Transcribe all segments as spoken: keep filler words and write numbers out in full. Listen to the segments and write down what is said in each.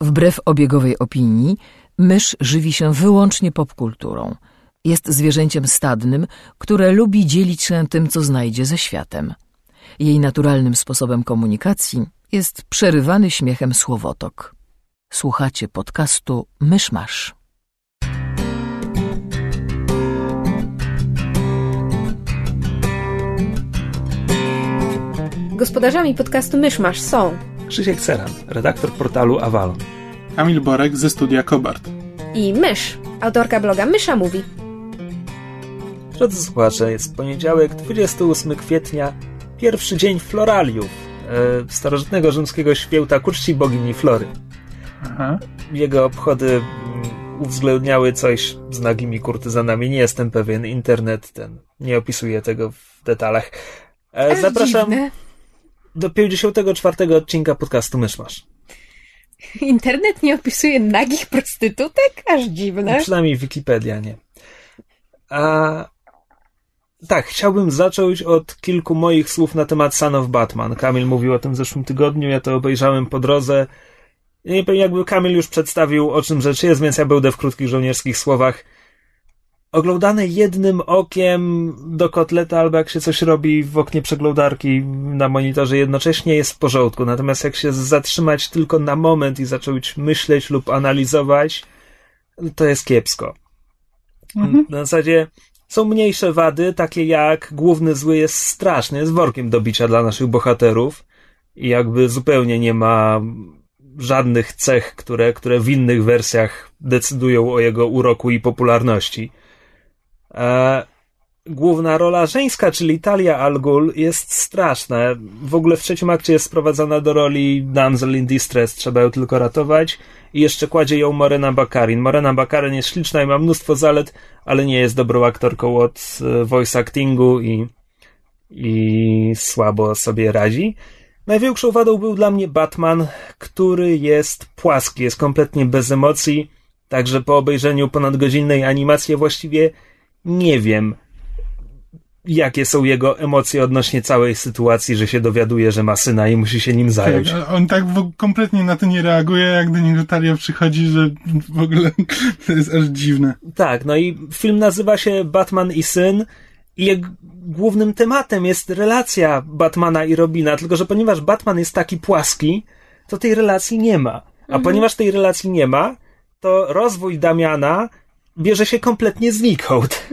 Wbrew obiegowej opinii, mysz żywi się wyłącznie popkulturą. Jest zwierzęciem stadnym, które lubi dzielić się tym, co znajdzie ze światem. Jej naturalnym sposobem komunikacji jest przerywany śmiechem słowotok. Słuchacie podcastu Myszmasz. Gospodarzami podcastu Myszmasz są Krzysiek Ceran, redaktor portalu Avalon, Kamil Borek ze studia Kobart i Mysz, autorka bloga Mysza Mówi. Drodzy słuchacze, jest poniedziałek, dwudziestego ósmego kwietnia, pierwszy dzień Floraliów, e, starożytnego rzymskiego święta ku czci bogini Flory. Aha. Jego obchody uwzględniały coś z nagimi kurtyzanami, nie jestem pewien, internet ten nie opisuje tego w detalach. E, zapraszam dziwne. do pięćdziesiątego czwartego odcinka podcastu Myszmasz. Internet nie opisuje nagich prostytutek? Aż dziwne. No, przynajmniej Wikipedia nie. A tak, chciałbym zacząć od kilku moich słów na temat Son of Batman. Kamil mówił o tym w zeszłym tygodniu, ja to obejrzałem po drodze. Nie wiem, jakby Kamil już przedstawił, o czym rzecz jest, więc ja będę w krótkich żołnierskich słowach. Oglądane jednym okiem do kotleta, albo jak się coś robi w oknie przeglądarki na monitorze, jednocześnie jest w porządku. Natomiast jak się zatrzymać tylko na moment i zacząć myśleć lub analizować, to jest kiepsko. Mhm. Na zasadzie są mniejsze wady, takie jak główny zły jest straszny, jest workiem do bicia dla naszych bohaterów i jakby zupełnie nie ma żadnych cech, które, które w innych wersjach decydują o jego uroku i popularności. E, główna rola żeńska, czyli Talia al Ghul, jest straszna. W ogóle w trzecim akcie jest sprowadzana do roli damsel in distress, trzeba ją tylko ratować i jeszcze kładzie ją Morena Baccarin. Morena Baccarin jest śliczna i ma mnóstwo zalet, ale nie jest dobrą aktorką od voice actingu i, i słabo sobie radzi. Największą wadą był dla mnie Batman, który jest płaski, jest kompletnie bez emocji, także po obejrzeniu ponadgodzinnej animacji właściwie nie wiem, jakie są jego emocje odnośnie całej sytuacji, że się dowiaduje, że ma syna i musi się nim zająć. Tak, on tak w, kompletnie na to nie reaguje, jak do niego Talia przychodzi, że w ogóle to jest aż dziwne. Tak, no i film nazywa się Batman i syn i jego głównym tematem jest relacja Batmana i Robina, tylko że ponieważ Batman jest taki płaski, to tej relacji nie ma. A mhm. ponieważ tej relacji nie ma, to rozwój Damiana bierze się kompletnie znikąd.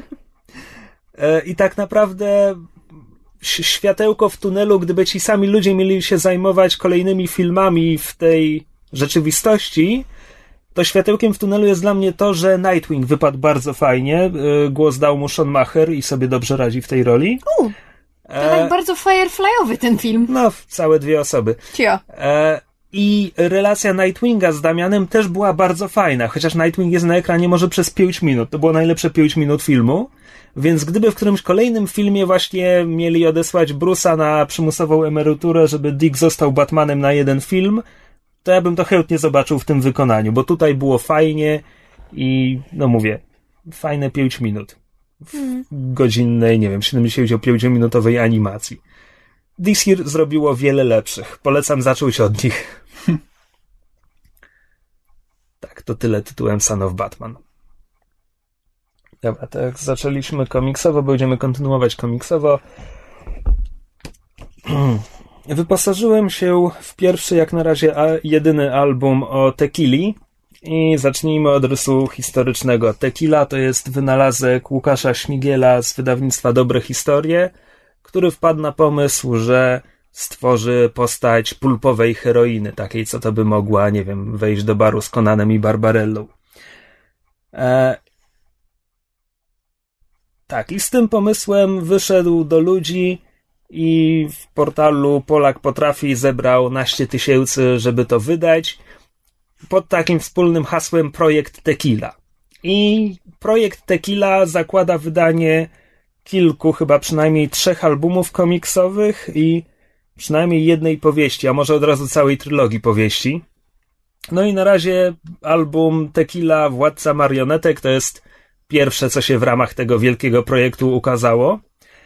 I tak naprawdę światełko w tunelu, gdyby ci sami ludzie mieli się zajmować kolejnymi filmami w tej rzeczywistości, to światełkiem w tunelu jest dla mnie to, że Nightwing wypadł bardzo fajnie. Głos dał mu Sean Maher i sobie dobrze radzi w tej roli. U, to e... tak bardzo Fireflyowy ten film. No, całe dwie osoby. Cio. E... I relacja Nightwinga z Damianem też była bardzo fajna, chociaż Nightwing jest na ekranie może przez pięć minut. To było najlepsze pięć minut filmu, więc gdyby w którymś kolejnym filmie właśnie mieli odesłać Bruce'a na przymusową emeryturę, żeby Dick został Batmanem na jeden film, to ja bym to chętnie zobaczył w tym wykonaniu, bo tutaj było fajnie i, no mówię, fajne pięć minut w hmm. godzinnej, nie wiem, siedemdziesięciopięciominutowej animacji. D C zrobiło wiele lepszych. Polecam zacząć od nich. Tak, to tyle tytułem Son of Batman. Dobra, to jak zaczęliśmy komiksowo, będziemy kontynuować komiksowo. Wyposażyłem się w pierwszy, jak na razie, a jedyny album o Tequili i zacznijmy od rysu historycznego. Tequila to jest wynalazek Łukasza Śmigiela z wydawnictwa Dobre Historie, który wpadł na pomysł, że stworzy postać pulpowej heroiny, takiej, co to by mogła, nie wiem, wejść do baru z Conanem i Barbarellą. E... Tak, i z tym pomysłem wyszedł do ludzi i w portalu Polak Potrafi zebrał naście tysięcy, żeby to wydać, pod takim wspólnym hasłem Projekt Tequila. I Projekt Tequila zakłada wydanie kilku, chyba przynajmniej trzech albumów komiksowych i przynajmniej jednej powieści, a może od razu całej trylogii powieści. No i na razie album Tequila Władca Marionetek to jest pierwsze, co się w ramach tego wielkiego projektu ukazało.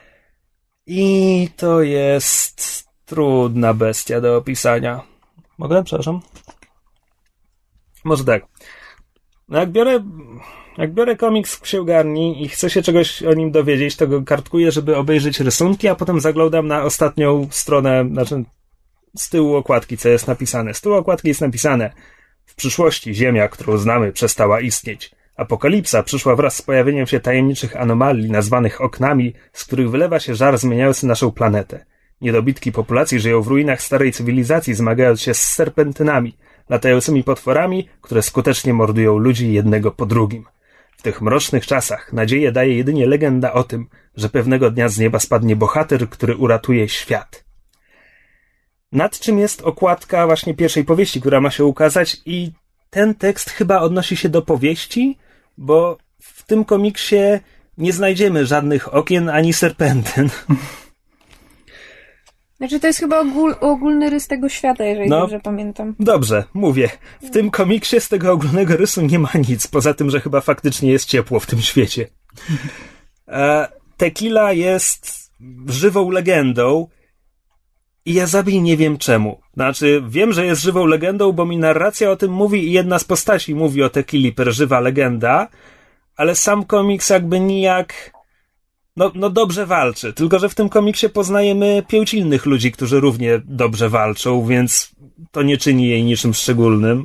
I to jest trudna bestia do opisania. Mogę? Przepraszam. Może tak. No jak biorę, jak biorę komiks w księgarni i chcę się czegoś o nim dowiedzieć, to go kartkuję, żeby obejrzeć rysunki, a potem zaglądam na ostatnią stronę, znaczy z tyłu okładki, co jest napisane. Z tyłu okładki jest napisane: w przyszłości Ziemia, którą znamy, przestała istnieć. Apokalipsa przyszła wraz z pojawieniem się tajemniczych anomalii nazwanych oknami, z których wylewa się żar zmieniający naszą planetę. Niedobitki populacji żyją w ruinach starej cywilizacji, zmagając się z serpentynami, latającymi potworami, które skutecznie mordują ludzi jednego po drugim. W tych mrocznych czasach nadzieję daje jedynie legenda o tym, że pewnego dnia z nieba spadnie bohater, który uratuje świat. Nad czym jest okładka właśnie pierwszej powieści, która ma się ukazać, i ten tekst chyba odnosi się do powieści, bo w tym komiksie nie znajdziemy żadnych okien ani serpentyn. Znaczy to jest chyba ogól, ogólny rys tego świata, jeżeli no, dobrze pamiętam. Dobrze, mówię. W tym komiksie z tego ogólnego rysu nie ma nic, poza tym, że chyba faktycznie jest ciepło w tym świecie. E, Tequila jest żywą legendą i ja zabij nie wiem czemu. Znaczy, wiem, że jest żywą legendą, bo mi narracja o tym mówi i jedna z postaci mówi o Tequili per żywa legenda, ale sam komiks jakby nijak... No, no dobrze walczy, tylko że w tym komiksie poznajemy pięć innych ludzi, którzy równie dobrze walczą, więc to nie czyni jej niczym szczególnym.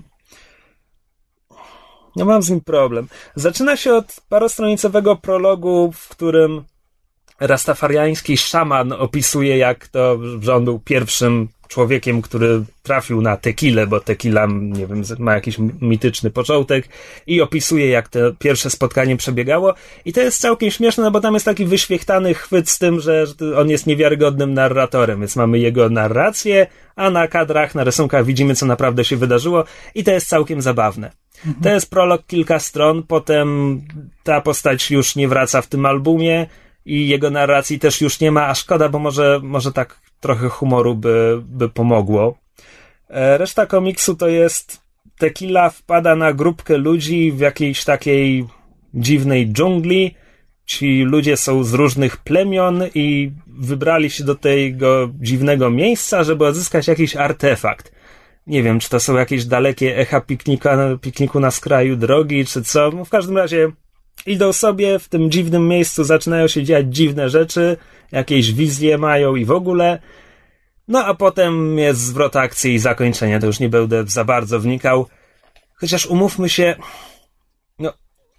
Ja mam z nim problem. Zaczyna się od parostronicowego prologu, w którym rastafariański szaman opisuje, jak to, że on był pierwszym człowiekiem, który trafił na tequilę, bo tequila, nie wiem, ma jakiś mityczny początek, i opisuje, jak to pierwsze spotkanie przebiegało. I to jest całkiem śmieszne, no bo tam jest taki wyświechtany chwyt z tym, że on jest niewiarygodnym narratorem, więc mamy jego narrację, a na kadrach, na rysunkach widzimy, co naprawdę się wydarzyło, i to jest całkiem zabawne. Mhm. To jest prolog, kilka stron, potem ta postać już nie wraca w tym albumie i jego narracji też już nie ma, a szkoda, bo może, może tak trochę humoru by, by pomogło. Reszta komiksu to jest Tequila wpada na grupkę ludzi w jakiejś takiej dziwnej dżungli. Ci ludzie są z różnych plemion i wybrali się do tego dziwnego miejsca, żeby odzyskać jakiś artefakt. Nie wiem, czy to są jakieś dalekie echa piknika, pikniku na skraju drogi, czy co. No w każdym razie idą sobie, w tym dziwnym miejscu zaczynają się dziać dziwne rzeczy, jakieś wizje mają i w ogóle. No a potem jest zwrot akcji i zakończenie, to już nie będę za bardzo wnikał. Chociaż umówmy się, no...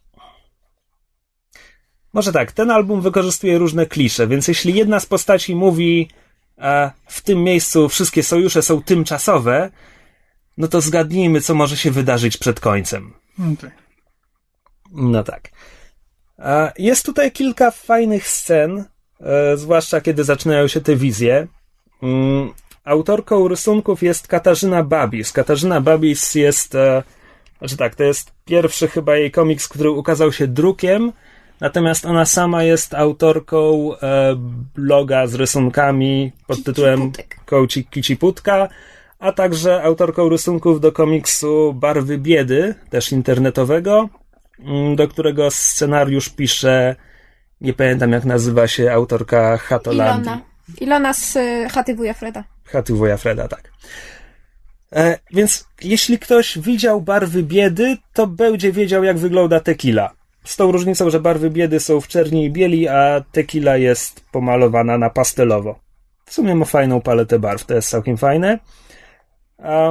Może tak, ten album wykorzystuje różne klisze, więc jeśli jedna z postaci mówi, a w tym miejscu wszystkie sojusze są tymczasowe, no to zgadnijmy, co może się wydarzyć przed końcem. Okay. No tak. Jest tutaj kilka fajnych scen, zwłaszcza kiedy zaczynają się te wizje. Autorką rysunków jest Katarzyna Babis. Katarzyna Babis jest, znaczy tak, to jest pierwszy chyba jej komiks, który ukazał się drukiem, natomiast ona sama jest autorką bloga z rysunkami pod tytułem Kołci Kiciputka, a także autorką rysunków do komiksu Barwy Biedy, też internetowego, do którego scenariusz pisze, nie pamiętam jak nazywa się autorka Chatolandii. Ilona. Ilona z y, Chaty Wuja Freda. Chaty Wuja Freda, tak. E, więc jeśli ktoś widział Barwy Biedy, to będzie wiedział, jak wygląda Tequila. Z tą różnicą, że Barwy Biedy są w czerni i bieli, a Tequila jest pomalowana na pastelowo. W sumie ma fajną paletę barw, to jest całkiem fajne. A...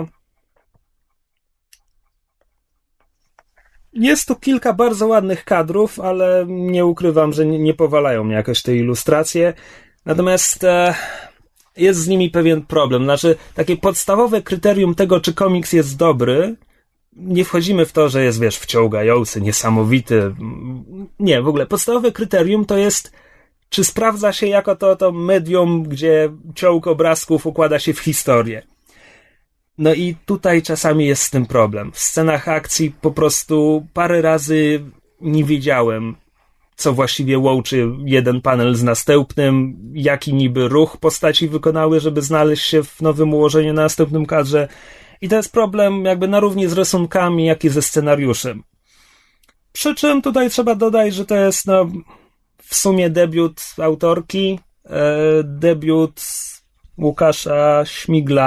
Jest tu kilka bardzo ładnych kadrów, ale nie ukrywam, że nie, nie powalają mnie jakoś te ilustracje. Natomiast e, jest z nimi pewien problem. Znaczy, takie podstawowe kryterium tego, czy komiks jest dobry, nie wchodzimy w to, że jest, wiesz, wciągający, niesamowity. Nie, w ogóle podstawowe kryterium to jest, czy sprawdza się jako to, to medium, gdzie ciąg obrazków układa się w historię. No i tutaj czasami jest z tym problem. W scenach akcji po prostu parę razy nie wiedziałem, co właściwie łączy jeden panel z następnym, jaki niby ruch postaci wykonały, żeby znaleźć się w nowym ułożeniu na następnym kadrze. I to jest problem jakby na równi z rysunkami, jak i ze scenariuszem. Przy czym tutaj trzeba dodać, że to jest no, w sumie debiut autorki, e, debiut Łukasza Śmigla,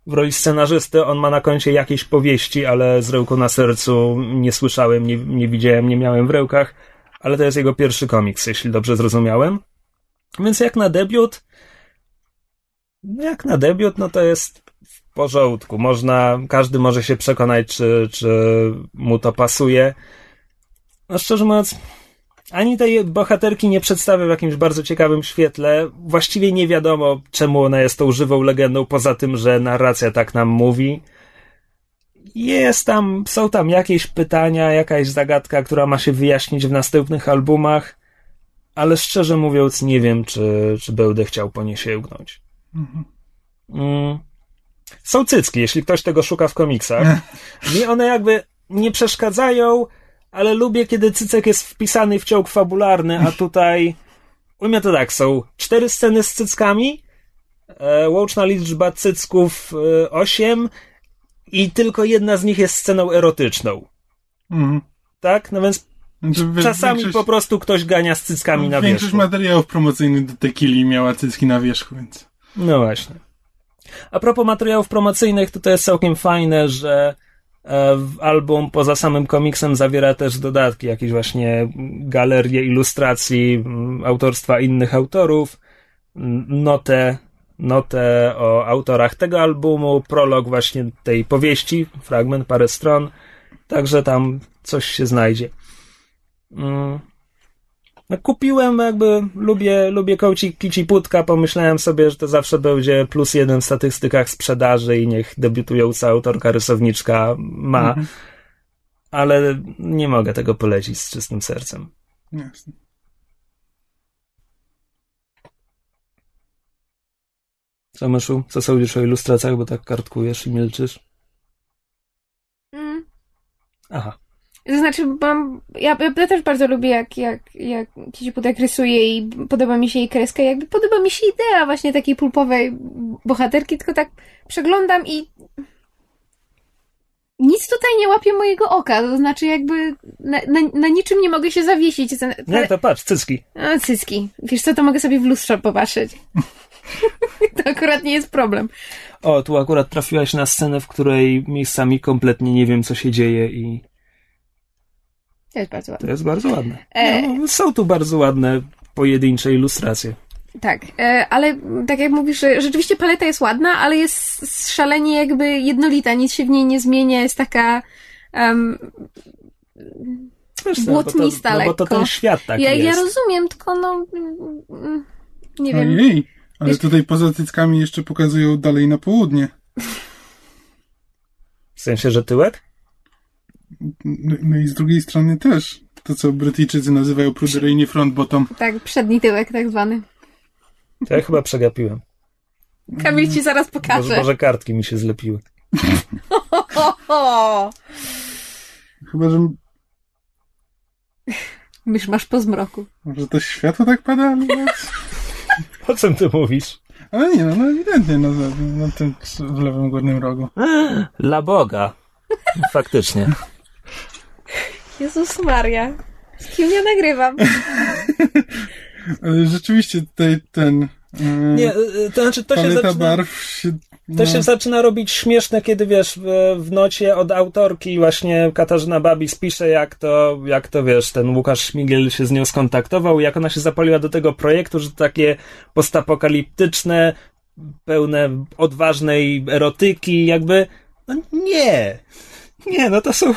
w roli scenarzysty. On ma na koncie jakieś powieści, ale z Rełką na sercu nie słyszałem, nie, nie widziałem, nie miałem w rękach, ale to jest jego pierwszy komiks, jeśli dobrze zrozumiałem. Więc jak na debiut, jak na debiut, no to jest w porządku. Można, każdy może się przekonać, czy, czy mu to pasuje. No szczerze mówiąc, ani tej bohaterki nie przedstawia w jakimś bardzo ciekawym świetle. Właściwie nie wiadomo, czemu ona jest tą żywą legendą, poza tym, że narracja tak nam mówi. Jest tam, są tam jakieś pytania, jakaś zagadka, która ma się wyjaśnić w następnych albumach, ale szczerze mówiąc nie wiem, czy, czy będę chciał po nie sięgnąć. Mhm. Mm. Są cycki, jeśli ktoś tego szuka w komiksach. Mi one jakby nie przeszkadzają, ale lubię, kiedy cycek jest wpisany w ciąg fabularny, a tutaj u mnie to tak, są cztery sceny z cyckami, e, łączna liczba cycków e, osiem i tylko jedna z nich jest sceną erotyczną. Mhm. Tak? No więc znaczy, czasami większość, po prostu ktoś gania z cyckami na wierzchu. Większość materiałów promocyjnych do Tequili miała cycki na wierzchu, więc... No właśnie. A propos materiałów promocyjnych, to to jest całkiem fajne, że album poza samym komiksem zawiera też dodatki, jakieś właśnie galerie ilustracji autorstwa innych autorów, notę, notę o autorach tego albumu, prolog właśnie tej powieści, fragment, parę stron, także tam coś się znajdzie. Kupiłem, jakby lubię, lubię Kołci Kiciputka, pomyślałem sobie, że to zawsze będzie plus jeden w statystykach sprzedaży i niech debiutująca autorka, rysowniczka ma, mhm. ale nie mogę tego polecić z czystym sercem. Jasne. Co, Myszu? Co sądzisz o ilustracjach, bo tak kartkujesz i milczysz? Mm. Aha. To znaczy, mam, ja, ja też bardzo lubię, jak, jak, jak Kiciputek rysuje i podoba mi się jej kreska, jakby podoba mi się idea właśnie takiej pulpowej bohaterki, tylko tak przeglądam i nic tutaj nie łapie mojego oka, to znaczy jakby na, na, na niczym nie mogę się zawiesić. Nie, to patrz, cycki. A, cycki. Wiesz co, to mogę sobie w lustrze popatrzeć. To akurat nie jest problem. O, tu akurat trafiłaś na scenę, w której miejscami kompletnie nie wiem, co się dzieje i to jest bardzo ładne. To jest bardzo ładne. E... No, są tu bardzo ładne pojedyncze ilustracje. Tak, e, ale tak jak mówisz, że rzeczywiście paleta jest ładna, ale jest szalenie jakby jednolita, nic się w niej nie zmienia, jest taka um, Wiesz, błotnista no bo to, lekko. No bo to ten świat taki ja, jest. Ja rozumiem, tylko no nie wiem. Ojej, ale Wiesz... tutaj poza cyckami jeszcze pokazują dalej na południe. W sensie, że tyłek? No, no i z drugiej strony też. To, co Brytyjczycy nazywają pruderyjnie front bottom. Tak, przedni tyłek tak zwany. To ja chyba przegapiłem. Kamil ci zaraz pokaże. Może, może kartki mi się zlepiły. Chyba, że... Mysz masz po zmroku. Może to światło tak pada? O czym ty mówisz? Ale nie, no, no ewidentnie na, na tym w lewym górnym rogu. La Boga. Faktycznie. Jezus Maria. Z kim ja nagrywam? Rzeczywiście tutaj ten... Nie, to znaczy to się zaczyna... barw się... No. To się zaczyna robić śmieszne, kiedy wiesz, w, w nocie od autorki właśnie Katarzyna Babis pisze, jak to, jak to wiesz, ten Łukasz Śmigiel się z nią skontaktował, jak ona się zapaliła do tego projektu, że to takie postapokaliptyczne, pełne odważnej erotyki, jakby, no nie, nie, no to są...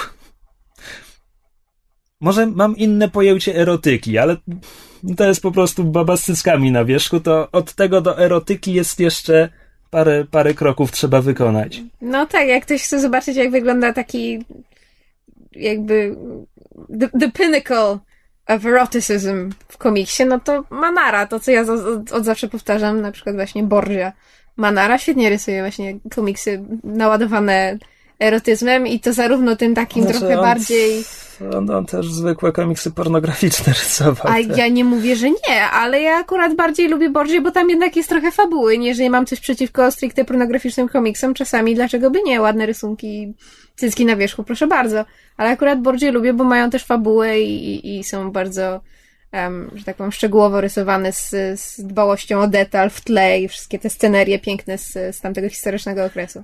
Może mam inne pojęcie erotyki, ale to jest po prostu baba z cyckami na wierzchu, to od tego do erotyki jest jeszcze parę, parę kroków trzeba wykonać. No tak, jak ktoś chce zobaczyć, jak wygląda taki jakby the, the pinnacle of eroticism w komiksie, no to Manara, to co ja od, od zawsze powtarzam, na przykład właśnie Borgia. Manara świetnie rysuje właśnie komiksy naładowane erotyzmem i to zarówno tym takim znaczy trochę on, bardziej... On, on też zwykłe komiksy pornograficzne rysował. A te. ja nie mówię, że nie, ale ja akurat bardziej lubię Borgię, bo tam jednak jest trochę fabuły. Nie, jeżeli mam coś przeciwko stricte pornograficznym komiksom, czasami dlaczego by nie? Ładne rysunki, cycki na wierzchu, proszę bardzo. Ale akurat Borgię lubię, bo mają też fabułę i, i, i są bardzo, um, że tak powiem, szczegółowo rysowane z, z dbałością o detal w tle i wszystkie te scenerie piękne z, z tamtego historycznego okresu.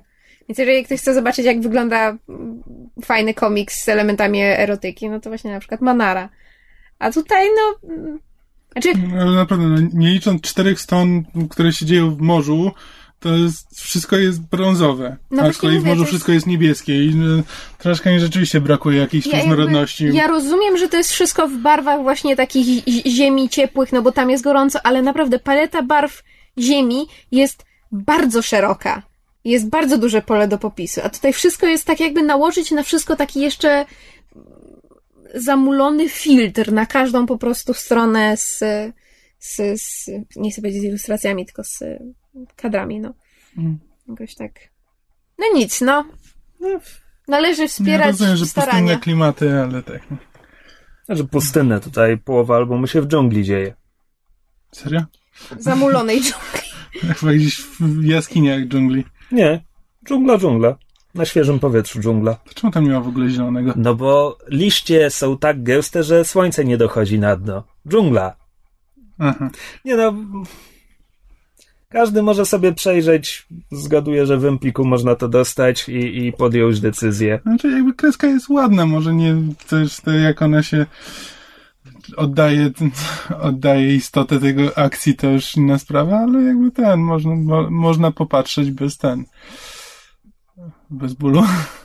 Więc jeżeli ktoś chce zobaczyć, jak wygląda fajny komiks z elementami erotyki, no to właśnie na przykład Manara. A tutaj, no... Znaczy... Ale naprawdę, no, nie licząc czterech stron, które się dzieją w morzu, to jest, wszystko jest brązowe. No a z kolei w morzu jest... wszystko jest niebieskie i no, troszkę mi rzeczywiście brakuje jakiejś ja różnorodności. Jakby, ja rozumiem, że to jest wszystko w barwach właśnie takich ziemi ciepłych, no bo tam jest gorąco, ale naprawdę paleta barw ziemi jest bardzo szeroka. Jest bardzo duże pole do popisu. A tutaj wszystko jest tak jakby nałożyć na wszystko taki jeszcze zamulony filtr na każdą po prostu stronę z, z, z nie chcę powiedzieć z ilustracjami, tylko z kadrami, no. Mm. Jakoś tak. No nic, no. Należy wspierać ja rozumiem, że starania. pustynne klimaty, ale tak. Znaczy pustynne, tutaj połowa albumu się w dżungli dzieje. Serio? Zamulonej dżungli. Chyba gdzieś w jaskiniach dżungli. Nie, dżungla, dżungla. Na świeżym powietrzu dżungla. To czemu tam nie ma w ogóle zielonego? No bo liście są tak gęste, że słońce nie dochodzi na dno. Dżungla. Aha. Nie no... Każdy może sobie przejrzeć, zgaduję, że w Empiku można to dostać i, i podjąć decyzję. Znaczy jakby kreska jest ładna, może nie też to, jak ona się oddaje, oddaje istotę tego akcji, to już inna sprawa, ale jakby ten, można, mo, można popatrzeć bez ten, bez bólu.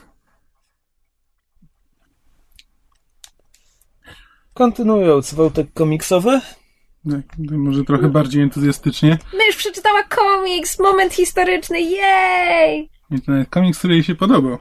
Kontynuując wątek komiksowy. Tak, może trochę bardziej entuzjastycznie. Mysz przeczytała komiks, moment historyczny, jej! I to nawet komiks, który jej się podobał.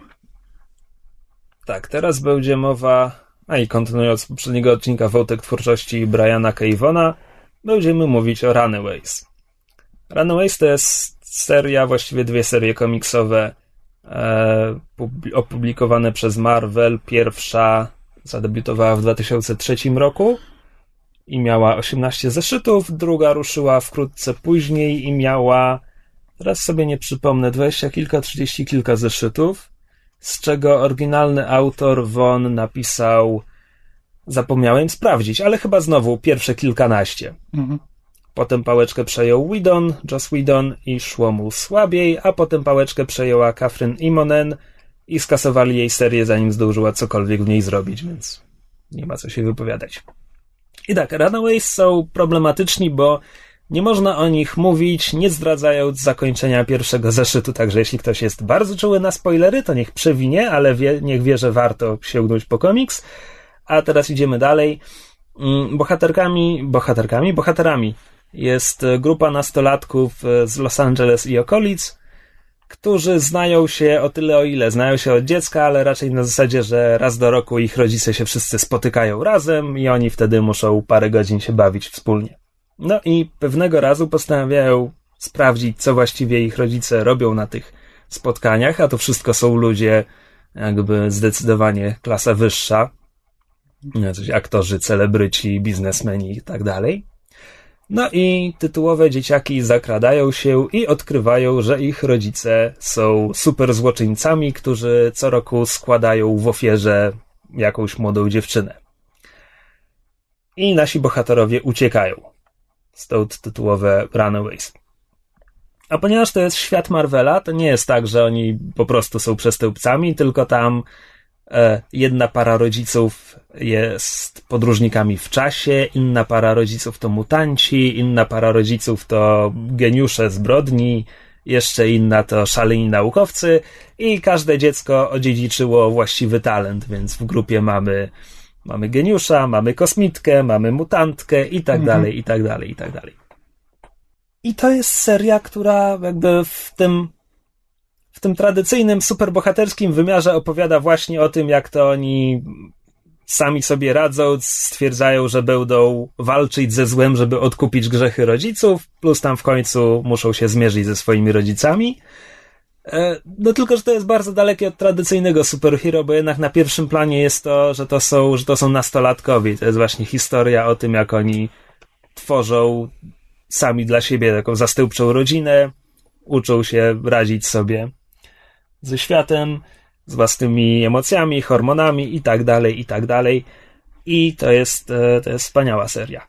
Tak, teraz będzie mowa, a i kontynuując poprzedniego odcinka wątek twórczości Briana K. Vaughna, będziemy mówić o Runaways. Runaways to jest seria, właściwie dwie serie komiksowe e, opublikowane przez Marvel. Pierwsza zadebiutowała w dwa tysiące trzecim roku i miała osiemnaście zeszytów, druga ruszyła wkrótce później i miała, teraz sobie nie przypomnę, dwadzieścia kilka, trzydzieści kilka zeszytów, z czego oryginalny autor Vaughn napisał, zapomniałem sprawdzić, ale chyba znowu pierwsze kilkanaście. Mhm. Potem pałeczkę przejął Whedon, Joss Whedon i szło mu słabiej, a potem pałeczkę przejęła Catherine Immonen i skasowali jej serię, zanim zdążyła cokolwiek w niej zrobić, więc nie ma co się wypowiadać. I tak, Runaways są problematyczni, bo nie można o nich mówić, nie zdradzając zakończenia pierwszego zeszytu, także jeśli ktoś jest bardzo czuły na spoilery, to niech przewinie, ale wie, niech wie, że warto sięgnąć po komiks. A teraz idziemy dalej. Bohaterkami, bohaterkami, bohaterami jest grupa nastolatków z Los Angeles i okolic, którzy znają się o tyle, o ile znają się od dziecka, ale raczej na zasadzie, że raz do roku ich rodzice się wszyscy spotykają razem i oni wtedy muszą parę godzin się bawić wspólnie. No i pewnego razu postanawiają sprawdzić, co właściwie ich rodzice robią na tych spotkaniach, a to wszystko są ludzie jakby zdecydowanie klasa wyższa, jacyś aktorzy, celebryci, biznesmeni i tak dalej. No i tytułowe dzieciaki zakradają się i odkrywają, że ich rodzice są super złoczyńcami, którzy co roku składają w ofierze jakąś młodą dziewczynę. I nasi bohaterowie uciekają. Stąd tytułowe Runaways. A ponieważ to jest świat Marvela, to nie jest tak, że oni po prostu są przestępcami, tylko tam e, jedna para rodziców jest podróżnikami w czasie, inna para rodziców to mutanci, inna para rodziców to geniusze zbrodni, jeszcze inna to szaleni naukowcy i każde dziecko odziedziczyło właściwy talent, więc w grupie mamy mamy geniusza, mamy kosmitkę, mamy mutantkę i tak mhm. dalej, i tak dalej, i tak dalej. I to jest seria, która jakby w tym w tym tradycyjnym, superbohaterskim wymiarze opowiada właśnie o tym, jak to oni sami sobie radzą, stwierdzają, że będą walczyć ze złem, żeby odkupić grzechy rodziców, plus tam w końcu muszą się zmierzyć ze swoimi rodzicami. No tylko, że to jest bardzo dalekie od tradycyjnego superhero, bo jednak na pierwszym planie jest to, że to są, że to są nastolatkowie. To jest właśnie historia o tym, jak oni tworzą sami dla siebie taką zastępczą rodzinę, uczą się radzić sobie ze światem, z własnymi emocjami, hormonami i tak dalej, i tak dalej. I to jest, to jest wspaniała seria.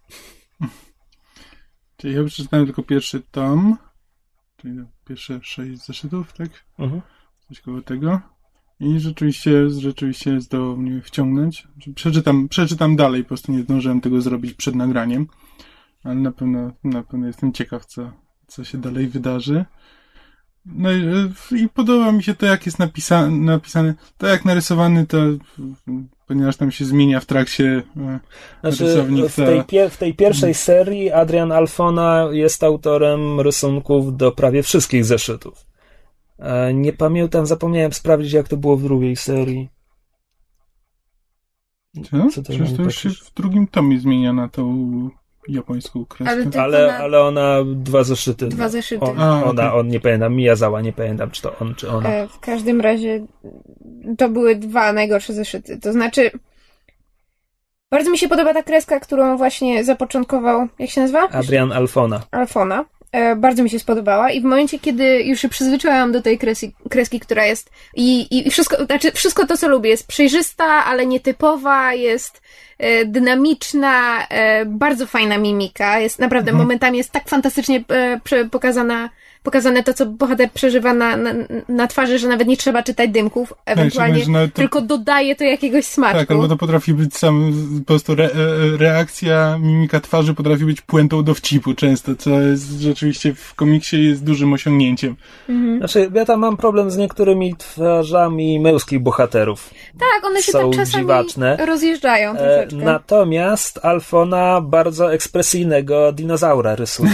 Czyli ja przeczytałem tylko pierwszy tom, czyli pierwsze sześć zeszytów, tak? Mhm. coś koło tego. I rzeczywiście, rzeczywiście zdołał mnie wciągnąć. Przeczytam, przeczytam dalej, po prostu nie zdążyłem tego zrobić przed nagraniem. Ale na pewno, na pewno jestem ciekaw, co, co się dalej wydarzy. No i, i podoba mi się to, jak jest napisa, napisane. To jak narysowany, to ponieważ tam się zmienia w trakcie znaczy, rysownik. W tej, pie, w tej pierwszej serii Adrian Alfona jest autorem rysunków do prawie wszystkich zeszytów. Nie pamiętam, zapomniałem sprawdzić, jak to było w drugiej serii. Co? Co to Przecież to już się w drugim tomie zmienia na tą japońską kreskę. Ale, ale, na... ale ona dwa zeszyty. Dwa zeszyty. On, A, ona, okay. on, nie pamiętam, Miyazawa, nie pamiętam, czy to on, czy ona. E, w każdym razie to były dwa najgorsze zeszyty. To znaczy, bardzo mi się podoba ta kreska, którą właśnie zapoczątkował, jak się nazywa? Adrian Alfona. Alfona. E, bardzo mi się spodobała i w momencie, kiedy już się przyzwyczaiłam do tej kreski, kreski która jest i, i wszystko, znaczy wszystko to, co lubię, jest przejrzysta, ale nietypowa, jest e, dynamiczna, e, bardzo fajna mimika, jest naprawdę mhm. momentami jest tak fantastycznie e, prze, pokazana, pokazane to, co bohater przeżywa na, na, na twarzy, że nawet nie trzeba czytać dymków, ewentualnie no, to... tylko dodaje to jakiegoś smaczku. Tak, albo to potrafi być sam, po prostu re, reakcja, mimika twarzy potrafi być puentą dowcipu często, co jest rzeczywiście w komiksie jest dużym osiągnięciem. Mhm. Znaczy, ja tam mam problem z niektórymi twarzami męskich bohaterów. Tak, one się Są tak czasami dziwaczne. rozjeżdżają troszeczkę. E, natomiast Alfona bardzo ekspresyjnego dinozaura rysuje.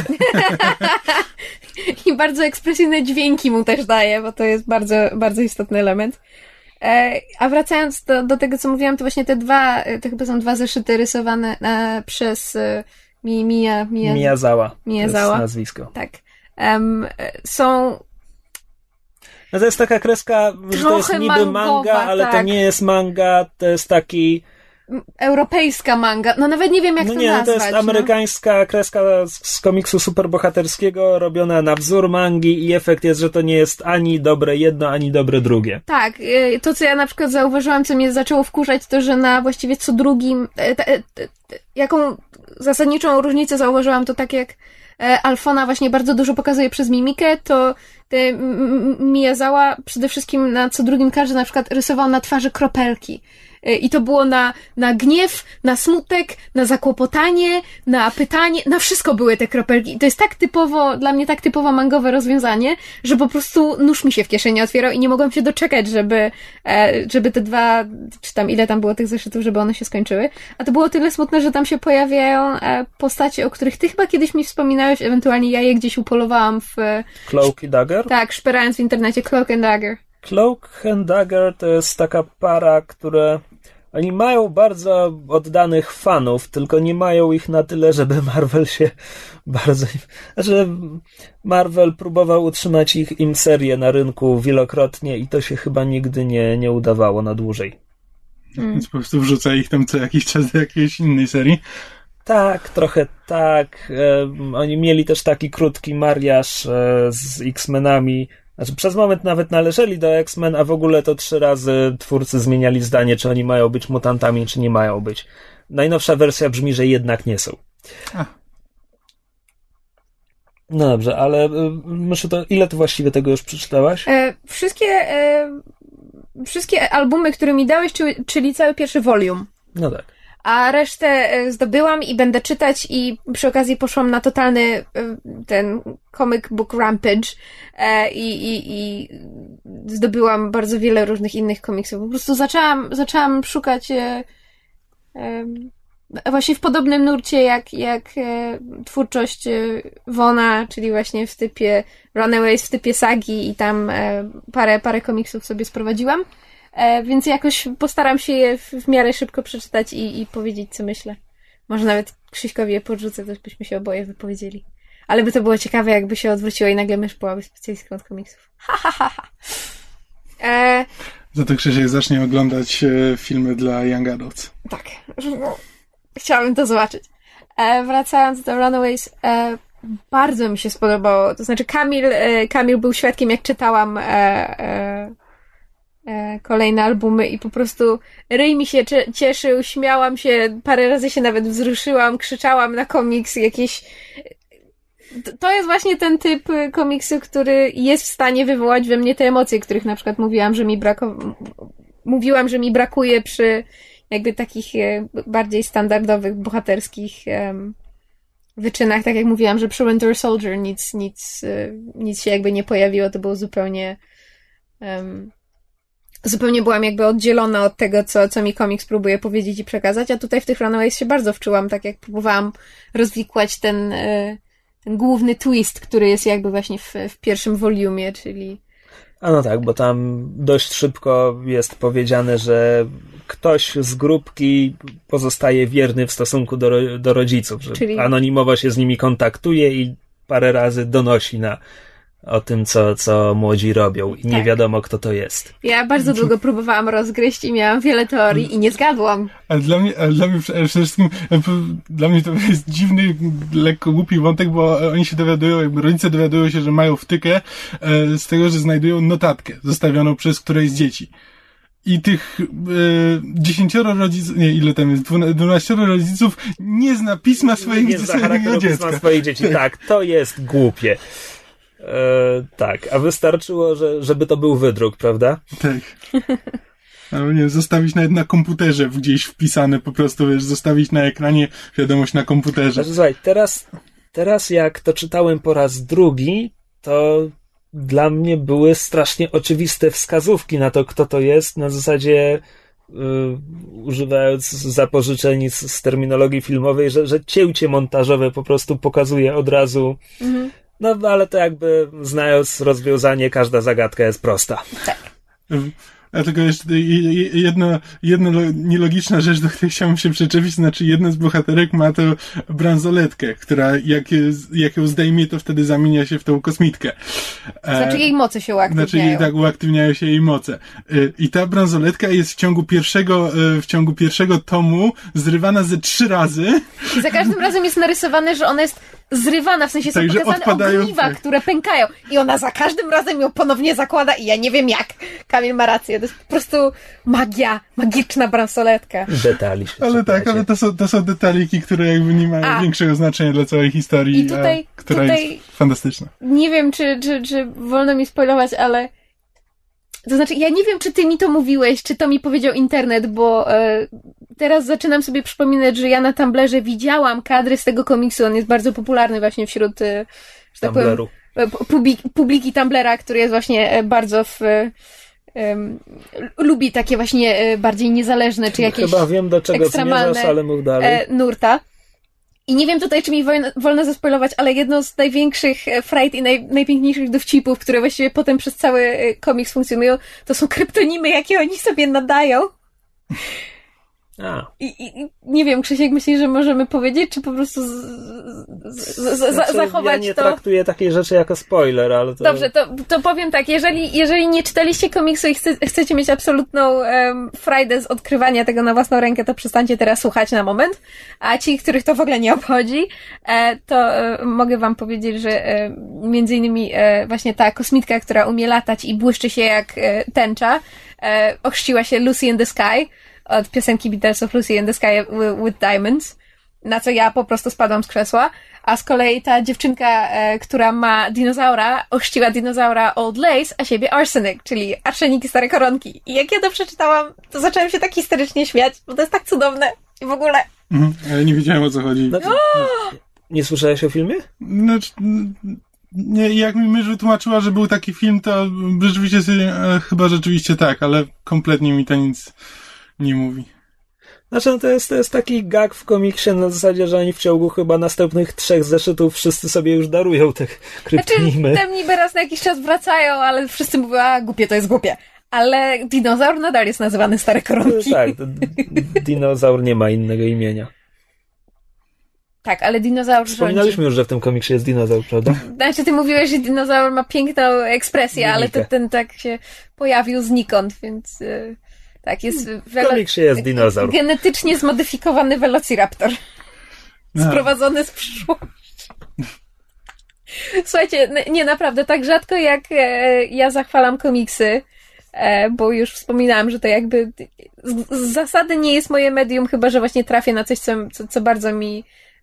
I bardzo ekspresyjne dźwięki mu też daje, bo to jest bardzo, bardzo istotny element. E, a wracając do, do tego, co mówiłam, to właśnie te dwa, to chyba są dwa zeszyty rysowane e, przez e, mi, Mija, Mija, Miyazawa. Miyazawa. To jest nazwisko. Tak. Um, są... No to jest taka kreska, że to jest niby mangowa, manga, ale tak. to nie jest manga, to jest taki... Europejska manga. No nawet nie wiem, jak no to nie, nazwać. To jest no. amerykańska kreska z, z komiksu superbohaterskiego, robiona na wzór mangi i efekt jest, że to nie jest ani dobre jedno, ani dobre drugie. Tak. To, co ja na przykład zauważyłam, co mnie zaczęło wkurzać, to, że na właściwie co drugim... Te, te, te, jaką zasadniczą różnicę zauważyłam, to tak jak Alfona właśnie bardzo dużo pokazuje przez mimikę, to te Miyazawa przede wszystkim na co drugim kadrze na przykład rysował na twarzy kropelki. I to było na, na gniew, na smutek, na zakłopotanie, na pytanie, na wszystko były te kropelki. I to jest tak typowo, dla mnie tak typowo mangowe rozwiązanie, że po prostu nóż mi się w kieszeni otwierał i nie mogłam się doczekać, żeby, żeby te dwa, czy tam ile tam było tych zeszytów, żeby one się skończyły. A to było tyle smutne, że tam się pojawiają postacie, o których ty chyba kiedyś mi wspominałeś, ewentualnie ja je gdzieś upolowałam w... Cloak i Dagger? Tak, szperając w internecie Cloak and Dagger. Cloak and Dagger to jest taka para, które oni mają bardzo oddanych fanów, tylko nie mają ich na tyle, żeby Marvel się bardzo... Znaczy Marvel próbował utrzymać ich im serię na rynku wielokrotnie i to się chyba nigdy nie, nie udawało na dłużej. Hmm. Więc po prostu wrzuca ich tam co jakiś czas do jakiejś innej serii? Tak, trochę tak. E, oni mieli też taki krótki mariaż e, z X-Menami. Znaczy, przez moment nawet należeli do X-Men, a w ogóle to trzy razy twórcy zmieniali zdanie, czy oni mają być mutantami, czy nie mają być. Najnowsza wersja brzmi, że jednak nie są. Ach. No dobrze, ale myślę, to ile ty właściwie tego już przeczytałaś? E, wszystkie e, wszystkie albumy, które mi dałeś, czyli, czyli cały pierwszy volume. No tak. A resztę zdobyłam i będę czytać i przy okazji poszłam na totalny ten comic book rampage i, i, i zdobyłam bardzo wiele różnych innych komiksów. Po prostu zaczęłam, zaczęłam szukać e, e, właśnie w podobnym nurcie jak, jak e, twórczość Vona, czyli właśnie w typie Runaways, w typie sagi i tam e, parę, parę komiksów sobie sprowadziłam. E, więc jakoś postaram się je w, w miarę szybko przeczytać i, i powiedzieć, co myślę. Może nawet Krzyśkowi je podrzucę, to byśmy się oboje wypowiedzieli. Ale by to było ciekawe, jakby się odwróciło i nagle mysz byłaby specjalistką od komiksów. Ha, ha, ha, ha. E... Za to Krzysiek zacznie oglądać e, filmy dla Young Adults. Tak. Chciałabym to zobaczyć. E, wracając do Runaways, e, bardzo mi się spodobało. To znaczy Kamil, e, Kamil był świadkiem, jak czytałam e, e, kolejne albumy i po prostu ryj mi się cieszył, śmiałam się, parę razy się nawet wzruszyłam, krzyczałam na komiks, jakieś to jest właśnie ten typ komiksu, który jest w stanie wywołać we mnie te emocje, których na przykład mówiłam, że mi brako... mówiłam, że mi brakuje przy jakby takich bardziej standardowych, bohaterskich um, wyczynach. Tak jak mówiłam, że przy Winter Soldier nic, nic, nic się jakby nie pojawiło, to było zupełnie um, zupełnie byłam jakby oddzielona od tego, co, co mi komiks próbuje powiedzieć i przekazać, a tutaj w tych Runaways się bardzo wczułam, tak jak próbowałam rozwikłać ten, ten główny twist, który jest jakby właśnie w, w pierwszym volumie, czyli... A no tak, bo tam dość szybko jest powiedziane, że ktoś z grupki pozostaje wierny w stosunku do, do rodziców, że czyli... anonimowo się z nimi kontaktuje i parę razy donosi na o tym, co, co młodzi robią i tak. Nie wiadomo, kto to jest. Ja bardzo długo próbowałam rozgryźć i miałam wiele teorii i nie zgadłam. Ale dla mnie, ale dla mnie przede wszystkim, dla mnie to jest dziwny, lekko głupi wątek, bo oni się dowiadują, jakby rodzice dowiadują się, że mają wtykę z tego, że znajdują notatkę zostawioną przez któreś z dzieci. I tych e, dziesięcioro rodziców, nie, ile tam jest, dwunaścioro rodziców nie zna pisma swoich nie zna charakteru pisma swoich dzieci. Tak, to jest głupie. E, tak, a wystarczyło, że, żeby to był wydruk, prawda? Tak. Albo nie wiem, zostawić nawet na komputerze gdzieś wpisane, po prostu, wiesz, zostawić na ekranie wiadomość na komputerze. Znaczy, słuchaj, teraz, teraz jak to czytałem po raz drugi, to dla mnie były strasznie oczywiste wskazówki na to, kto to jest, na zasadzie yy, używając zapożyczeń z, z terminologii filmowej, że, że cięcie montażowe po prostu pokazuje od razu. Mhm. No, ale to jakby znając rozwiązanie, każda zagadka jest prosta. Tak. A tylko jeszcze jedna, jedna nielogiczna rzecz, do której chciałbym się przyczepić, znaczy jedna z bohaterek ma tę bransoletkę, która jak, jak ją zdejmie, to wtedy zamienia się w tą kosmitkę. Znaczy jej moce się uaktywniają. Znaczy jej, tak, uaktywniają się jej moce. I ta bransoletka jest w ciągu pierwszego, w ciągu pierwszego tomu zrywana ze trzy razy. I za każdym razem jest narysowane, że ona jest zrywana, w sensie są tak, pokazane odpadają, ogniwa, tak. które pękają. I ona za każdym razem ją ponownie zakłada i ja nie wiem jak. Kamil ma rację. To jest po prostu magia, magiczna bransoletka. Detali. Ale tak, ale to są, to są detaliki, które jakby nie mają a. większego znaczenia dla całej historii, I tutaj, a, która tutaj jest fantastyczna. Nie wiem, czy, czy, czy wolno mi spoilować, ale to znaczy, ja nie wiem, czy ty mi to mówiłeś, czy to mi powiedział internet, bo e, teraz zaczynam sobie przypominać, że ja na Tumblerze widziałam kadry z tego komiksu. On jest bardzo popularny właśnie wśród e, że tak powiem, publiki, publiki Tumblera, który jest właśnie bardzo w Um, lubi takie właśnie bardziej niezależne, czy jakieś Chyba wiem, do czego zmierzasz, ale mów dalej. E, nurta. I nie wiem tutaj, czy mi wolno, wolno zaspoilować, ale jedno z największych frajt i naj, najpiękniejszych dowcipów, które właściwie potem przez cały komiks funkcjonują, to są kryptonimy, jakie oni sobie nadają. A. I, i nie wiem, Krzysiek, myślisz, że możemy powiedzieć, czy po prostu z, z, z, z, znaczy, zachować to? Ja nie to... traktuję takiej rzeczy jako spoiler, ale to... Dobrze, to, to powiem tak, jeżeli, jeżeli nie czytaliście komiksu i chce, chcecie mieć absolutną um, frajdę z odkrywania tego na własną rękę, to przestańcie teraz słuchać na moment, a ci, których to w ogóle nie obchodzi, e, to e, mogę wam powiedzieć, że e, między innymi e, właśnie ta kosmitka, która umie latać i błyszczy się jak e, tęcza, e, ochrzciła się Lucy in the Sky, od piosenki Beatlesów Lucy in the Sky with Diamonds, na co ja po prostu spadłam z krzesła, a z kolei ta dziewczynka, e, która ma dinozaura, ochrzciła dinozaura Old Lace, a siebie Arsenic, czyli arszenik i stare koronki. I jak ja to przeczytałam, to zacząłem się tak histerycznie śmiać, bo to jest tak cudowne i w ogóle... Mhm, ale nie wiedziałem, o co chodzi. Znaczy, nie słyszałeś o filmie? Znaczy... Nie, jak mi mysz wytłumaczyła, że był taki film, to rzeczywiście sobie, e, chyba rzeczywiście tak, ale kompletnie mi to nic nie mówi. Znaczy, no to jest, to jest taki gag w komiksie na zasadzie, że oni w ciągu chyba następnych trzech zeszytów wszyscy sobie już darują te kryptonimy. Znaczy, tam niby raz na jakiś czas wracają, ale wszyscy mówią, a głupie to jest głupie. Ale dinozaur nadal jest nazywany stare koronki. Tak, dinozaur nie ma innego imienia. Tak, ale dinozaur Wspominaliśmy rządzi. już, że w tym komiksie jest dinozaur, prawda? Znaczy, ty mówiłeś, że dinozaur ma piękną ekspresję, Mimikę. Ale to, ten tak się pojawił znikąd, więc... Yy... Tak, jest w welo... komiksie jest dinozaur. Genetycznie zmodyfikowany Velociraptor. No. Sprowadzony z przyszłości. Słuchajcie, nie, naprawdę, tak rzadko jak e, ja zachwalam komiksy, e, bo już wspominałam, że to jakby z, z zasady nie jest moje medium, chyba że właśnie trafię na coś, co, co, co bardzo mi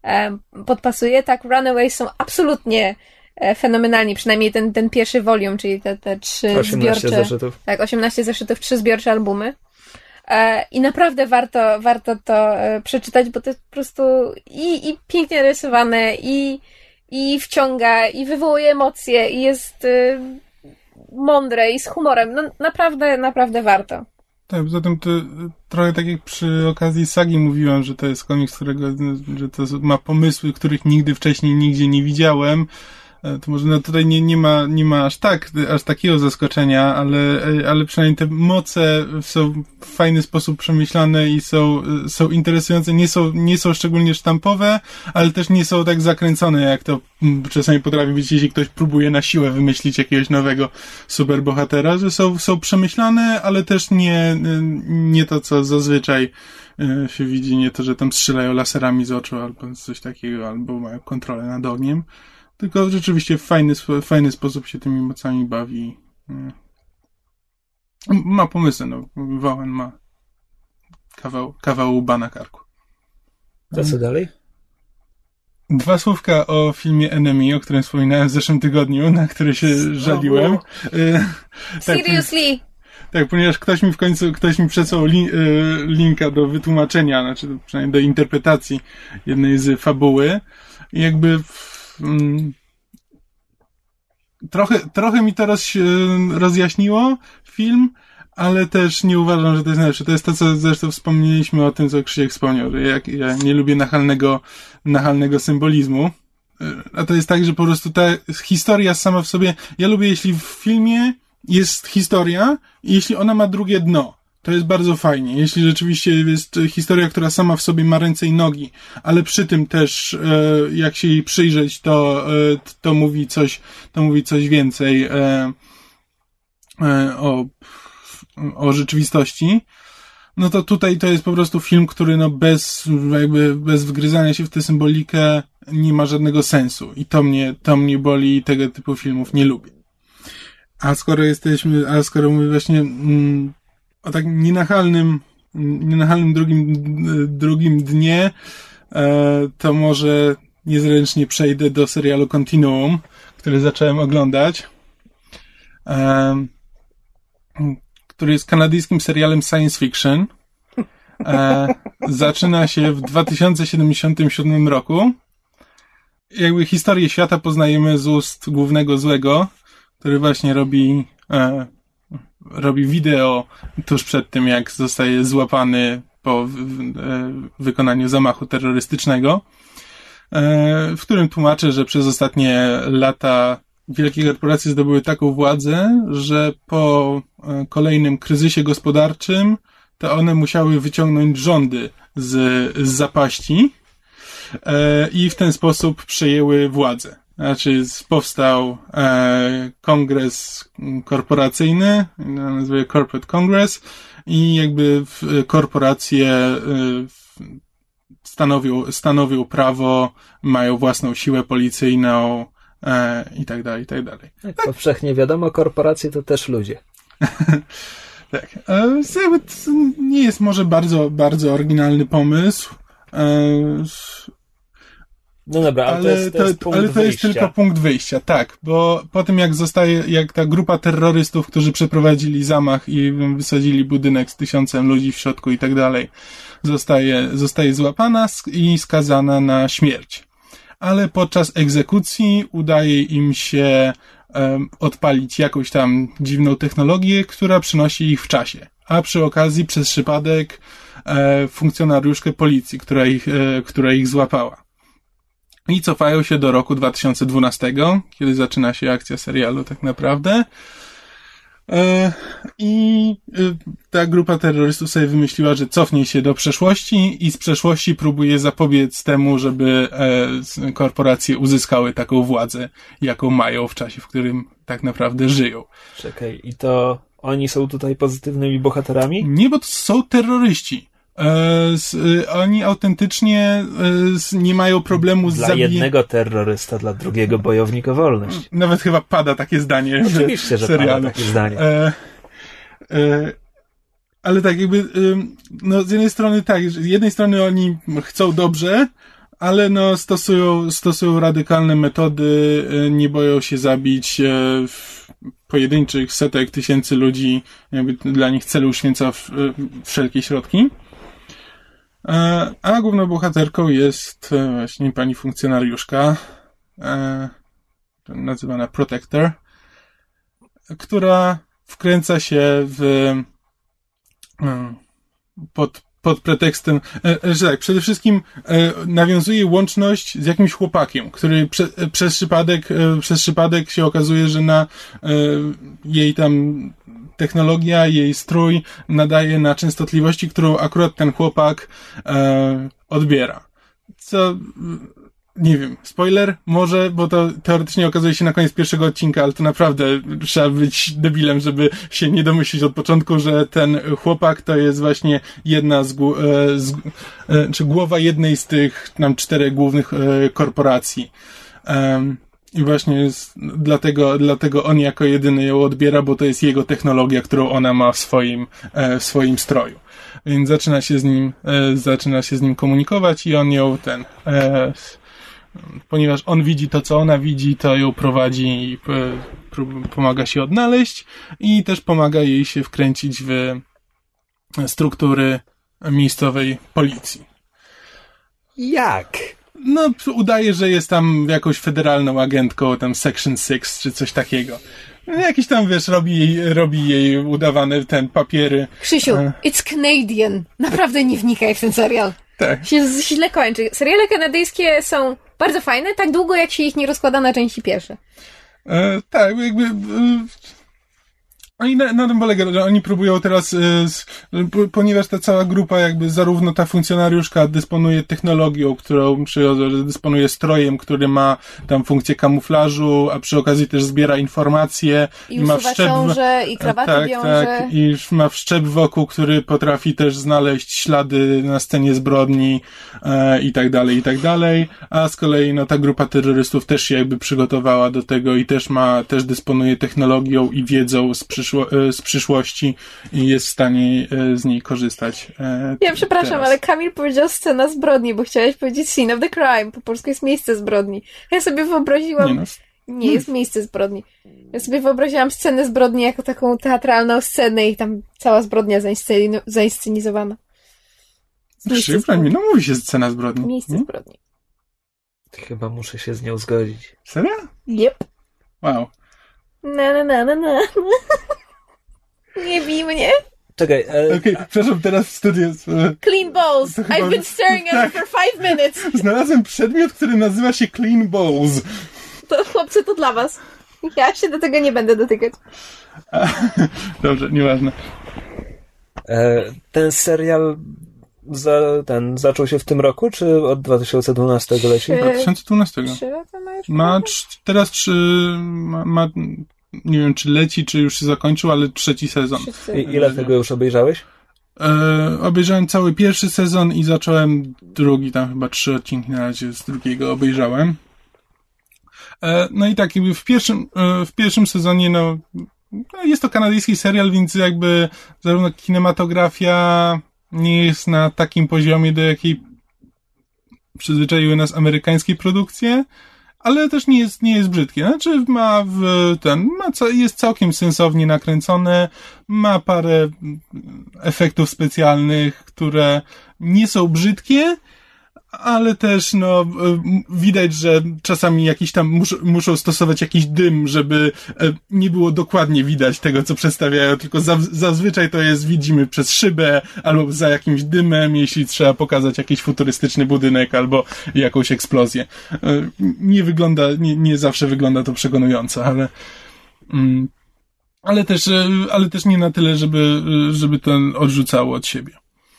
e, podpasuje. Tak, Runaways są absolutnie e, fenomenalni, przynajmniej ten, ten pierwszy volume, czyli te, te trzy osiemnaście zbiorcze... zeszytów. Tak, osiemnaście zeszytów, trzy zbiorcze albumy. E, I naprawdę warto, warto to e, przeczytać, bo to jest po prostu i, i pięknie rysowane, i, i wciąga, i wywołuje emocje, i jest e, mądre, i z humorem. No naprawdę, naprawdę warto. Tak, zatem to trochę tak jak przy okazji Sagi mówiłem, że to jest komiks, którego, że to ma pomysły, których nigdy wcześniej nigdzie nie widziałem. To może no tutaj nie, nie ma, nie ma aż tak, aż takiego zaskoczenia, ale, ale przynajmniej te moce są w fajny sposób przemyślane i są, są interesujące, nie są, nie są szczególnie sztampowe, ale też nie są tak zakręcone, jak to czasami potrafi być, jeśli ktoś próbuje na siłę wymyślić jakiegoś nowego superbohatera, że są, są przemyślane, ale też nie, nie to, co zazwyczaj się widzi, nie to, że tam strzelają laserami z oczu albo coś takiego, albo mają kontrolę nad ogniem. Tylko rzeczywiście w fajny, fajny sposób się tymi mocami bawi. Ma pomysły, no. Wołen ma kawał, kawał łba na karku. To co dalej? Dwa słówka o filmie Enemy, o którym wspominałem w zeszłym tygodniu, na który się żaliłem. Seriously? Tak, ponieważ ktoś mi w końcu, ktoś mi przesłał li, linka do wytłumaczenia, znaczy przynajmniej do interpretacji jednej z fabuły. I jakby Mm, trochę, trochę mi to roz, rozjaśniło film, ale też nie uważam, że to jest najlepsze. To jest to, co zresztą wspomnieliśmy o tym, co Krzysiek wspomniał, że jak, ja nie lubię nachalnego, nachalnego symbolizmu. A to jest tak, że po prostu ta historia sama w sobie, ja lubię, jeśli w filmie jest historia i jeśli ona ma drugie dno. To jest bardzo fajnie. Jeśli rzeczywiście jest historia, która sama w sobie ma ręce i nogi, ale przy tym też, jak się jej przyjrzeć, to, to mówi coś, to mówi coś więcej o, o rzeczywistości, no to tutaj to jest po prostu film, który no bez, jakby bez wgryzania się w tę symbolikę nie ma żadnego sensu. I to mnie, to mnie boli i tego typu filmów nie lubię. A skoro jesteśmy, a skoro mówię właśnie, mm, o tak nienachalnym, nienachalnym drugim, drugim dnie, to może niezręcznie przejdę do serialu Continuum, który zacząłem oglądać, który jest kanadyjskim serialem science fiction. Zaczyna się w dwa tysiące siedemdziesiątym siódmym roku. Jakby historię świata poznajemy z ust głównego złego, który właśnie robi robi wideo tuż przed tym, jak zostaje złapany po wykonaniu zamachu terrorystycznego, w którym tłumaczy, że przez ostatnie lata wielkie korporacje zdobyły taką władzę, że po kolejnym kryzysie gospodarczym to one musiały wyciągnąć rządy z, z zapaści i w ten sposób przejęły władzę. Znaczy powstał e, kongres korporacyjny, nazywa Corporate Congress, i jakby w, korporacje e, stanowią, stanowią prawo, mają własną siłę policyjną e, i tak dalej, i tak dalej. Jak tak. Powszechnie wiadomo, korporacje to też ludzie. Tak. E, nie jest może bardzo, bardzo oryginalny pomysł. E, No dobra, ale, ale, to, jest, to, jest punkt ale to jest tylko punkt wyjścia, tak, bo po tym jak zostaje, jak ta grupa terrorystów, którzy przeprowadzili zamach i wysadzili budynek z tysiącem ludzi w środku i tak dalej, zostaje, zostaje złapana i skazana na śmierć. Ale podczas egzekucji udaje im się um, odpalić jakąś tam dziwną technologię, która przenosi ich w czasie. A przy okazji przez przypadek e, funkcjonariuszkę policji, która ich, e, która ich złapała. I cofają się do roku dwa tysiące dwunastego, kiedy zaczyna się akcja serialu tak naprawdę. I ta grupa terrorystów sobie wymyśliła, że cofnie się do przeszłości i z przeszłości próbuje zapobiec temu, żeby korporacje uzyskały taką władzę, jaką mają w czasie, w którym tak naprawdę żyją. Czekaj, i to oni są tutaj pozytywnymi bohaterami? Nie, bo to są terroryści. E, z, e, oni autentycznie e, z, nie mają problemu z zabijaniem. Dla jednego terrorysta, dla drugiego bojownik o wolność. Nawet chyba pada takie zdanie. Oczywiście, że serialu. pada takie zdanie. E, e, ale tak jakby, e, no z jednej strony tak, z jednej strony oni chcą dobrze, ale no stosują, stosują radykalne metody, nie boją się zabić pojedynczych setek tysięcy ludzi, jakby dla nich celu uświęca wszelkie środki. A główną bohaterką jest właśnie pani funkcjonariuszka, nazywana Protector, która wkręca się w pod, pod pretekstem, że tak, przede wszystkim nawiązuje łączność z jakimś chłopakiem, który prze, przez przypadek, przez przypadek się okazuje, że na jej tam technologia, jej strój nadaje na częstotliwości, którą akurat ten chłopak odbiera. Co, nie wiem, spoiler? Może, bo to teoretycznie okazuje się na koniec pierwszego odcinka, ale to naprawdę trzeba być debilem, żeby się nie domyślić od początku, że ten chłopak to jest właśnie jedna z, z czy głowa jednej z tych nam czterech głównych korporacji. I właśnie jest, dlatego, dlatego on jako jedyny ją odbiera, bo to jest jego technologia, którą ona ma w swoim, w swoim stroju. Więc zaczyna się z nim, zaczyna się z nim komunikować i on ją ten, ponieważ on widzi to, co ona widzi, to ją prowadzi i pomaga się odnaleźć i też pomaga jej się wkręcić w struktury miejscowej policji. Jak? No, udaje, że jest tam jakąś federalną agentką, tam Section six czy coś takiego. Jakiś tam, wiesz, robi, robi jej udawane ten papiery. Krzysiu, it's Canadian. Naprawdę nie wnikaj w ten serial. Tak. Się źle kończy. Seriale kanadyjskie są bardzo fajne, tak długo jak się ich nie rozkłada na części pierwsze. E, tak, jakby... E, oni na, na tym polega, że oni próbują teraz, e, z, p, ponieważ ta cała grupa, jakby zarówno ta funkcjonariuszka dysponuje technologią, którą, czy dysponuje strojem, który ma tam funkcję kamuflażu, a przy okazji też zbiera informacje. I, i ma wszczep, książę, i krawaty tak, wiąże. Tak, i ma wszczep wokół, który potrafi też znaleźć ślady na scenie zbrodni e, i tak dalej, i tak dalej. A z kolei, no, ta grupa terrorystów też się jakby przygotowała do tego i też ma, też dysponuje technologią i wiedzą z przyszłości, z przyszłości i jest w stanie z niej korzystać. Ja przepraszam, teraz. Ale Kamil powiedział scena zbrodni, bo chciałeś powiedzieć scene of the crime. Po polsku jest miejsce zbrodni. Ja sobie wyobraziłam... Nie, no. Nie jest miejsce zbrodni. Ja sobie wyobraziłam scenę zbrodni jako taką teatralną scenę i tam cała zbrodnia zainsceni- zainscenizowana. Krzywda mi, no mówi się scena zbrodni. Miejsce hmm? zbrodni. Chyba muszę się z nią zgodzić. Serio? Yep. Wow. Na, na, na, na, na. Nie bij mnie. Czekaj. E... Okej, okay, przepraszam, teraz w studiu jest... E... Clean balls. I've been staring at it for five minutes. Znalazłem przedmiot, który nazywa się Clean Balls. To chłopcy, to dla was. Ja się do tego nie będę dotykać. A, dobrze, nieważne. E, ten serial za, ten zaczął się w tym roku, czy od dwa tysiące dwunastego leci? dwa tysiące dwunastego. Trzy lata ma już? Ma teraz trzy... Ma, ma, nie wiem, czy leci, czy już się zakończył, ale trzeci sezon. I ile tego już obejrzałeś? E, obejrzałem cały pierwszy sezon i zacząłem drugi, tam chyba trzy odcinki na razie z drugiego obejrzałem. E, no i tak, jakby w pierwszym, e, w pierwszym sezonie, no, jest to kanadyjski serial, więc jakby zarówno kinematografia nie jest na takim poziomie, do jakiej przyzwyczaiły nas amerykańskie produkcje, ale też nie jest, nie jest brzydkie. Znaczy ma w ten, ma co, jest całkiem sensownie nakręcone, ma parę efektów specjalnych, które nie są brzydkie, ale też, no, widać, że czasami jakiś tam mus, muszą stosować jakiś dym, żeby nie było dokładnie widać tego, co przedstawiają, tylko za, zazwyczaj to jest, widzimy przez szybę, albo za jakimś dymem, jeśli trzeba pokazać jakiś futurystyczny budynek, albo jakąś eksplozję. Nie wygląda, nie, nie zawsze wygląda to przekonująco, ale, ale też, ale też nie na tyle, żeby, żeby to odrzucało od siebie.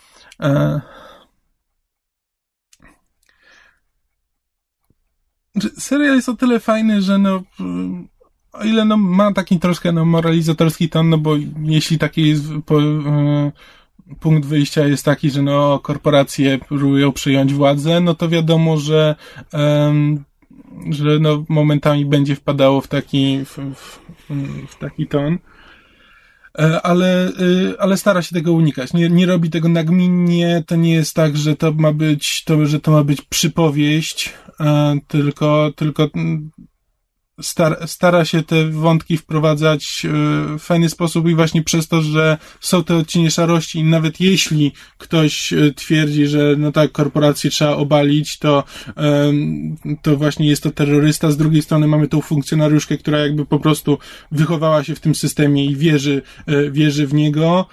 Serial jest o tyle fajny, że no, o ile no ma taki troszkę no moralizatorski ton, no bo jeśli taki jest po, e, punkt wyjścia jest taki, że no korporacje próbują przejąć władzę, no to wiadomo, że e, że no momentami będzie wpadało w taki w, w, w taki ton. ale, ale stara się tego unikać. Nie, nie robi tego nagminnie, to nie jest tak, że to ma być, to, że to ma być przypowieść, tylko, tylko Stara, stara się te wątki wprowadzać w fajny sposób i właśnie przez to, że są te odcienie szarości i nawet jeśli ktoś twierdzi, że no tak, korporację trzeba obalić, to, to właśnie jest to terrorysta. Z drugiej strony mamy tą funkcjonariuszkę, która jakby po prostu wychowała się w tym systemie i wierzy, wierzy w niego.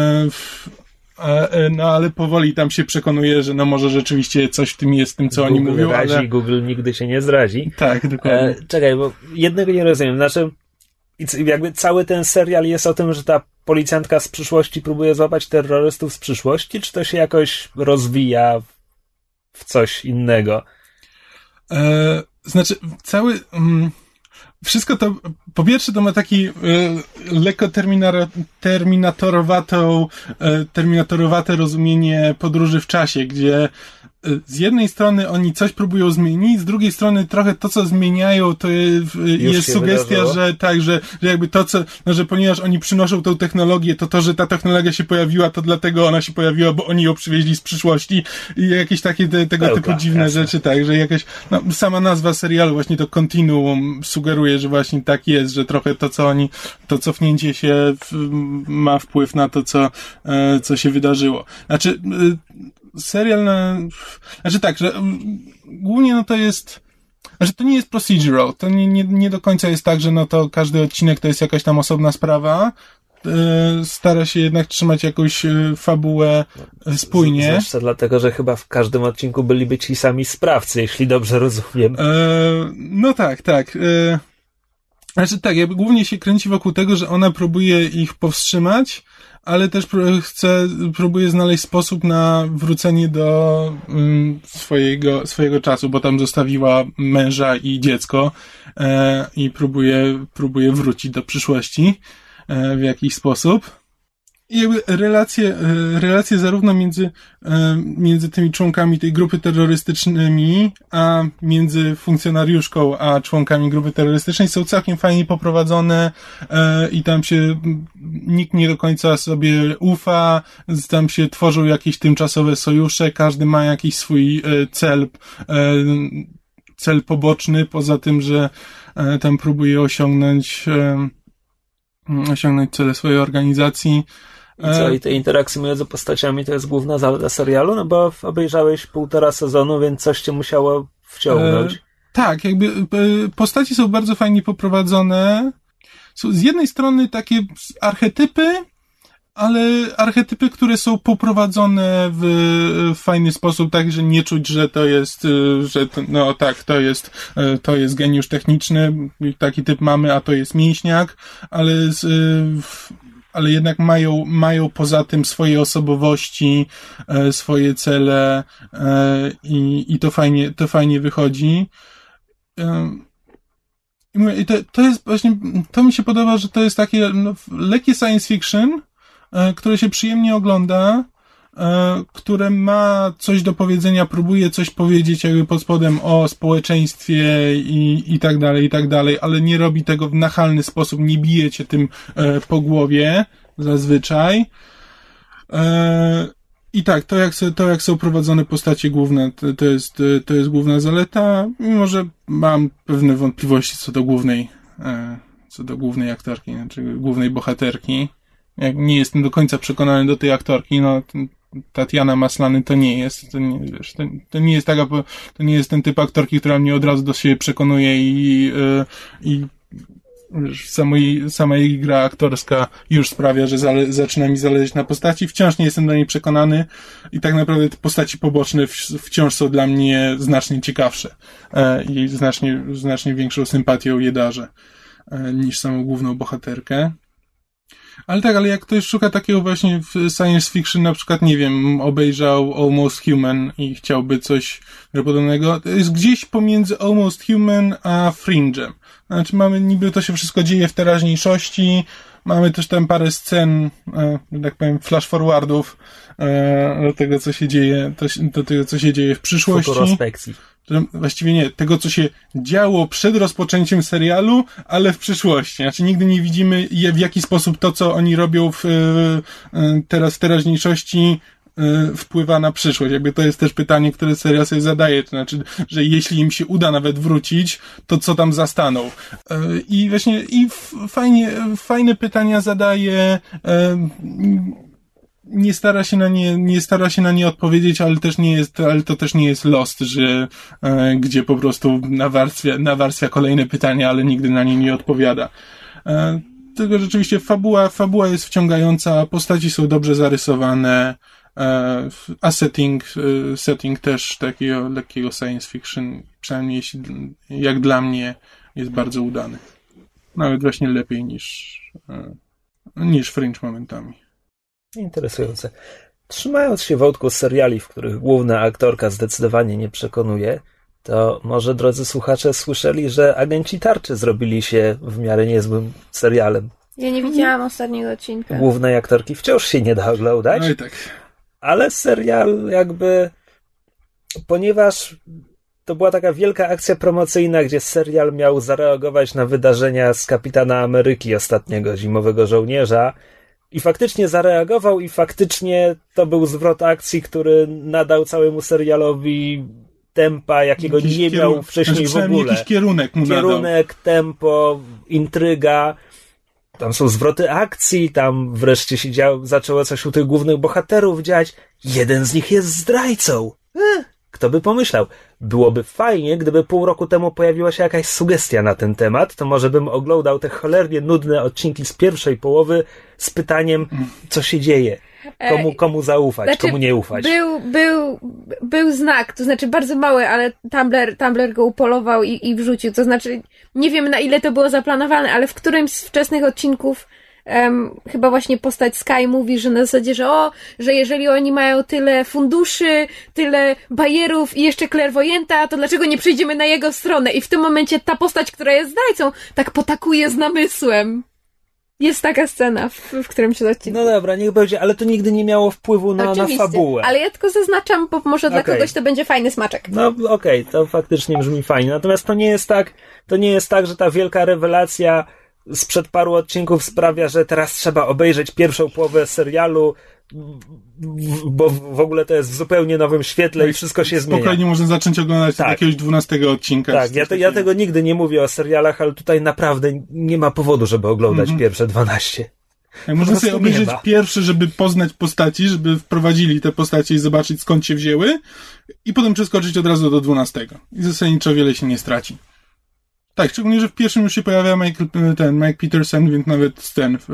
No ale powoli tam się przekonuje, że no może rzeczywiście coś w tym jest, w tym co Google oni mówią. razi, ale... Google nigdy się nie zrazi. Tak, dokładnie. E, czekaj, bo jednego nie rozumiem. Znaczy, jakby cały ten serial jest o tym, że ta policjantka z przyszłości próbuje złapać terrorystów z przyszłości, czy to się jakoś rozwija w coś innego? E, znaczy, cały... Mm... Wszystko to, po pierwsze to ma taki y, lekko terminar- terminatorowatą, y, terminatorowate rozumienie podróży w czasie, gdzie y, z jednej strony oni coś próbują zmienić, z drugiej strony trochę to, co zmieniają, to jest, y, jest sugestia, wydarzyło? że tak, że, że jakby to, co, no, że ponieważ oni przynoszą tą technologię, to to, że ta technologia się pojawiła, to dlatego ona się pojawiła, bo oni ją przywieźli z przyszłości i jakieś takie te, tego Pełka, typu dziwne jasne. rzeczy, tak, że jakaś, no, sama nazwa serialu, właśnie to kontinuum sugeruje, że właśnie tak jest, że trochę to, co oni, to cofnięcie się w, ma wpływ na to, co, e, co się wydarzyło. Znaczy, e, serial na, znaczy tak, że m, głównie no to jest, znaczy to nie jest procedural, to nie, nie, nie do końca jest tak, że no to każdy odcinek to jest jakaś tam osobna sprawa, e, stara się jednak trzymać jakąś e, fabułę e, spójnie. Zwłaszcza dlatego, że chyba w każdym odcinku byliby ci sami sprawcy, jeśli dobrze rozumiem. E, no tak, tak. E, Znaczy tak, jakby głównie się kręci wokół tego, że ona próbuje ich powstrzymać, ale też chce, próbuje znaleźć sposób na wrócenie do um, swojego, swojego czasu, bo tam zostawiła męża i dziecko e, i próbuje, próbuje wrócić do przyszłości e, w jakiś sposób. I jakby relacje, relacje zarówno między, między tymi członkami tej grupy terrorystycznymi, a między funkcjonariuszką a członkami grupy terrorystycznej są całkiem fajnie poprowadzone i tam się nikt nie do końca sobie ufa, tam się tworzą jakieś tymczasowe sojusze, każdy ma jakiś swój cel, cel poboczny, poza tym, że tam próbuje osiągnąć osiągnąć cele swojej organizacji. I co, i te interakcje między postaciami to jest główna zaleta serialu? No bo obejrzałeś półtora sezonu, więc coś cię musiało wciągnąć. E, tak, jakby postaci są bardzo fajnie poprowadzone. Są z jednej strony takie archetypy, ale archetypy, które są poprowadzone w fajny sposób, tak, że nie czuć, że to jest, że to, no tak, to jest, to jest geniusz techniczny, taki typ mamy, a to jest mięśniak, ale z, ale jednak mają, mają poza tym swoje osobowości, swoje cele i, i to fajnie, to fajnie wychodzi. I to, to jest właśnie, to mi się podoba, że to jest takie no, lekkie science fiction, które się przyjemnie ogląda, które ma coś do powiedzenia, próbuje coś powiedzieć jakby pod spodem o społeczeństwie i, i tak dalej, i tak dalej, ale nie robi tego w nachalny sposób, nie bije cię tym po głowie zazwyczaj. I tak, to jak, to jak są prowadzone postacie główne, to, to jest, to jest główna zaleta, mimo że mam pewne wątpliwości co do głównej, co do głównej aktorki, znaczy głównej bohaterki. Jak nie jestem do końca przekonany do tej aktorki, no Tatiana Maslany to nie jest, to nie, wiesz, to, to nie jest taka, to nie jest ten typ aktorki, która mnie od razu do siebie przekonuje i, i wiesz, sama, jej, sama jej gra aktorska już sprawia, że zale, zaczyna mi zależeć na postaci. Wciąż nie jestem do niej przekonany i tak naprawdę te postaci poboczne w, wciąż są dla mnie znacznie ciekawsze i znacznie, znacznie większą sympatią je darzę niż samą główną bohaterkę. Ale tak, ale jak ktoś szuka takiego właśnie w science fiction, na przykład, nie wiem, obejrzał Almost Human i chciałby coś podobnego, to jest gdzieś pomiędzy Almost Human a Fringe'em. Znaczy mamy, niby to się wszystko dzieje w teraźniejszości, mamy też tam parę scen, że tak powiem, flash forwardów do tego, co się dzieje, do tego, co się dzieje w przyszłości. Futurospekcji. że właściwie nie, tego, co się działo przed rozpoczęciem serialu, ale w przyszłości. Znaczy nigdy nie widzimy, w jaki sposób to, co oni robią w, teraz w teraźniejszości, wpływa na przyszłość. Jakby to jest też pytanie, które serial sobie zadaje. To znaczy, że jeśli im się uda nawet wrócić, to co tam zastaną. I właśnie, i fajnie, fajne pytania zadaje, nie stara się na nie, nie stara się na nie odpowiedzieć, ale też nie jest, ale to też nie jest Lost, że, e, gdzie po prostu nawarstwia, nawarstwia kolejne pytania, ale nigdy na nie nie odpowiada. E, tylko rzeczywiście fabuła, fabuła jest wciągająca, postaci są dobrze zarysowane, e, a setting, e, setting też takiego lekkiego science fiction, przynajmniej jeśli, jak dla mnie, jest bardzo udany. Nawet właśnie lepiej niż, e, niż Fringe momentami. Interesujące. Trzymając się wątku seriali, w których główna aktorka zdecydowanie nie przekonuje, to może, drodzy słuchacze, słyszeli, że Agenci Tarczy zrobili się w miarę niezłym serialem. Ja nie widziałam ostatniego odcinka. Głównej aktorki wciąż się nie da oglądać. No i tak. Ale serial jakby... Ponieważ to była taka wielka akcja promocyjna, gdzie serial miał zareagować na wydarzenia z Kapitana Ameryki, ostatniego Zimowego Żołnierza, i faktycznie zareagował i faktycznie to był zwrot akcji, który nadał całemu serialowi tempa, jakiego jakiś nie miał wcześniej znaczy, w ogóle. Jakiś kierunek mu Kierunek, nadał. tempo, intryga. Tam są zwroty akcji, tam wreszcie się dział, zaczęło coś u tych głównych bohaterów dziać. Jeden z nich jest zdrajcą. Eh, kto by pomyślał? Byłoby fajnie, gdyby pół roku temu pojawiła się jakaś sugestia na ten temat, to może bym oglądał te cholernie nudne odcinki z pierwszej połowy z pytaniem, co się dzieje. Komu, komu zaufać, znaczy, komu nie ufać. Był, był, był znak, to znaczy bardzo mały, ale Tumblr, Tumblr go upolował i, i wrzucił. To znaczy, nie wiem na ile to było zaplanowane, ale w którymś z wczesnych odcinków Um, chyba właśnie postać Sky mówi, że na zasadzie, że o, że jeżeli oni mają tyle funduszy, tyle bajerów i jeszcze klérvoyanta, to dlaczego nie przejdziemy na jego stronę? I w tym momencie ta postać, która jest zdrajcą, tak potakuje z namysłem. Jest taka scena w, w którymś z odcinków. No dobra, niech będzie, ale to nigdy nie miało wpływu na, na fabułę. Ale ja tylko zaznaczam, bo może okay. dla kogoś to będzie fajny smaczek. No okej, okay, to faktycznie brzmi fajnie. Natomiast to nie jest tak, to nie jest tak, że ta wielka rewelacja sprzed paru odcinków sprawia, że teraz trzeba obejrzeć pierwszą połowę serialu, bo w ogóle to jest w zupełnie nowym świetle tak, i wszystko się zmienia. Spokojnie można zacząć oglądać tak. jakiegoś dwunastego odcinka. Tak, ja, te, ja tego nigdy nie mówię o serialach, ale tutaj naprawdę nie ma powodu, żeby oglądać mm-hmm. pierwsze dwanaście. Tak, można sobie obejrzeć pierwszy, żeby poznać postaci, żeby wprowadzili te postacie i zobaczyć, skąd się wzięły, i potem przeskoczyć od razu do dwunastego. I zasadniczo wiele się nie straci. Tak, szczególnie, że w pierwszym już się pojawia Mike, ten Mike Peterson, więc nawet ten, e,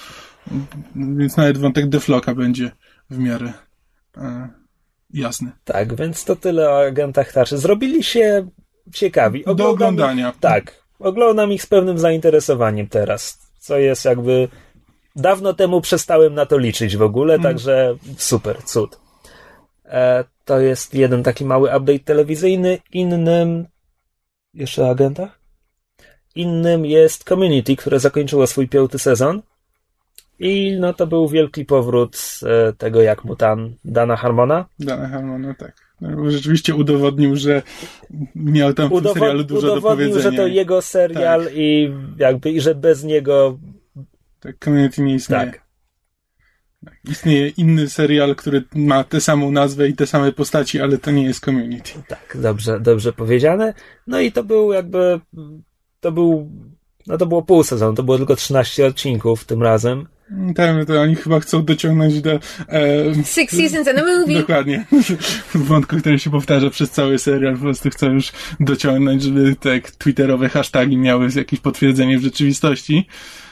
więc nawet wątek Deflocka będzie w miarę e, jasny. Tak, więc to tyle o Agentach Tarczy. Zrobili się ciekawi. Oglądam, do oglądania. Tak, oglądam ich z pewnym zainteresowaniem teraz, co jest jakby... Dawno temu przestałem na to liczyć w ogóle, mm. także super, cud. E, to jest jeden taki mały update telewizyjny. Innym... Jeszcze o agentach? Innym jest Community, które zakończyło swój piąty sezon. I no to był wielki powrót e, tego, jak mu tam Dana Harmona. Dana Harmona, tak. No, rzeczywiście udowodnił, że miał tam w Udowod- tym serialu dużo do powiedzenia. Udowodnił, że to jego serial tak. i jakby, i że bez niego... Tak, Community nie istnieje. Tak. Tak. Istnieje inny serial, który ma tę samą nazwę i te same postaci, ale to nie jest Community. Tak, dobrze, dobrze powiedziane. No i to był jakby... To był... No to było pół sezonu, to było tylko trzynaście odcinków tym razem. Tak, to oni chyba chcą dociągnąć do... E, Six seasons and a movie. Dokładnie. Wątku, który się powtarza przez cały serial, po prostu chcą już dociągnąć, żeby tak twitterowe hasztagi miały jakieś potwierdzenie w rzeczywistości.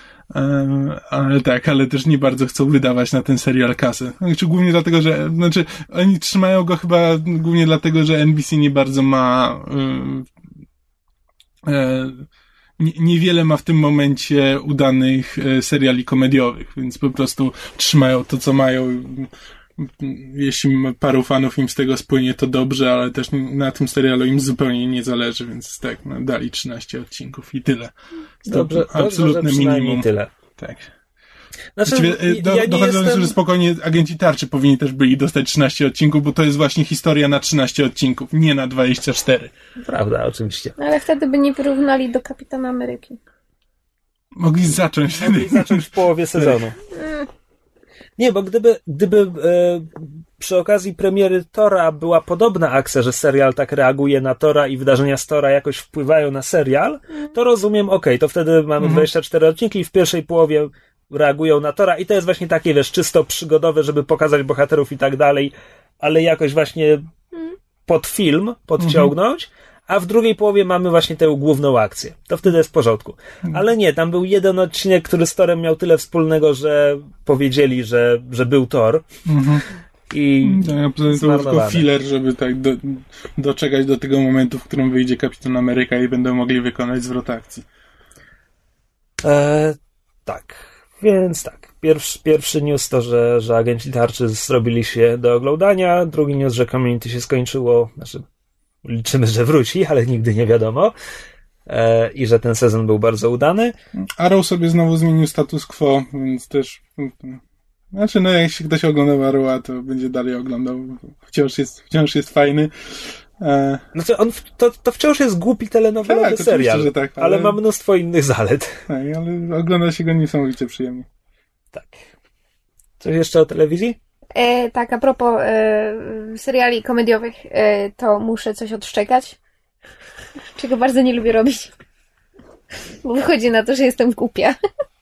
E, ale tak, ale też nie bardzo chcą wydawać na ten serial kasy. Znaczy, głównie dlatego, że... Znaczy, oni trzymają go chyba głównie dlatego, że N B C nie bardzo ma... E, e, niewiele ma w tym momencie udanych seriali komediowych, więc po prostu trzymają to, co mają. Jeśli paru fanów im z tego spłynie, to dobrze, ale też na tym serialu im zupełnie nie zależy, więc tak, no, dali trzynaście odcinków i tyle. Dobrze, absolutne dobrze, że minimum. Tyle. Tak. Znaczy, Właściwie, do, ja dochodzę do jestem... tego, że spokojnie agenci tarczy powinni też byli dostać trzynaście odcinków, bo to jest właśnie historia na trzynaście odcinków, nie na dwadzieścia cztery. Prawda, oczywiście. Ale wtedy by nie wyrównali do Kapitana Ameryki. Mogli zacząć wtedy. Mogli zacząć w połowie sezonu. Nie, bo gdyby, gdyby e, przy okazji premiery Tora była podobna akcja, że serial tak reaguje na Tora i wydarzenia z Tora jakoś wpływają na serial, to rozumiem, okej, okay, to wtedy mamy mhm. dwadzieścia cztery odcinki i w pierwszej połowie reagują na Tora i to jest właśnie takie, wiesz, czysto przygodowe, żeby pokazać bohaterów i tak dalej, ale jakoś właśnie pod film podciągnąć, mhm. a w drugiej połowie mamy właśnie tę główną akcję. To wtedy jest w porządku. Ale nie, tam był jeden odcinek, który z Torem miał tyle wspólnego, że powiedzieli, że, że był Thor. Mhm. I tak, to był tylko filler, żeby tak do, doczekać do tego momentu, w którym wyjdzie Kapitan Ameryka i będą mogli wykonać zwrot akcji. E, tak. Więc tak. Pierwszy, pierwszy news to, że, że agenci tarczy zrobili się do oglądania. Drugi news, że Community się skończyło. Znaczy, liczymy, że wróci, ale nigdy nie wiadomo. E, I że ten sezon był bardzo udany. Arrow sobie znowu zmienił status quo, więc też... Znaczy, no jeśli ktoś oglądał Arrowa, to będzie dalej oglądał. Wciąż jest, wciąż jest fajny. E... Znaczy, on w, to, to wciąż jest głupi telenowelowy tak, serial, że tak, ale... ale ma mnóstwo innych zalet. Tak, ale ogląda się go niesamowicie przyjemnie. Tak. Coś jeszcze o telewizji? E, tak, a propos e, seriali komediowych, e, to muszę coś odszczekać, czego bardzo nie lubię robić, bo wychodzi na to, że jestem głupia.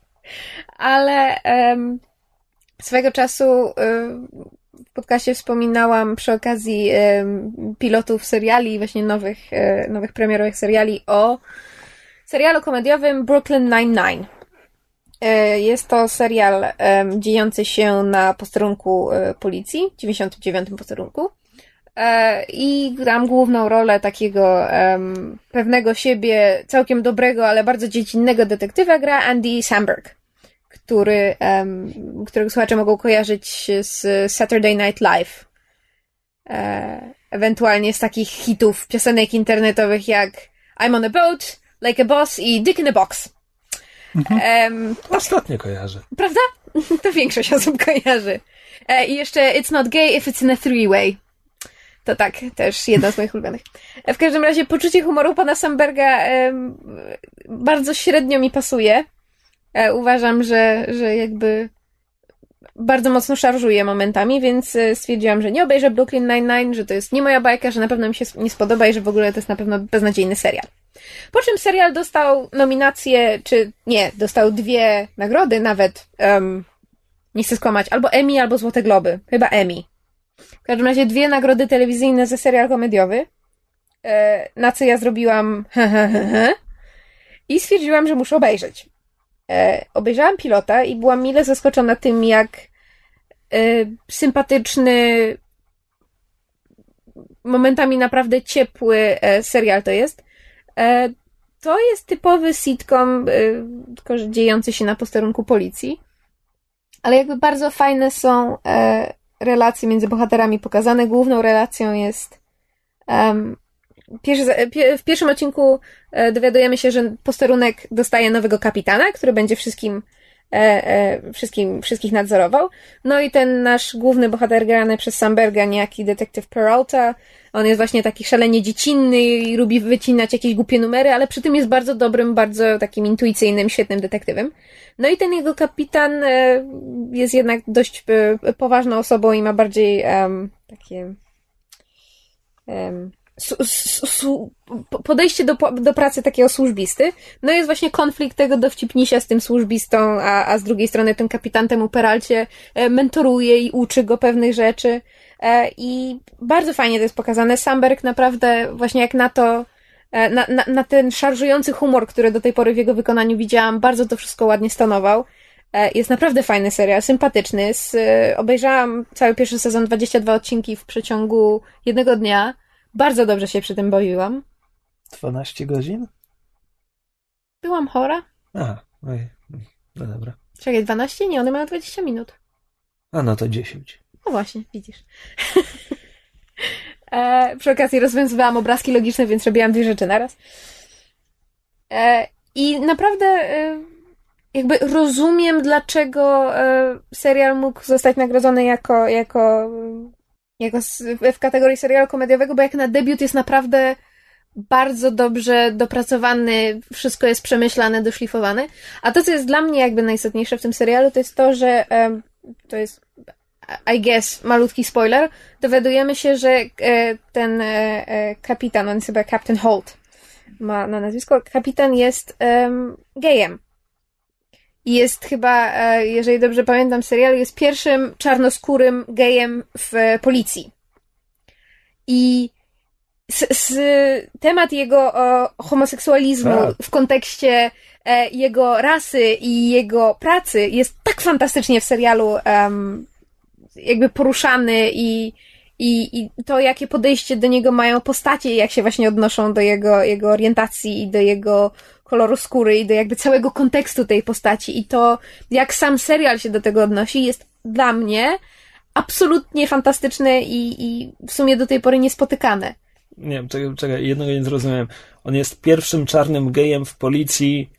Ale e, swego czasu e, w podcaście wspominałam przy okazji e, pilotów seriali, właśnie nowych, e, nowych premierowych seriali o serialu komediowym Brooklyn Nine-Nine. Jest to serial um, dziejący się na posterunku um, policji, dziewięćdziesiątym dziewiątym posterunku. E, I gram główną rolę takiego um, pewnego siebie, całkiem dobrego, ale bardzo dziecinnego detektywa gra Andy Samberg, który, um, którego słuchacze mogą kojarzyć z Saturday Night Live. E, ewentualnie z takich hitów piosenek internetowych jak I'm on a boat, Like a Boss i Dick in a Box. Mhm. Um, Ostatnio kojarzę. Prawda? To większość osób kojarzy. E, I jeszcze It's Not Gay If It's in a Three-Way. To tak, też jedna z moich ulubionych. E, w każdym razie poczucie humoru pana Samberga e, bardzo średnio mi pasuje. E, uważam, że, że jakby bardzo mocno szarżuje momentami, więc stwierdziłam, że nie obejrzę Brooklyn Nine-Nine, że to jest nie moja bajka, że na pewno mi się nie spodoba i że w ogóle to jest na pewno beznadziejny serial. Po czym serial dostał nominację, czy nie, dostał dwie nagrody nawet, um, nie chcę skłamać, albo Emmy, albo Złote Globy. Chyba Emmy. W każdym razie dwie nagrody telewizyjne za serial komediowy, e, na co ja zrobiłam i stwierdziłam, że muszę obejrzeć. E, obejrzałam pilota i byłam mile zaskoczona tym, jak e, sympatyczny, momentami naprawdę ciepły e, serial to jest. E, to jest typowy sitcom, e, tylko że dziejący się na posterunku policji, ale jakby bardzo fajne są e, relacje między bohaterami pokazane. Główną relacją jest um, pierwszy, w pierwszym odcinku e, dowiadujemy się, że posterunek dostaje nowego kapitana, który będzie wszystkim, e, e, wszystkim wszystkich nadzorował. No i ten nasz główny bohater grany przez Samberga, niejaki detektyw Peralta, on jest właśnie taki szalenie dziecinny i lubi wycinać jakieś głupie numery, ale przy tym jest bardzo dobrym, bardzo takim intuicyjnym, świetnym detektywem. No i ten jego kapitan e, jest jednak dość e, poważną osobą i ma bardziej um, takie um, su, su, su, podejście do, do pracy takiego służbisty. No jest właśnie konflikt tego dowcipnisia z tym służbistą, a, a z drugiej strony ten kapitan temu Peralcie e, mentoruje i uczy go pewnych rzeczy. E, I bardzo fajnie to jest pokazane. Samberg naprawdę właśnie jak na to Na, na, na ten szarżujący humor, który do tej pory w jego wykonaniu widziałam, bardzo to wszystko ładnie stanował. Jest naprawdę fajny serial, sympatyczny. Z, obejrzałam cały pierwszy sezon, dwadzieścia dwa odcinki w przeciągu jednego dnia. Bardzo dobrze się przy tym bawiłam. dwanaście godzin? Byłam chora. Aha, oj, no dobra. Czekaj, dwanaście? Nie, one mają dwadzieścia minut. A no to dziesięć. No właśnie, widzisz. E, przy okazji rozwiązywałam obrazki logiczne, więc robiłam dwie rzeczy naraz. E, I naprawdę e, jakby rozumiem, dlaczego e, serial mógł zostać nagrodzony jako, jako, jako w kategorii serialu komediowego, bo jak na debiut jest naprawdę bardzo dobrze dopracowany, wszystko jest przemyślane, doszlifowane. A to, co jest dla mnie jakby najistotniejsze w tym serialu, to jest to, że e, to jest, I guess, malutki spoiler, dowiadujemy się, że e, ten e, kapitan, on jest chyba Captain Holt, ma na nazwisko, kapitan jest um, gejem. I jest chyba, e, jeżeli dobrze pamiętam serial, jest pierwszym czarnoskórym gejem w e, policji. I s, s, temat jego o, homoseksualizmu tak. w kontekście e, jego rasy i jego pracy jest tak fantastycznie w serialu um, jakby poruszany i, i, i to, jakie podejście do niego mają postacie, jak się właśnie odnoszą do jego, jego orientacji i do jego koloru skóry i do jakby całego kontekstu tej postaci i to, jak sam serial się do tego odnosi, jest dla mnie absolutnie fantastyczne i, i w sumie do tej pory niespotykane. Nie wiem, czekaj, czekaj, jednego nie zrozumiałem. On jest pierwszym czarnym gejem w policji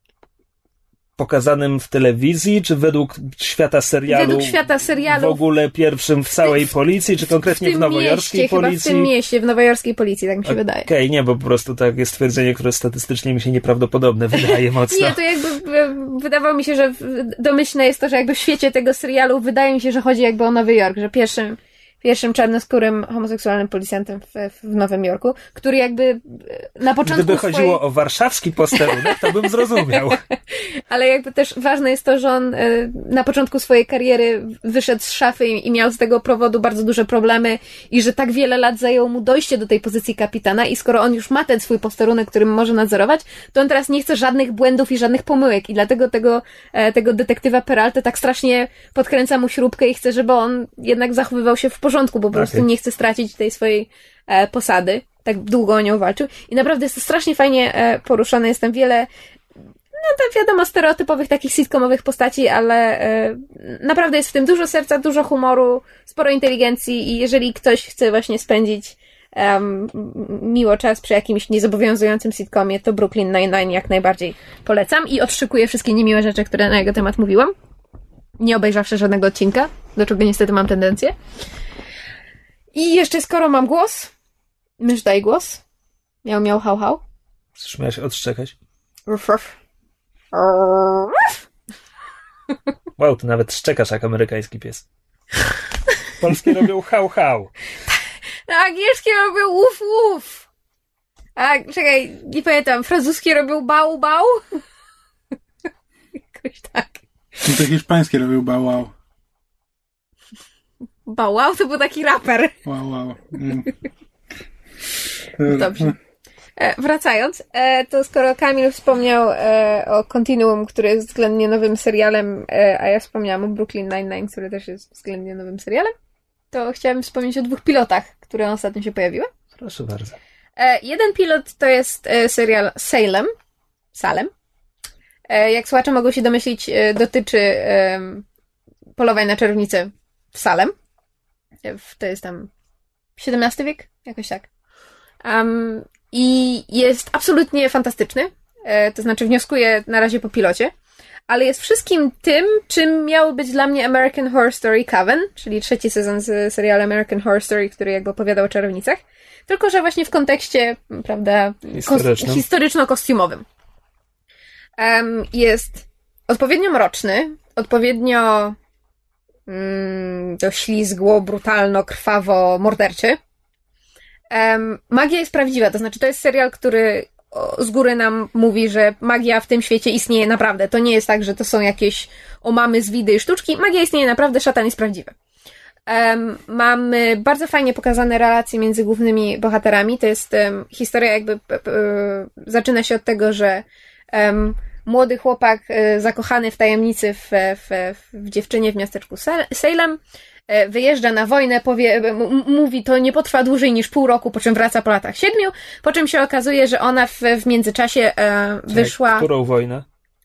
pokazanym w telewizji, czy według świata serialu? Według świata serialu. W ogóle pierwszym w całej w, policji, czy konkretnie w, w nowojorskiej mieście, policji? Chyba w tym mieście, w nowojorskiej policji, tak mi się okay, wydaje. Okej, nie, bo po prostu tak jest stwierdzenie, które statystycznie mi się nieprawdopodobne wydaje mocno. Nie, to jakby wydawało mi się, że domyślne jest to, że jakby w świecie tego serialu wydaje mi się, że chodzi jakby o Nowy Jork, że pierwszym pierwszym czarnoskórym homoseksualnym policjantem w, w Nowym Jorku, który jakby na początku Gdyby swojej... chodziło o warszawski posterunek, to bym zrozumiał. Ale jakby też ważne jest to, że on na początku swojej kariery wyszedł z szafy i miał z tego powodu bardzo duże problemy i że tak wiele lat zajęło mu dojście do tej pozycji kapitana i skoro on już ma ten swój posterunek, którym może nadzorować, to on teraz nie chce żadnych błędów i żadnych pomyłek i dlatego tego, tego detektywa Peralta tak strasznie podkręca mu śrubkę i chce, żeby on jednak zachowywał się w porządku, bo po prostu nie chce stracić tej swojej e, posady. Tak długo o nią walczył. I naprawdę jest to strasznie fajnie e, poruszane. Jest tam wiele, no to wiadomo, stereotypowych, takich sitcomowych postaci, ale e, naprawdę jest w tym dużo serca, dużo humoru, sporo inteligencji i jeżeli ktoś chce właśnie spędzić um, miło czas przy jakimś niezobowiązującym sitcomie, to Brooklyn Nine-Nine jak najbardziej polecam i odszykuję wszystkie niemiłe rzeczy, które na jego temat mówiłam. Nie obejrzawszy żadnego odcinka, do czego niestety mam tendencję. I jeszcze skoro mam głos, mysz daj głos. Miał, miał, hał, hał. Chcesz miałeś odszczekać? Ruff, ruff. Wow, ty nawet szczekasz jak amerykański pies. Polskie robią hał, hał. No, angielskie robią uf, uf. A, czekaj, nie pamiętam, francuskie robią bał, bał? Jakoś tak. No to hiszpańskie robił bał, wow. Bał, wow, to był taki raper. Wow, wow. Mm. Dobrze. E, wracając, e, to skoro Kamil wspomniał e, o Continuum, który jest względnie nowym serialem, e, a ja wspomniałam o Brooklyn Nine-Nine, który też jest względnie nowym serialem, to chciałabym wspomnieć o dwóch pilotach, które ostatnio się pojawiły. Proszę bardzo. E, jeden pilot to jest e, serial Salem. Salem. E, jak słuchacze mogą się domyślić, e, dotyczy e, polowań na czarownicę w Salem. E, to jest tam siedemnasty wiek? Jakoś tak. Um, I jest absolutnie fantastyczny. E, to znaczy wnioskuję na razie po pilocie. Ale jest wszystkim tym, czym miał być dla mnie American Horror Story Coven, czyli trzeci sezon z serialu American Horror Story, który jakby opowiadał o czarownicach. Tylko że właśnie w kontekście, prawda, Historycznym. kos- historyczno-kostiumowym. Um, jest odpowiednio mroczny, odpowiednio mm, doślizgło, brutalno, krwawo, morderczy. Um, magia jest prawdziwa, to znaczy to jest serial, który z góry nam mówi, że magia w tym świecie istnieje naprawdę. To nie jest tak, że to są jakieś omamy z widy i sztuczki. Magia istnieje naprawdę, szatan jest prawdziwy. Um, mamy bardzo fajnie pokazane relacje między głównymi bohaterami. To jest um, historia jakby p- p- zaczyna się od tego, że um, młody chłopak e, zakochany w tajemnicy w, w, w dziewczynie w miasteczku Salem e, wyjeżdża na wojnę, powie, m- mówi, to nie potrwa dłużej niż pół roku, po czym wraca po latach siedmiu, po czym się okazuje, że ona w, w międzyczasie e, wyszła... Czekaj, którą wojnę?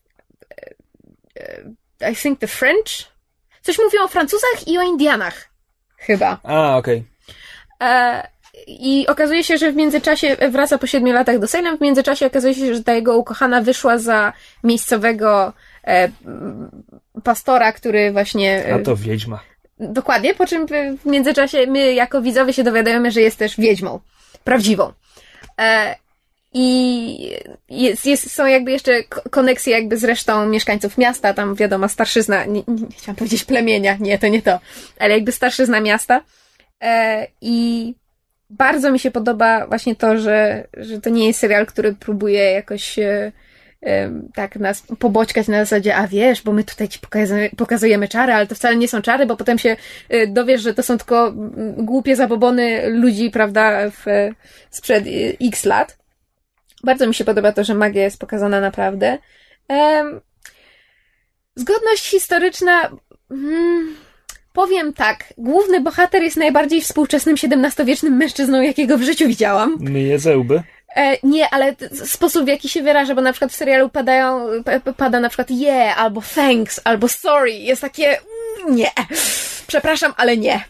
I think the French? Coś mówią o Francuzach i o Indianach. Chyba. A, okej. Okay. E, I okazuje się, że w międzyczasie wraca po siedmiu latach do Salem, w międzyczasie okazuje się, że ta jego ukochana wyszła za miejscowego e, pastora, który właśnie... E, A to wiedźma. Dokładnie, po czym w międzyczasie my jako widzowie się dowiadujemy, że jest też wiedźmą. Prawdziwą. E, I jest, jest, są jakby jeszcze koneksje jakby z resztą mieszkańców miasta, tam wiadomo, starszyzna, nie, nie, nie chciałam powiedzieć plemienia, nie, to nie to, ale jakby starszyzna miasta. E, I bardzo mi się podoba właśnie to, że, że to nie jest serial, który próbuje jakoś e, e, tak nas poboćkać na zasadzie, a wiesz, bo my tutaj ci pokazujemy, pokazujemy czary, ale to wcale nie są czary, bo potem się e, dowiesz, że to są tylko głupie zabobony ludzi, prawda, w, sprzed x lat. Bardzo mi się podoba to, że magia jest pokazana naprawdę. Um, zgodność historyczna... Hmm, powiem tak. Główny bohater jest najbardziej współczesnym siedemnastowiecznym mężczyzną, jakiego w życiu widziałam. Myje zełby? E, nie, ale t- sposób, w jaki się wyraża, bo na przykład w serialu padają, p- pada na przykład yeah, albo thanks, albo sorry. Jest takie... Mm, nie. Przepraszam, ale nie.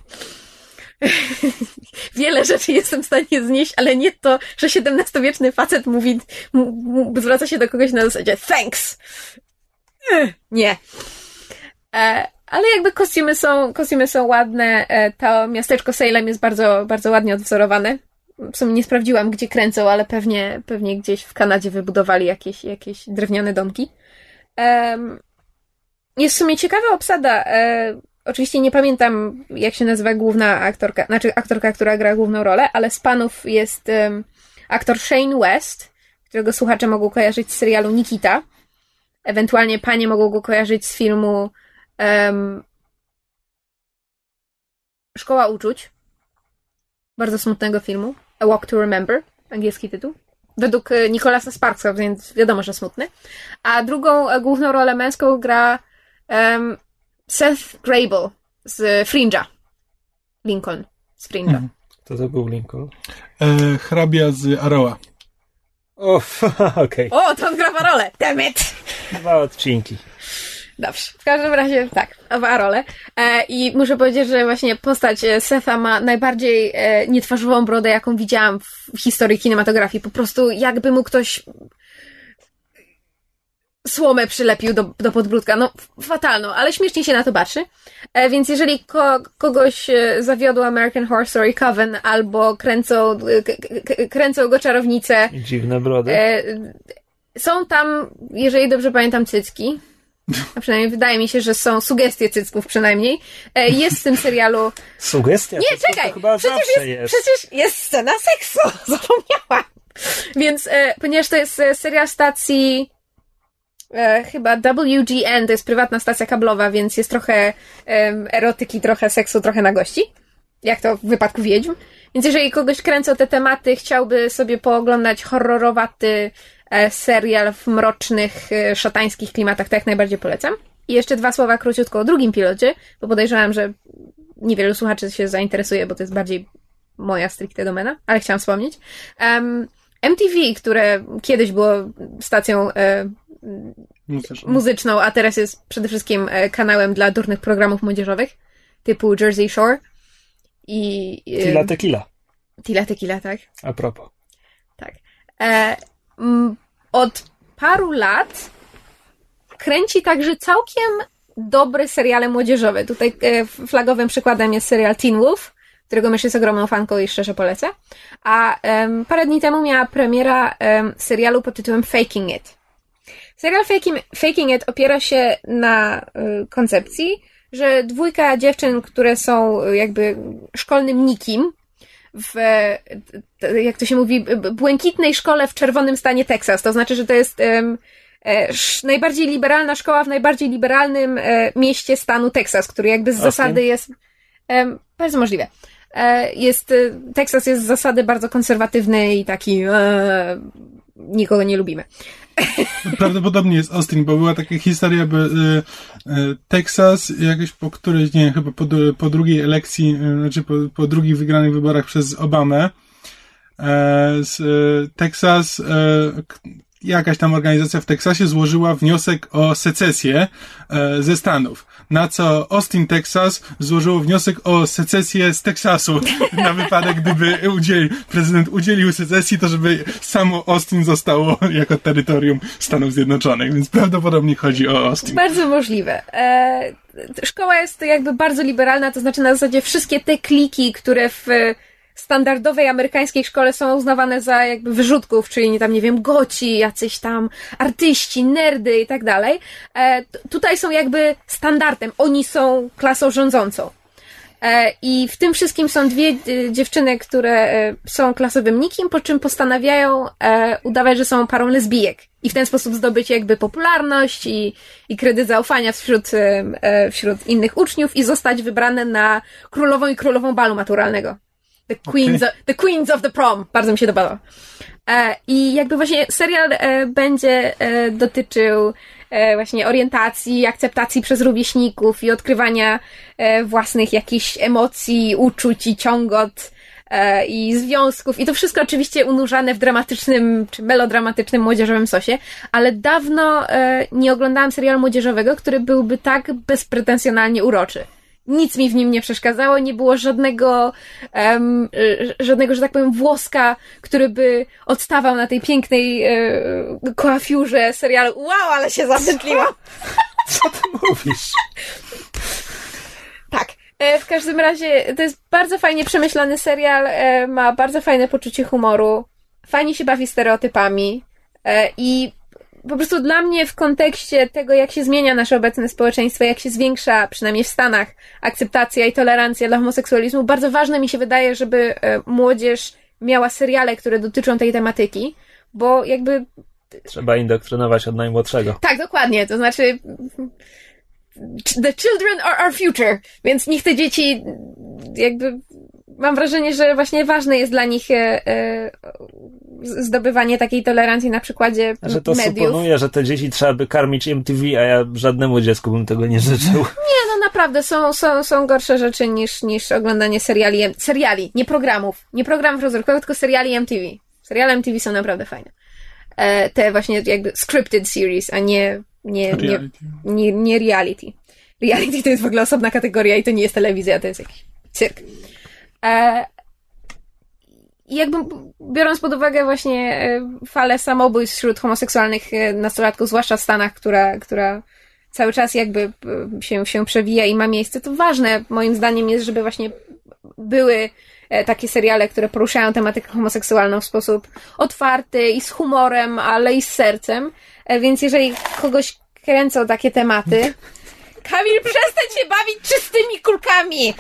Wiele rzeczy jestem w stanie znieść, ale nie to, że siedemnastowieczny facet mówi, m- m- zwraca się do kogoś na zasadzie thanks. Nie. E, ale jakby kostiumy są, kostiumy są ładne. E, to miasteczko Salem jest bardzo, bardzo ładnie odwzorowane. W sumie nie sprawdziłam, gdzie kręcą, ale pewnie, pewnie gdzieś w Kanadzie wybudowali jakieś, jakieś drewniane domki. E, jest w sumie ciekawa obsada. E, Oczywiście nie pamiętam, jak się nazywa główna aktorka, znaczy aktorka, która gra główną rolę, ale z panów jest um, aktor Shane West, którego słuchacze mogą kojarzyć z serialu Nikita. Ewentualnie panie mogą go kojarzyć z filmu um, Szkoła Uczuć. Bardzo smutnego filmu. A Walk to Remember, angielski tytuł. Według Nicholasa Sparksa, więc wiadomo, że smutny. A drugą główną rolę męską gra um, Seth Grable z Fringe'a. Lincoln z Fringe'a. Mhm. Kto to był Lincoln? E, hrabia z Arrowa. O, okej. Okay. O, to on gra w rolę. Damn it! Dwa odcinki. Dobrze. W każdym razie, tak, w Arole. E, I muszę powiedzieć, że właśnie postać Setha ma najbardziej e, nietwarzową brodę, jaką widziałam w historii kinematografii. Po prostu jakby mu ktoś słomę przylepił do, do podbródka. No, fatalną, ale śmiesznie się na to patrzy. E, więc jeżeli ko, kogoś zawiodł American Horror Story Coven albo kręcą, k, k, kręcą go czarownice. I dziwne brody. E, są tam, jeżeli dobrze pamiętam, cycki. A przynajmniej wydaje mi się, że są sugestie cycków przynajmniej. E, jest w tym serialu... Sugestia? Nie, to czekaj! To chyba przecież, zawsze jest, jest. przecież jest scena seksu! Zapomniałam! Więc, e, ponieważ to jest serial stacji e, chyba W G N, to jest prywatna stacja kablowa, więc jest trochę e, erotyki, trochę seksu, trochę nagości. Jak to w wypadku Wiedźm. Więc jeżeli kogoś kręcą te tematy, chciałby sobie pooglądać horrorowaty e, serial w mrocznych, e, szatańskich klimatach, to jak najbardziej polecam. I jeszcze dwa słowa króciutko o drugim pilocie, bo podejrzewam, że niewielu słuchaczy się zainteresuje, bo to jest bardziej moja stricte domena, ale chciałam wspomnieć. Um, M T V, które kiedyś było stacją e, Muzyczną. muzyczną, a teraz jest przede wszystkim e, kanałem dla durnych programów młodzieżowych, typu Jersey Shore i... E, Tila Tequila. Tila Tequila, tak? A propos. Tak. E, m, od paru lat kręci także całkiem dobre seriale młodzieżowe. Tutaj e, flagowym przykładem jest serial Teen Wolf, którego myślę jest ogromną fanką i szczerze polecę. A um, parę dni temu miała premiera um, serialu pod tytułem Faking It. Serial Faking, Faking It opiera się na y, koncepcji, że dwójka dziewczyn, które są jakby szkolnym nikim w, jak to się mówi, błękitnej szkole w czerwonym stanie Teksas. To znaczy, że to jest um, e, sz, najbardziej liberalna szkoła w najbardziej liberalnym e, mieście stanu Teksas, który jakby z Austin? zasady jest e, bardzo możliwe. E, jest, Teksas jest z zasady bardzo konserwatywny i taki e, nikogo nie lubimy. Prawdopodobnie jest Austin, bo była taka historia, by y, y, Teksas jakoś po którejś, nie wiem, chyba po, po drugiej elekcji, y, znaczy po, po drugich wygranych wyborach przez Obamę, y, z, y, Teksas y, jakaś tam organizacja w Teksasie złożyła wniosek o secesję e, ze Stanów. Na co Austin, Texas złożyło wniosek o secesję z Teksasu. Na wypadek, gdyby udzieli, prezydent udzielił secesji, to żeby samo Austin zostało jako terytorium Stanów Zjednoczonych. Więc prawdopodobnie chodzi o Austin. Bardzo możliwe. E, szkoła jest jakby bardzo liberalna, to znaczy na zasadzie wszystkie te kliki, które w standardowej amerykańskiej szkole są uznawane za jakby wyrzutków, czyli tam, nie wiem, goci, jacyś tam artyści, nerdy i tak dalej. E, tutaj są jakby standardem. Oni są klasą rządzącą. E, I w tym wszystkim są dwie e, dziewczyny, które e, są klasowym nikim, po czym postanawiają e, udawać, że są parą lesbijek. I w ten sposób zdobyć jakby popularność i, i kredyt zaufania wśród, e, wśród innych uczniów i zostać wybrane na królową i królową balu maturalnego. The Queens, okay. of, the Queens of the Prom. Bardzo mi się to podoba. E, I jakby właśnie serial e, będzie e, dotyczył e, właśnie orientacji, akceptacji przez rówieśników i odkrywania e, własnych jakichś emocji, uczuć i ciągot e, i związków. I to wszystko oczywiście unurzane w dramatycznym czy melodramatycznym młodzieżowym sosie. Ale dawno e, nie oglądałam serialu młodzieżowego, który byłby tak bezpretensjonalnie uroczy. Nic mi w nim nie przeszkadzało, nie było żadnego, um, żadnego, że tak powiem, włoska, który by odstawał na tej pięknej e, koafiurze serialu. Wow, ale się zamętliłam! Co ty mówisz? Tak. E, w każdym razie to jest bardzo fajnie przemyślany serial, e, ma bardzo fajne poczucie humoru, fajnie się bawi stereotypami e, i po prostu dla mnie w kontekście tego, jak się zmienia nasze obecne społeczeństwo, jak się zwiększa, przynajmniej w Stanach, akceptacja i tolerancja dla homoseksualizmu, bardzo ważne mi się wydaje, żeby młodzież miała seriale, które dotyczą tej tematyki, bo jakby... Trzeba indoktrynować od najmłodszego. Tak, dokładnie, to znaczy the children are our future, więc niech te dzieci jakby... Mam wrażenie, że właśnie ważne jest dla nich e, e, zdobywanie takiej tolerancji na przykładzie że to mediów. Suponuję, że te dzieci trzeba by karmić M T V, a ja żadnemu dziecku bym tego nie życzył. Nie, no naprawdę, są, są, są gorsze rzeczy niż, niż oglądanie seriali, seriali, nie programów, nie programów rozrywkowych, tylko seriali M T V. Seriale M T V są naprawdę fajne. E, te właśnie jakby scripted series, a nie nie, nie, nie, nie reality. Reality to jest w ogóle osobna kategoria i to nie jest telewizja, to jest jakiś cyrk. E, jakby biorąc pod uwagę właśnie falę samobójstw wśród homoseksualnych nastolatków, zwłaszcza w Stanach, która, która cały czas jakby się, się przewija i ma miejsce, to ważne moim zdaniem jest, żeby właśnie były takie seriale, które poruszają tematykę homoseksualną w sposób otwarty i z humorem, ale i z sercem. Więc jeżeli kogoś kręcą takie tematy... Kamil, przestań się bawić czystymi kulkami!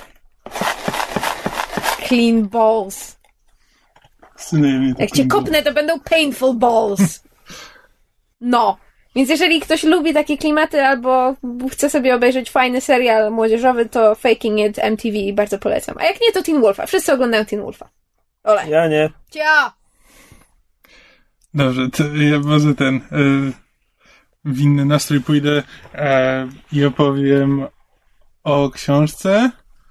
Clean balls. Jak cię kopnę, to będą painful balls. No. Więc jeżeli ktoś lubi takie klimaty albo chce sobie obejrzeć fajny serial młodzieżowy, to Faking It M T V bardzo polecam. A jak nie, to Teen Wolfa. Wszyscy oglądają Teen Wolfa. Ole. Ja nie. Cia! Dobrze, to ja może ten... Y- w inny nastrój pójdę e, i opowiem o książce.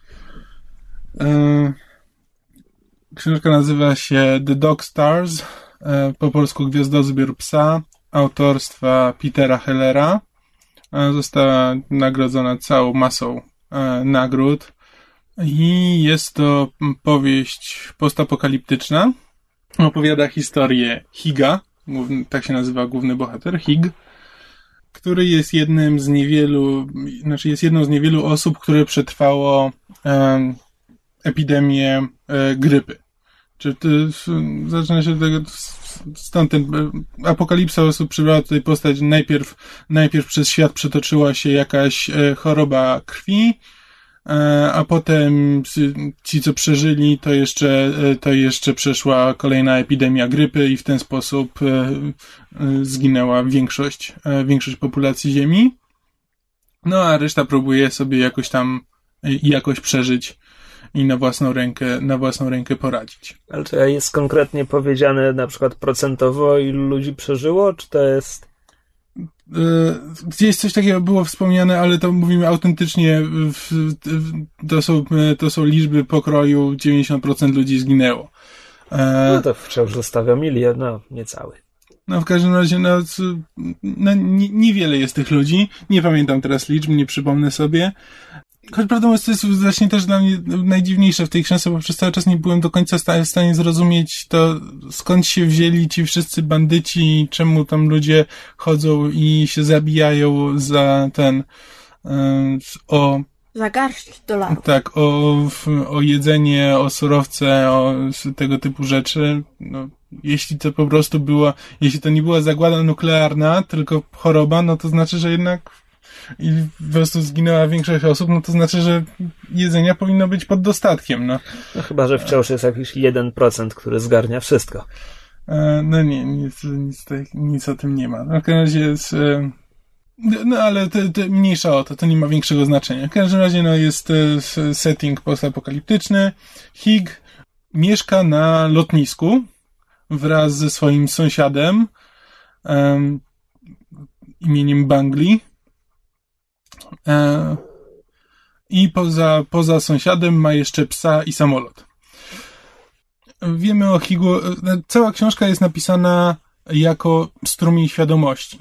E, książka nazywa się The Dog Stars, e, po polsku Gwiazdozbiór psa, autorstwa Petera Hellera. E, została nagrodzona całą masą e, nagród i jest to powieść postapokaliptyczna. Opowiada historię Higga, główny, tak się nazywa główny bohater, Higg, który jest jednym z niewielu, znaczy jest jedną z niewielu osób, które przetrwało e, epidemię e, grypy. Czy to, zaczyna się od tego, stąd ten apokalipsa osób przybrała tutaj postać, najpierw, najpierw przez świat przetoczyła się jakaś e, choroba krwi, e, a potem ci, co przeżyli, to jeszcze, e, to jeszcze przeszła kolejna epidemia grypy i w ten sposób e, e, zginęła większość, e, większość populacji Ziemi. No a reszta próbuje sobie jakoś tam e, jakoś przeżyć i na własną rękę, na własną rękę poradzić. Ale czy jest konkretnie powiedziane na przykład procentowo, ilu ludzi przeżyło, czy to jest... Gdzieś coś takiego było wspomniane, ale to mówimy autentycznie, w, w, to, są, to są liczby pokroju dziewięćdziesiąt procent ludzi zginęło. No to wciąż zostawia milion, no niecały. No w każdym razie, no, no nie, niewiele jest tych ludzi. Nie pamiętam teraz liczb, nie przypomnę sobie. Choć prawdą jest, to jest właśnie też dla mnie najdziwniejsze w tej książce, bo przez cały czas nie byłem do końca w stanie zrozumieć to, skąd się wzięli ci wszyscy bandyci, czemu tam ludzie chodzą i się zabijają za ten, o... Za garść dolarów. Tak, o, o jedzenie, o surowce, o tego typu rzeczy. No, jeśli to po prostu była, jeśli to nie była zagłada nuklearna, tylko choroba, no to znaczy, że jednak i po prostu zginęła większość osób, no to znaczy, że jedzenia powinno być pod dostatkiem, no. No chyba, że wciąż jest jakiś jeden procent, który zgarnia wszystko. E, no nie, nic, nic, nic o tym nie ma. No, w każdym razie jest, e, no ale to, to mniejsza o to, to nie ma większego znaczenia. W każdym razie, no jest e, setting postapokaliptyczny. Hig mieszka na lotnisku wraz ze swoim sąsiadem e, imieniem Bangli. E, I poza, poza sąsiadem ma jeszcze psa i samolot. Wiemy o Higu, cała książka jest napisana jako strumień świadomości.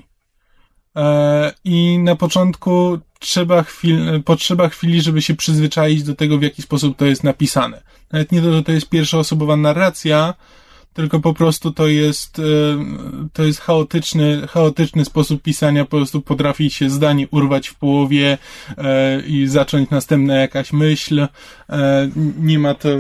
E, I na początku trzeba chwil, potrzeba chwili, żeby się przyzwyczaić do tego, w jaki sposób to jest napisane. Nawet nie to, że to jest pierwszoosobowa narracja, tylko po prostu to jest, to jest chaotyczny, chaotyczny sposób pisania, po prostu potrafi się zdanie urwać w połowie i zacząć następna jakaś myśl. Nie ma to,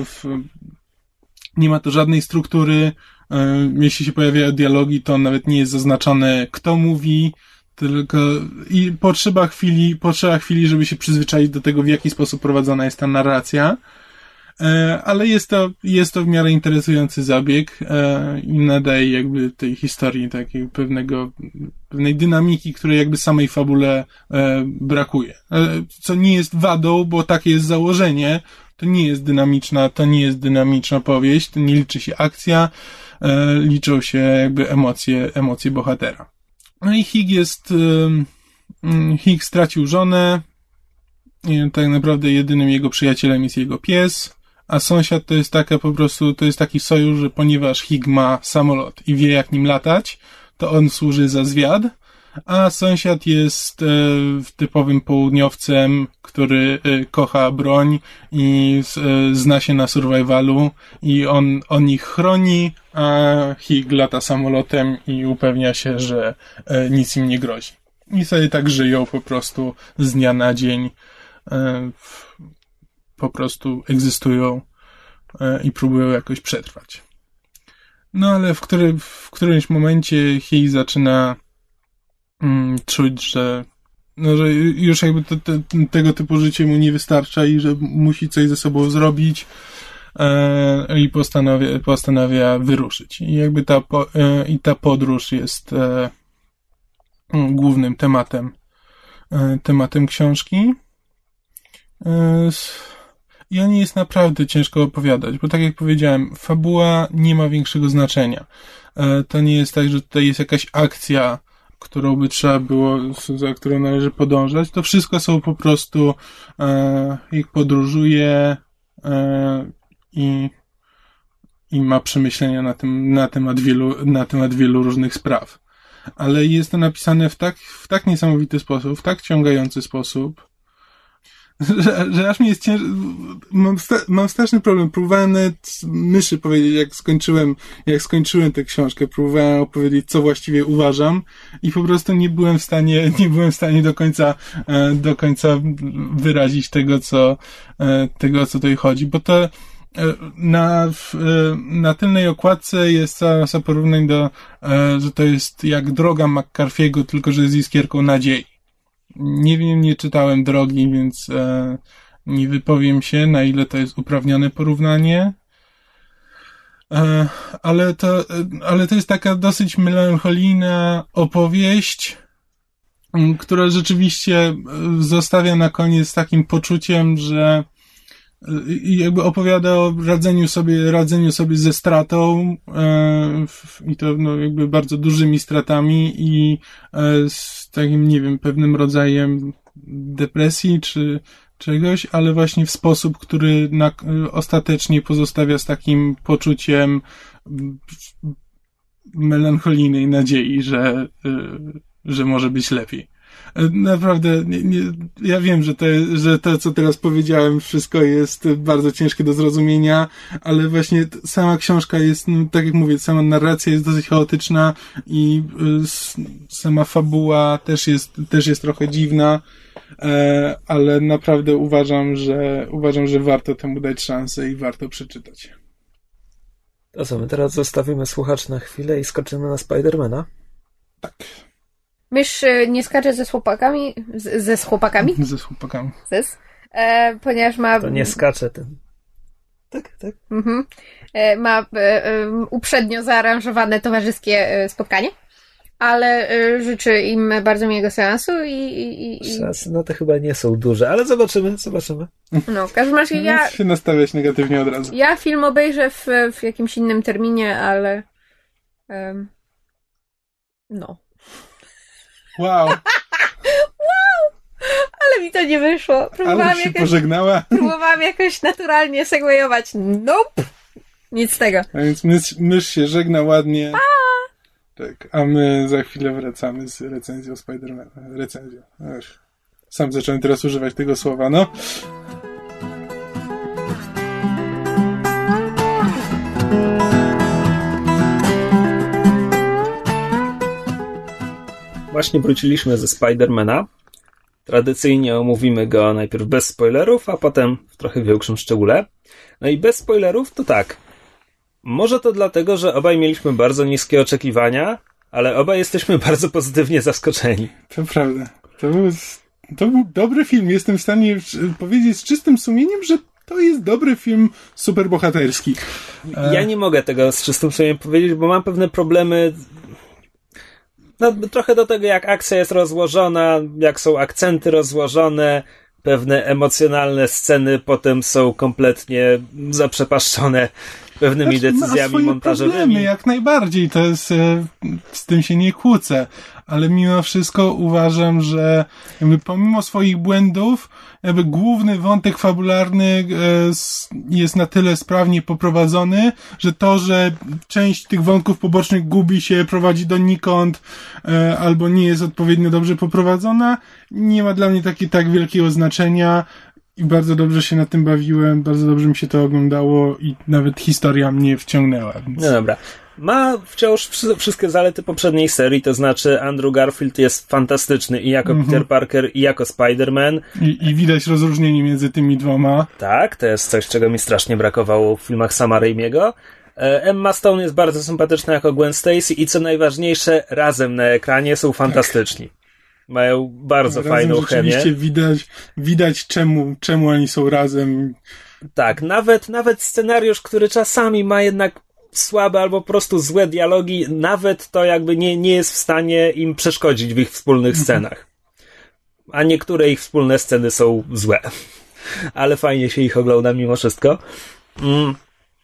nie ma to żadnej struktury. Jeśli się pojawiają dialogi, to nawet nie jest zaznaczone, kto mówi, tylko i potrzeba chwili, potrzeba chwili, żeby się przyzwyczaić do tego, w jaki sposób prowadzona jest ta narracja. Ale jest to, jest to w miarę interesujący zabieg i nadaje jakby tej historii takiej pewnego, pewnej dynamiki, której jakby samej fabule brakuje. Co nie jest wadą, bo takie jest założenie. To nie jest dynamiczna, to nie jest dynamiczna powieść, to nie liczy się akcja, liczą się jakby emocje, emocje bohatera. No i Hig jest, Hig stracił żonę, i tak naprawdę jedynym jego przyjacielem jest jego pies, a sąsiad to jest taka po prostu, to jest taki sojusz, że ponieważ Hig ma samolot i wie jak nim latać, to on służy za zwiad, a sąsiad jest e, typowym południowcem, który e, kocha broń i e, zna się na survivalu i on, on ich chroni, a Hig lata samolotem i upewnia się, że e, nic im nie grozi. I sobie tak żyją po prostu z dnia na dzień, e, po prostu egzystują e, i próbują jakoś przetrwać. No ale w, który, w którymś momencie Hig zaczyna mm, czuć, że, no, że już jakby te, te, tego typu życie mu nie wystarcza i że musi coś ze sobą zrobić e, i postanawia, postanawia wyruszyć. I jakby ta, po, e, i ta podróż jest e, głównym tematem e, tematem książki. E, I o niej jest naprawdę ciężko opowiadać, bo tak jak powiedziałem, fabuła nie ma większego znaczenia. E, to nie jest tak, że tutaj jest jakaś akcja, którą by trzeba było, za którą należy podążać. To wszystko są po prostu e, ich podróżuje e, i, i ma przemyślenia na, tym, na, temat wielu, na temat wielu różnych spraw. Ale jest to napisane w tak, w tak niesamowity sposób, w tak ciągający sposób, Że, że aż mi jest ciężko, mam, sta- mam straszny problem, próbowałem nawet myszy powiedzieć, jak skończyłem, jak skończyłem tę książkę, próbowałem opowiedzieć, co właściwie uważam i po prostu nie byłem w stanie, nie byłem w stanie do końca, do końca wyrazić tego, co, tego, co tutaj chodzi, bo to na, na tylnej okładce jest cała masa porównań do, że to jest jak droga McCarthy'ego, tylko że z iskierką nadziei. Nie wiem, nie czytałem drogi, więc e, nie wypowiem się, na ile to jest uprawnione porównanie. E, ale, to, ale to jest taka dosyć melancholijna opowieść, m, która rzeczywiście zostawia na koniec takim poczuciem, że i jakby opowiada o radzeniu sobie, radzeniu sobie ze stratą e, i to no, jakby bardzo dużymi stratami i e, z takim, nie wiem, pewnym rodzajem depresji czy czegoś, ale właśnie w sposób, który na, ostatecznie pozostawia z takim poczuciem melancholijnej nadziei, że, że może być lepiej. Naprawdę, nie, nie, ja wiem, że, te, że to, co teraz powiedziałem, wszystko jest bardzo ciężkie do zrozumienia, ale właśnie sama książka jest, no, tak jak mówię, sama narracja jest dosyć chaotyczna i y, sama fabuła też jest, też jest trochę dziwna, e, ale naprawdę uważam, że uważam, że warto temu dać szansę i warto przeczytać. To co, my teraz zostawimy słuchaczy na chwilę i skoczymy na Spidermana? Tak. Mysz nie skacze ze chłopakami, z, ze z chłopakami? Ze chłopakami. Zes, e, ponieważ ma... To nie skacze ten. Tak, tak. Mhm. E, ma e, e, uprzednio zaaranżowane towarzyskie e, spotkanie, ale e, życzę im bardzo miłego seansu i... i, i... Szansy no to chyba nie są duże, ale zobaczymy, zobaczymy. No, w każdym razie ja... się nastawiać negatywnie od razu. Ja film obejrzę w, w jakimś innym terminie, ale... Um, no. Wow. Wow! Ale mi to nie wyszło. Próbowałam Ale się jakoś, pożegnała. próbowałam jakoś naturalnie segwayować. Nope! Nic z tego. A więc mysz, mysz się żegna ładnie. Pa! Tak, a my za chwilę wracamy z recenzją Spidermana. Recenzją. Ech. Sam zacząłem teraz używać tego słowa, no. Właśnie wróciliśmy ze Spidermana. Tradycyjnie omówimy go najpierw bez spoilerów, a potem w trochę większym szczególe. No i bez spoilerów to tak. Może to dlatego, że obaj mieliśmy bardzo niskie oczekiwania, ale obaj jesteśmy bardzo pozytywnie zaskoczeni. To prawda. To był, to był dobry film. Jestem w stanie powiedzieć z czystym sumieniem, że to jest dobry film superbohaterski. Ja nie mogę tego z czystym sumieniem powiedzieć, bo mam pewne problemy... No, trochę do tego, jak akcja jest rozłożona, jak są akcenty rozłożone, pewne emocjonalne sceny potem są kompletnie zaprzepaszczone pewnymi znaczy, decyzjami ma montażowymi. Problemy, jak najbardziej, to jest, z tym się nie kłócę, ale mimo wszystko uważam, że jakby pomimo swoich błędów, jakby główny wątek fabularny jest na tyle sprawnie poprowadzony, że to, że część tych wątków pobocznych gubi się, prowadzi donikąd, albo nie jest odpowiednio dobrze poprowadzona, nie ma dla mnie takie tak wielkiego znaczenia. I bardzo dobrze się na tym bawiłem, bardzo dobrze mi się to oglądało i nawet historia mnie wciągnęła. Więc... No dobra. Ma wciąż wszystkie zalety poprzedniej serii, to znaczy Andrew Garfield jest fantastyczny i jako mm-hmm. Peter Parker, i jako Spider-Man. I, I widać rozróżnienie między tymi dwoma. Tak, to jest coś, czego mi strasznie brakowało w filmach Sama Raimiego. Emma Stone jest bardzo sympatyczna jako Gwen Stacy i co najważniejsze, razem na ekranie są fantastyczni. Tak. Mają bardzo razem fajną chemię. Rzeczywiście widać, widać czemu, czemu oni są razem. Tak, nawet, nawet scenariusz, który czasami ma jednak słabe albo po prostu złe dialogi, nawet to jakby nie, nie jest w stanie im przeszkodzić w ich wspólnych scenach. A niektóre ich wspólne sceny są złe. Ale fajnie się ich ogląda mimo wszystko. Mm.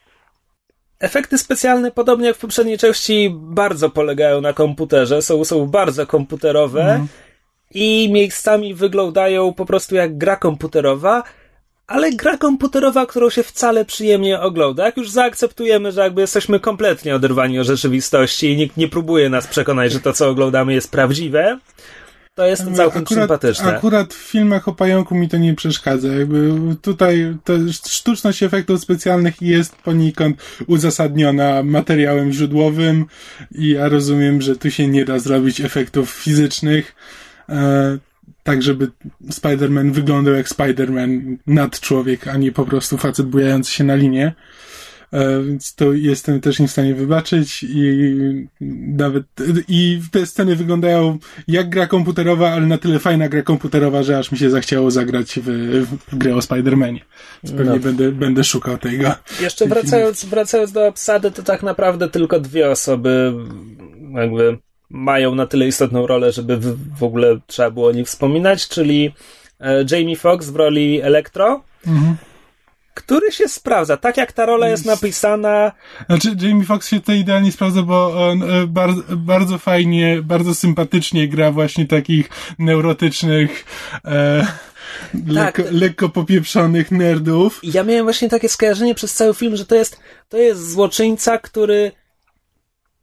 Efekty specjalne, podobnie jak w poprzedniej części, bardzo polegają na komputerze, są, są bardzo komputerowe mm. i miejscami wyglądają po prostu jak gra komputerowa, ale gra komputerowa, którą się wcale przyjemnie ogląda. Jak już zaakceptujemy, że jakby jesteśmy kompletnie oderwani od rzeczywistości i nikt nie próbuje nas przekonać, że to, co oglądamy, jest prawdziwe, to jest to całkiem akurat, sympatyczne. Akurat w filmach o pająku mi to nie przeszkadza. Jakby tutaj to sztuczność efektów specjalnych jest poniekąd uzasadniona materiałem źródłowym i ja rozumiem, że tu się nie da zrobić efektów fizycznych, e, tak żeby Spider-Man wyglądał jak Spider-Man, nadczłowiek, a nie po prostu facet bujający się na linie. E, więc to jestem też nie w stanie wybaczyć i nawet i te sceny wyglądają jak gra komputerowa, ale na tyle fajna gra komputerowa, że aż mi się zachciało zagrać w, w grę o Spider-Manie. Więc pewnie no. będę, będę szukał tego. Jeszcze wracając, wracając do obsady, to tak naprawdę tylko dwie osoby jakby mają na tyle istotną rolę, żeby w, w ogóle trzeba było o nich wspominać, czyli Jamie Foxx w roli Electro, mhm. który się sprawdza, tak jak ta rola jest napisana. Znaczy, Jamie Foxx się to idealnie sprawdza, bo on bardzo, bardzo fajnie, bardzo sympatycznie gra właśnie takich neurotycznych, e, tak. lekko, lekko popieprzonych nerdów. Ja miałem właśnie takie skojarzenie przez cały film, że to jest, to jest złoczyńca, który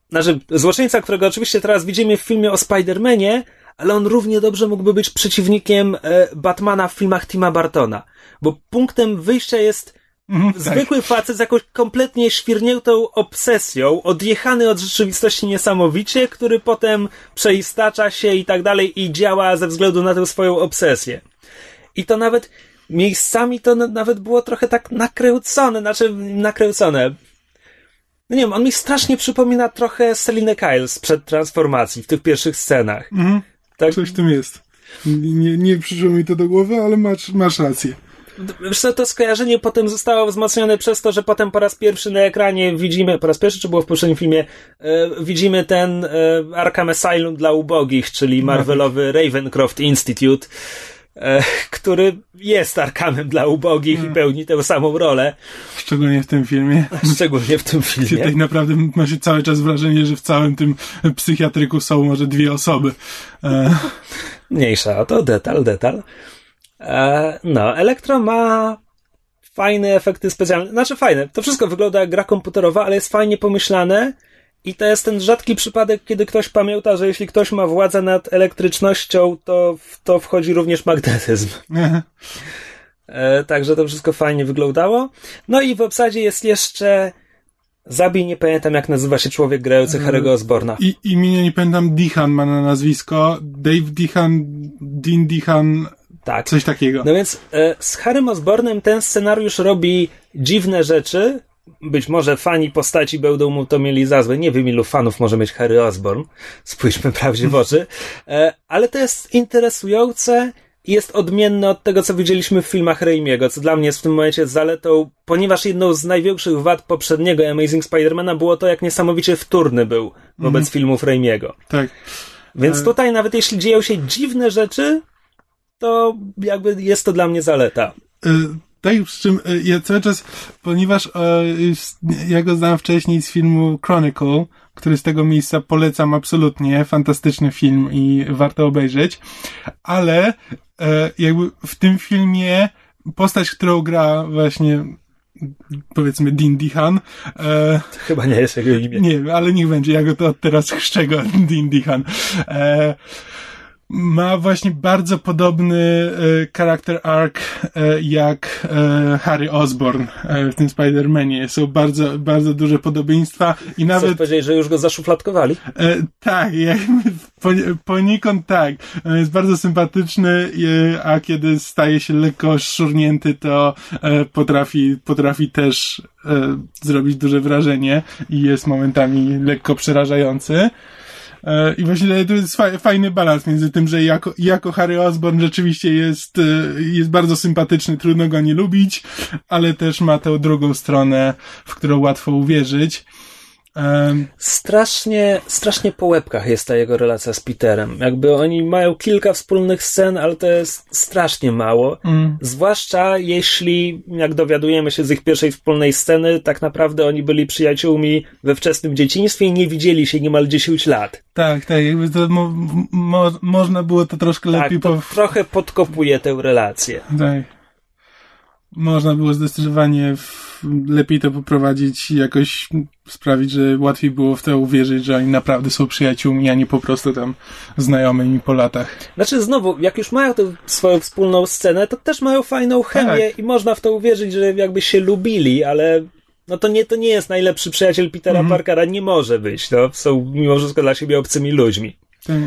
znaczy złoczyńca, którego oczywiście teraz widzimy w filmie o Spider-Manie, ale on równie dobrze mógłby być przeciwnikiem e, Batmana w filmach Tima Burtona, bo punktem wyjścia jest mm, zwykły tak. facet z jakąś kompletnie świrniętą obsesją, odjechany od rzeczywistości niesamowicie, który potem przeistacza się i tak dalej i działa ze względu na tę swoją obsesję. I to nawet miejscami to n- nawet było trochę tak nakręcone, znaczy nakręcone. No nie wiem, on mi strasznie przypomina trochę Selinę Kyle sprzed transformacji w tych pierwszych scenach. Mhm. Tak? Coś w tym jest. Nie, nie przyszło mi to do głowy, ale masz, masz rację. Wiesz co, to skojarzenie potem zostało wzmocnione przez to, że potem po raz pierwszy na ekranie widzimy, po raz pierwszy, czy było w poprzednim filmie, e, widzimy ten e, Arkham Asylum dla ubogich, czyli Marvelowy Ravencroft Institute, e, który jest Arkhamem dla ubogich hmm. i pełni tę samą rolę. Szczególnie w tym filmie. Szczególnie w tym filmie. Gdzie tak naprawdę ma się cały czas wrażenie, że w całym tym psychiatryku są może dwie osoby. E... Mniejsza, to detal, detal. E, no, Elektro ma fajne efekty specjalne. Znaczy fajne, to wszystko wygląda jak gra komputerowa, ale jest fajnie pomyślane i to jest ten rzadki przypadek, kiedy ktoś pamięta, że jeśli ktoś ma władzę nad elektrycznością, to w to wchodzi również magnetyzm. e, także to wszystko fajnie wyglądało. No i w obsadzie jest jeszcze Zabij, nie pamiętam jak nazywa się człowiek grający Harry'ego Osborna. I imienia nie pamiętam, Dehan ma na nazwisko. Dave Dehan, Dean Dehan, tak. Coś takiego. No więc e, z Harrym Osbornem ten scenariusz robi dziwne rzeczy. Być może fani postaci będą mu to mieli za złe. Nie wiem, ilu fanów może mieć Harry Osborn. Spójrzmy prawdzie w oczy. E, ale to jest interesujące i jest odmienne od tego, co widzieliśmy w filmach Raimiego, co dla mnie jest w tym momencie zaletą, ponieważ jedną z największych wad poprzedniego Amazing Spider-Mana było to, jak niesamowicie wtórny był wobec mm. filmów Raimiego. Tak. Więc tutaj nawet jeśli dzieją się dziwne rzeczy, to jakby jest to dla mnie zaleta. Y- Tak, przy czym ja cały czas, ponieważ e, ja go znałem wcześniej z filmu Chronicle, który z tego miejsca polecam absolutnie, fantastyczny film i warto obejrzeć, ale e, jakby w tym filmie postać, którą gra właśnie powiedzmy Dean Dehan. E, to chyba nie jest jego imię. Nie, ale niech będzie, ja go to od teraz chrzczę go, Dean Dehan. E, ma właśnie bardzo podobny e, charakter arc e, jak e, Harry Osborn e, w tym Spider-Manie. Są bardzo, bardzo duże podobieństwa i nawet... Chcesz powiedzieć, że już go zaszufladkowali? E, tak, jakby poniekąd tak. On jest bardzo sympatyczny, e, a kiedy staje się lekko szurnięty, to e, potrafi, potrafi też e, zrobić duże wrażenie i jest momentami lekko przerażający. I właśnie to jest fajny balans między tym, że jako, jako Harry Osborn rzeczywiście jest, jest bardzo sympatyczny, trudno go nie lubić, ale też ma tę drugą stronę, w którą łatwo uwierzyć. Um, strasznie, strasznie po łebkach jest ta jego relacja z Peterem. Jakby oni mają kilka wspólnych scen, ale to jest strasznie mało. Mm. Zwłaszcza jeśli, jak dowiadujemy się z ich pierwszej wspólnej sceny, tak naprawdę oni byli przyjaciółmi we wczesnym dzieciństwie i nie widzieli się niemal dziesięć lat. Tak, tak, jakby to mo, mo, można było to troszkę tak, lepiej... to po... trochę podkopuje tę relację. Tak. Można było zdecydowanie w, lepiej to poprowadzić i jakoś sprawić, że łatwiej było w to uwierzyć, że oni naprawdę są przyjaciółmi, a nie po prostu tam znajomymi po latach. Znaczy znowu, jak już mają tę swoją wspólną scenę, to też mają fajną chemię tak. I można w to uwierzyć, że jakby się lubili, ale no to nie, to nie jest najlepszy przyjaciel Petera mm-hmm. Parkera, nie może być. No, są mimo wszystko dla siebie obcymi ludźmi. Tak.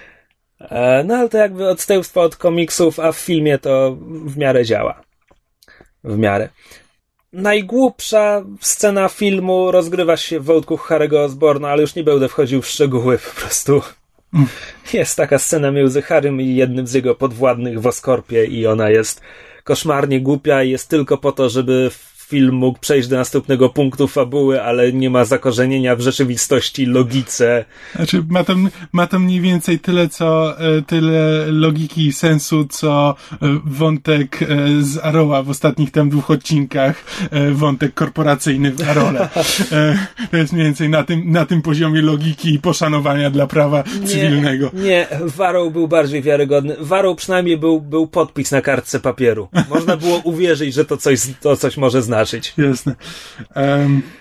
E, no ale to jakby odstępstwo od komiksów, a w filmie to w miarę działa. W miarę. Najgłupsza scena filmu rozgrywa się w wątku Harry'ego Osborna, ale już nie będę wchodził w szczegóły, po prostu mm. jest taka scena między Harrym i jednym z jego podwładnych w Oscorpie i ona jest koszmarnie głupia i jest tylko po to, żeby film mógł przejść do następnego punktu fabuły, ale nie ma zakorzenienia w rzeczywistości, logice. Znaczy, ma tam, ma tam mniej więcej tyle, co, tyle logiki i sensu, co wątek z Arrowa w ostatnich tam dwóch odcinkach, wątek korporacyjny w Arrole. To jest mniej więcej na tym, na tym poziomie logiki i poszanowania dla prawa nie, cywilnego. Nie, w Arrow był bardziej wiarygodny. W Arrow przynajmniej był, był podpis na kartce papieru. Można było uwierzyć, że to coś, to coś może znaczyć. Jasne. Um,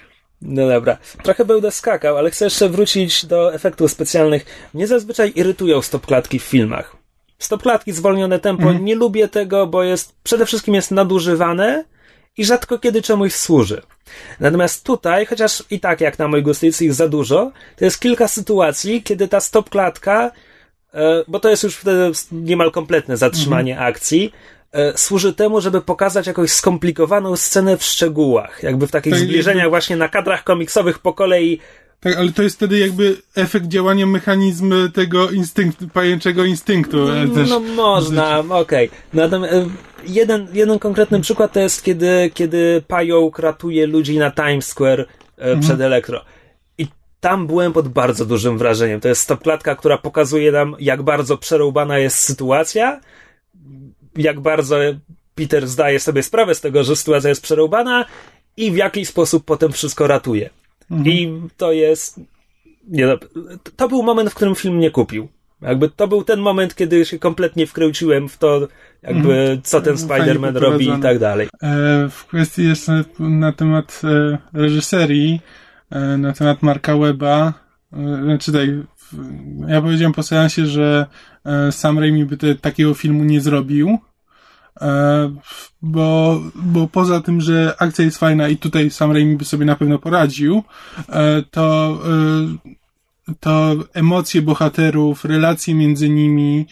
No dobra. Trochę będę skakał, ale chcę jeszcze wrócić do efektów specjalnych. Mnie zazwyczaj irytują stopklatki w filmach. Stopklatki, zwolnione tempo, mm. nie lubię tego, bo jest, przede wszystkim jest nadużywane i rzadko kiedy czemuś służy. Natomiast tutaj, chociaż i tak jak na mój gust jest ich za dużo, to jest kilka sytuacji, kiedy ta stopklatka, bo to jest już wtedy niemal kompletne zatrzymanie mm. akcji, służy temu, żeby pokazać jakąś skomplikowaną scenę w szczegółach. Jakby w takich tak, zbliżeniach jakby... właśnie na kadrach komiksowych po kolei. Tak, ale to jest wtedy jakby efekt działania mechanizmu tego instynktu, pajęczego instynktu. No, też. no można, okej. Okay. Natomiast jeden, jeden konkretny przykład to jest, kiedy, kiedy pająk ratuje ludzi na Times Square mhm. przed Elektro. I tam byłem pod bardzo dużym wrażeniem. To jest stopklatka, która pokazuje nam, jak bardzo przerąbana jest sytuacja, jak bardzo Peter zdaje sobie sprawę z tego, że sytuacja jest przerąbana i w jaki sposób potem wszystko ratuje. Mhm. I to jest... Nie, no, to był moment, w którym film mnie kupił. Jakby to był ten moment, kiedy się kompletnie wkręciłem w to, jakby mhm. co ten Spider-Man robi i tak dalej. E, w kwestii jeszcze na temat e, reżyserii, e, na temat Marka Webba, e, znaczy tak, ja powiedziałem po seansie, że Sam Raimi by te, takiego filmu nie zrobił, bo, bo poza tym, że akcja jest fajna i tutaj Sam Raimi by sobie na pewno poradził, to to emocje bohaterów, relacje między nimi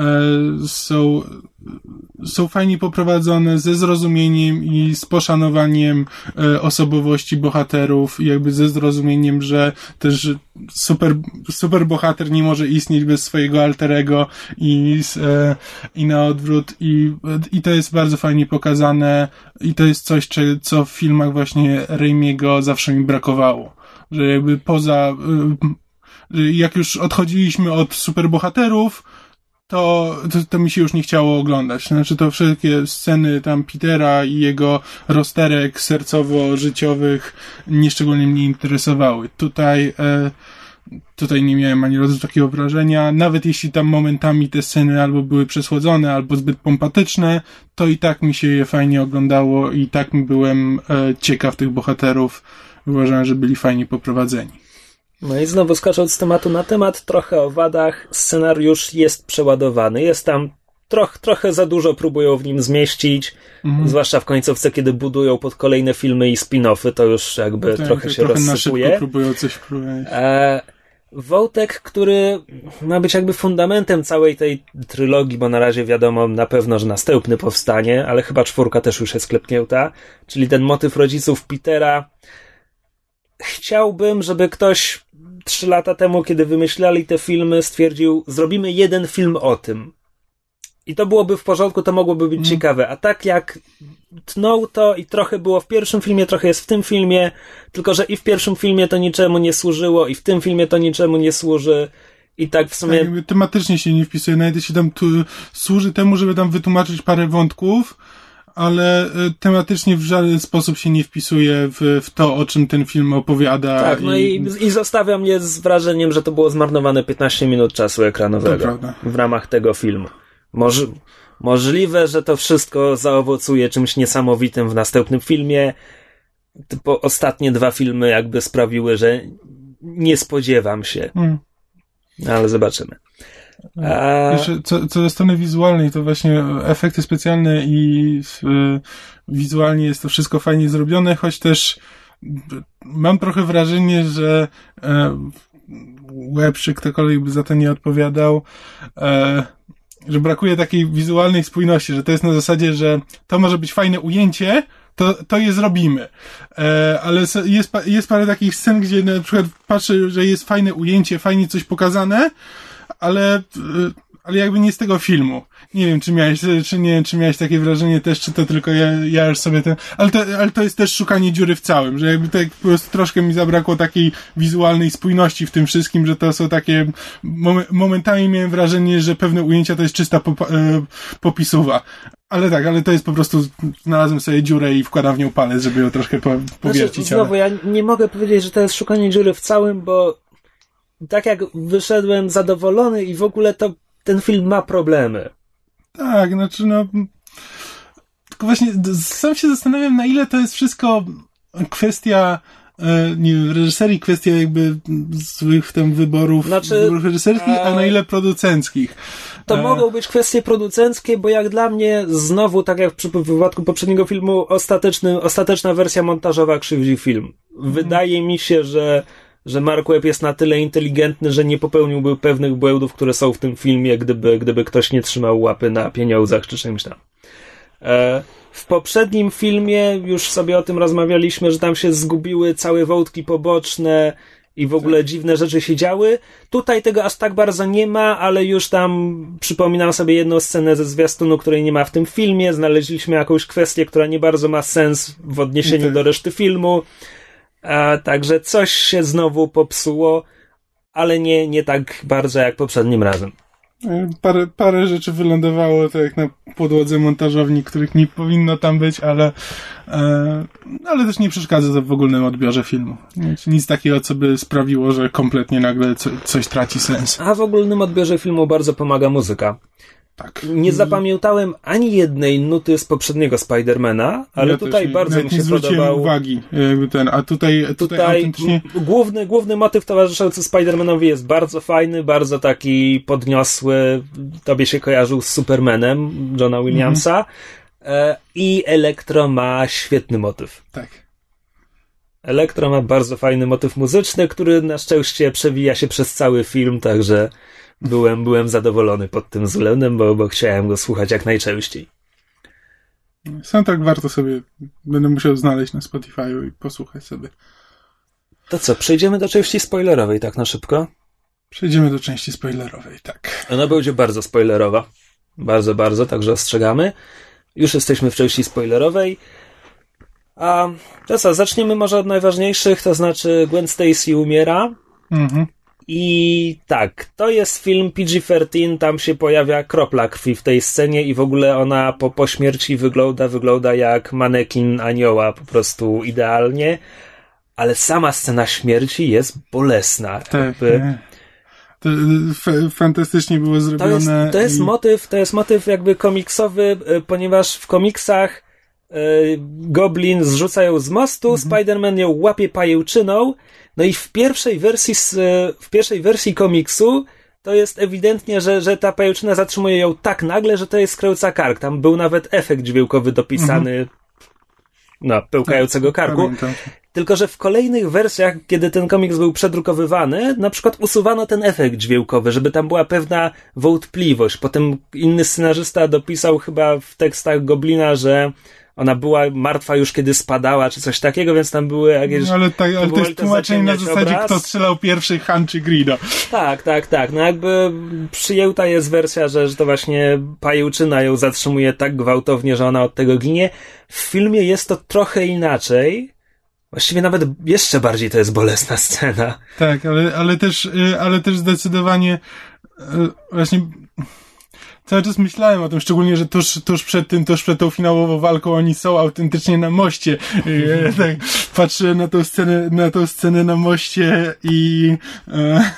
są, są fajnie poprowadzone, ze zrozumieniem i z poszanowaniem osobowości bohaterów i jakby ze zrozumieniem, że też super, super bohater nie może istnieć bez swojego alterego i, i na odwrót i, i to jest bardzo fajnie pokazane i to jest coś, co w filmach właśnie Raimiego zawsze mi brakowało, że jakby poza jak już odchodziliśmy od superbohaterów, to, to, to mi się już nie chciało oglądać. Znaczy to wszelkie sceny tam Petera i jego rozterek sercowo-życiowych nieszczególnie mnie interesowały. Tutaj, e, tutaj nie miałem ani razu takiego wrażenia. Nawet jeśli tam momentami te sceny albo były przesłodzone, albo zbyt pompatyczne, to i tak mi się je fajnie oglądało i tak byłem e, ciekaw tych bohaterów. Uważałem, że byli fajnie poprowadzeni. No i znowu skacząc z tematu na temat, trochę o wadach, scenariusz jest przeładowany, jest tam troch, trochę za dużo próbują w nim zmieścić, mhm. zwłaszcza w końcówce, kiedy budują pod kolejne filmy i spin-offy, to już jakby tak, trochę się trochę rozsypuje. Na szybko próbują coś próbować. E, wątek, który ma być jakby fundamentem całej tej trylogii, bo na razie wiadomo na pewno, że następny powstanie, ale chyba czwórka też już jest klepnięta, czyli ten motyw rodziców Petera. Chciałbym, żeby ktoś trzy lata temu, kiedy wymyślali te filmy, stwierdził, zrobimy jeden film o tym. I to byłoby w porządku, to mogłoby być mm. ciekawe. A tak jak tnął to i trochę było w pierwszym filmie, trochę jest w tym filmie, tylko że i w pierwszym filmie to niczemu nie służyło, i w tym filmie to niczemu nie służy. I tak w sumie... Tak, jakby tematycznie się nie wpisuje. Nawet jeśli tam tu służy temu, żeby tam wytłumaczyć parę wątków, ale tematycznie w żaden sposób się nie wpisuje w, w to, o czym ten film opowiada. Tak, no i, i, i zostawia mnie z wrażeniem, że to było zmarnowane piętnaście minut czasu ekranowego w ramach tego filmu. Moż, możliwe, że to wszystko zaowocuje czymś niesamowitym w następnym filmie. Bo ostatnie dwa filmy jakby sprawiły, że nie spodziewam się. Hmm. Ale zobaczymy. A... Jeszcze co, co do strony wizualnej, to właśnie efekty specjalne i y, wizualnie jest to wszystko fajnie zrobione, choć też mam trochę wrażenie, że y, Webb czy ktokolwiek by za to nie odpowiadał, y, że brakuje takiej wizualnej spójności, że to jest na zasadzie, że to może być fajne ujęcie, to, to je zrobimy. E, ale jest, jest parę takich scen, gdzie na przykład patrzę, że jest fajne ujęcie, fajnie coś pokazane, ale, ale jakby nie z tego filmu. Nie wiem, czy miałeś, czy nie, czy miałeś takie wrażenie też, czy to tylko ja, ja już sobie ten, ale to, ale to jest też szukanie dziury w całym, że jakby tak po prostu troszkę mi zabrakło takiej wizualnej spójności w tym wszystkim, że to są takie, momentami miałem wrażenie, że pewne ujęcia to jest czysta pop, popisuwa. Ale tak, ale to jest po prostu, znalazłem sobie dziurę i wkładam w nią palec, żeby ją troszkę po, powiercić. Znaczy, znowu, ale... ja nie mogę powiedzieć, że to jest szukanie dziury w całym, bo tak jak wyszedłem zadowolony i w ogóle to ten film ma problemy. Tak, znaczy no... Tylko właśnie sam się zastanawiam, na ile to jest wszystko kwestia e, nie wiem, reżyserii, kwestia jakby złych tam wyborów, znaczy, wyborów reżyserskich, a... a na ile producenckich. To e... mogą być kwestie producenckie, bo jak dla mnie znowu, tak jak w przypadku poprzedniego filmu, ostateczny, ostateczna wersja montażowa krzywdzi film. Wydaje mm. mi się, że że Mark Webb jest na tyle inteligentny, że nie popełniłby pewnych błędów, które są w tym filmie, gdyby, gdyby ktoś nie trzymał łapy na pieniądzach czy czymś tam. E, w poprzednim filmie już sobie o tym rozmawialiśmy, że tam się zgubiły całe wątki poboczne i w ogóle dziwne rzeczy się działy. Tutaj tego aż tak bardzo nie ma, ale już tam przypominam sobie jedną scenę ze zwiastunu, której nie ma w tym filmie. Znaleźliśmy jakąś kwestię, która nie bardzo ma sens w odniesieniu tak. do reszty filmu. A, także coś się znowu popsuło, ale nie, nie tak bardzo jak poprzednim razem. Parę, parę rzeczy wylądowało tak jak na podłodze montażowni, których nie powinno tam być, ale e, ale też nie przeszkadza to w ogólnym odbiorze filmu. Nic takiego, co by sprawiło, że kompletnie nagle co, coś traci sens. A w ogólnym odbiorze filmu bardzo pomaga muzyka. Tak. Nie zapamiętałem ani jednej nuty z poprzedniego Spidermana, ale ja tutaj nie, bardzo mi się podobał. uwagi, jakby ten, a tutaj, tutaj, tutaj autentycznie... główny, główny motyw towarzyszący Spidermanowi jest bardzo fajny, bardzo taki podniosły, tobie się kojarzył z Supermanem Johna Williamsa mhm. i Elektro ma świetny motyw. Tak. Elektro ma bardzo fajny motyw muzyczny, który na szczęście przewija się przez cały film, także Byłem, byłem zadowolony pod tym względem, bo, bo chciałem go słuchać jak najczęściej. Soundtrack warto sobie, będę musiał znaleźć na Spotify'u i posłuchać sobie. To co, przejdziemy do części spoilerowej tak na szybko? Przejdziemy do części spoilerowej, tak. Ona będzie bardzo spoilerowa. Bardzo, bardzo, także ostrzegamy. Już jesteśmy w części spoilerowej. A to co, zaczniemy może od najważniejszych, to znaczy Gwen Stacy umiera. Mhm. I tak, to jest film P G trzynaście, tam się pojawia kropla krwi w tej scenie i w ogóle ona po, po śmierci wygląda, wygląda jak manekin anioła, po prostu idealnie, ale sama scena śmierci jest bolesna. Tak, jakby... To f- fantastycznie było zrobione. To jest, to jest i... motyw, to jest motyw jakby komiksowy, ponieważ w komiksach yy, Goblin zrzuca ją z mostu, mhm. Spider-Man ją łapie pajęczyną. No i w pierwszej wersji, w pierwszej wersji komiksu to jest ewidentnie, że, że ta pajęczyna zatrzymuje ją tak nagle, że to jest skręca kark. Tam był nawet efekt dźwiękowy dopisany mhm. no, pełkającego karku. Pamiętam. Tylko że w kolejnych wersjach, kiedy ten komiks był przedrukowywany, na przykład usuwano ten efekt dźwiękowy, żeby tam była pewna wątpliwość. Potem inny scenarzysta dopisał chyba w tekstach Goblina, że ona była martwa już kiedy spadała, czy coś takiego, więc tam były jakieś... No ale, tak, ale to jest tłumaczenie na zasadzie, obraz. Kto strzelał pierwszy, Han czy Greedo. Tak, tak, tak. No jakby przyjęta jest wersja, że, że to właśnie pajęczyna ją zatrzymuje tak gwałtownie, że ona od tego ginie. W filmie jest to trochę inaczej. Właściwie nawet jeszcze bardziej to jest bolesna scena. Tak, ale, ale też, ale też zdecydowanie właśnie... Cały czas myślałem o tym, szczególnie, że tuż, tuż przed tym, tuż przed tą finałową walką oni są autentycznie na moście. I, tak, patrzę na tą scenę, na tą scenę na moście i, e,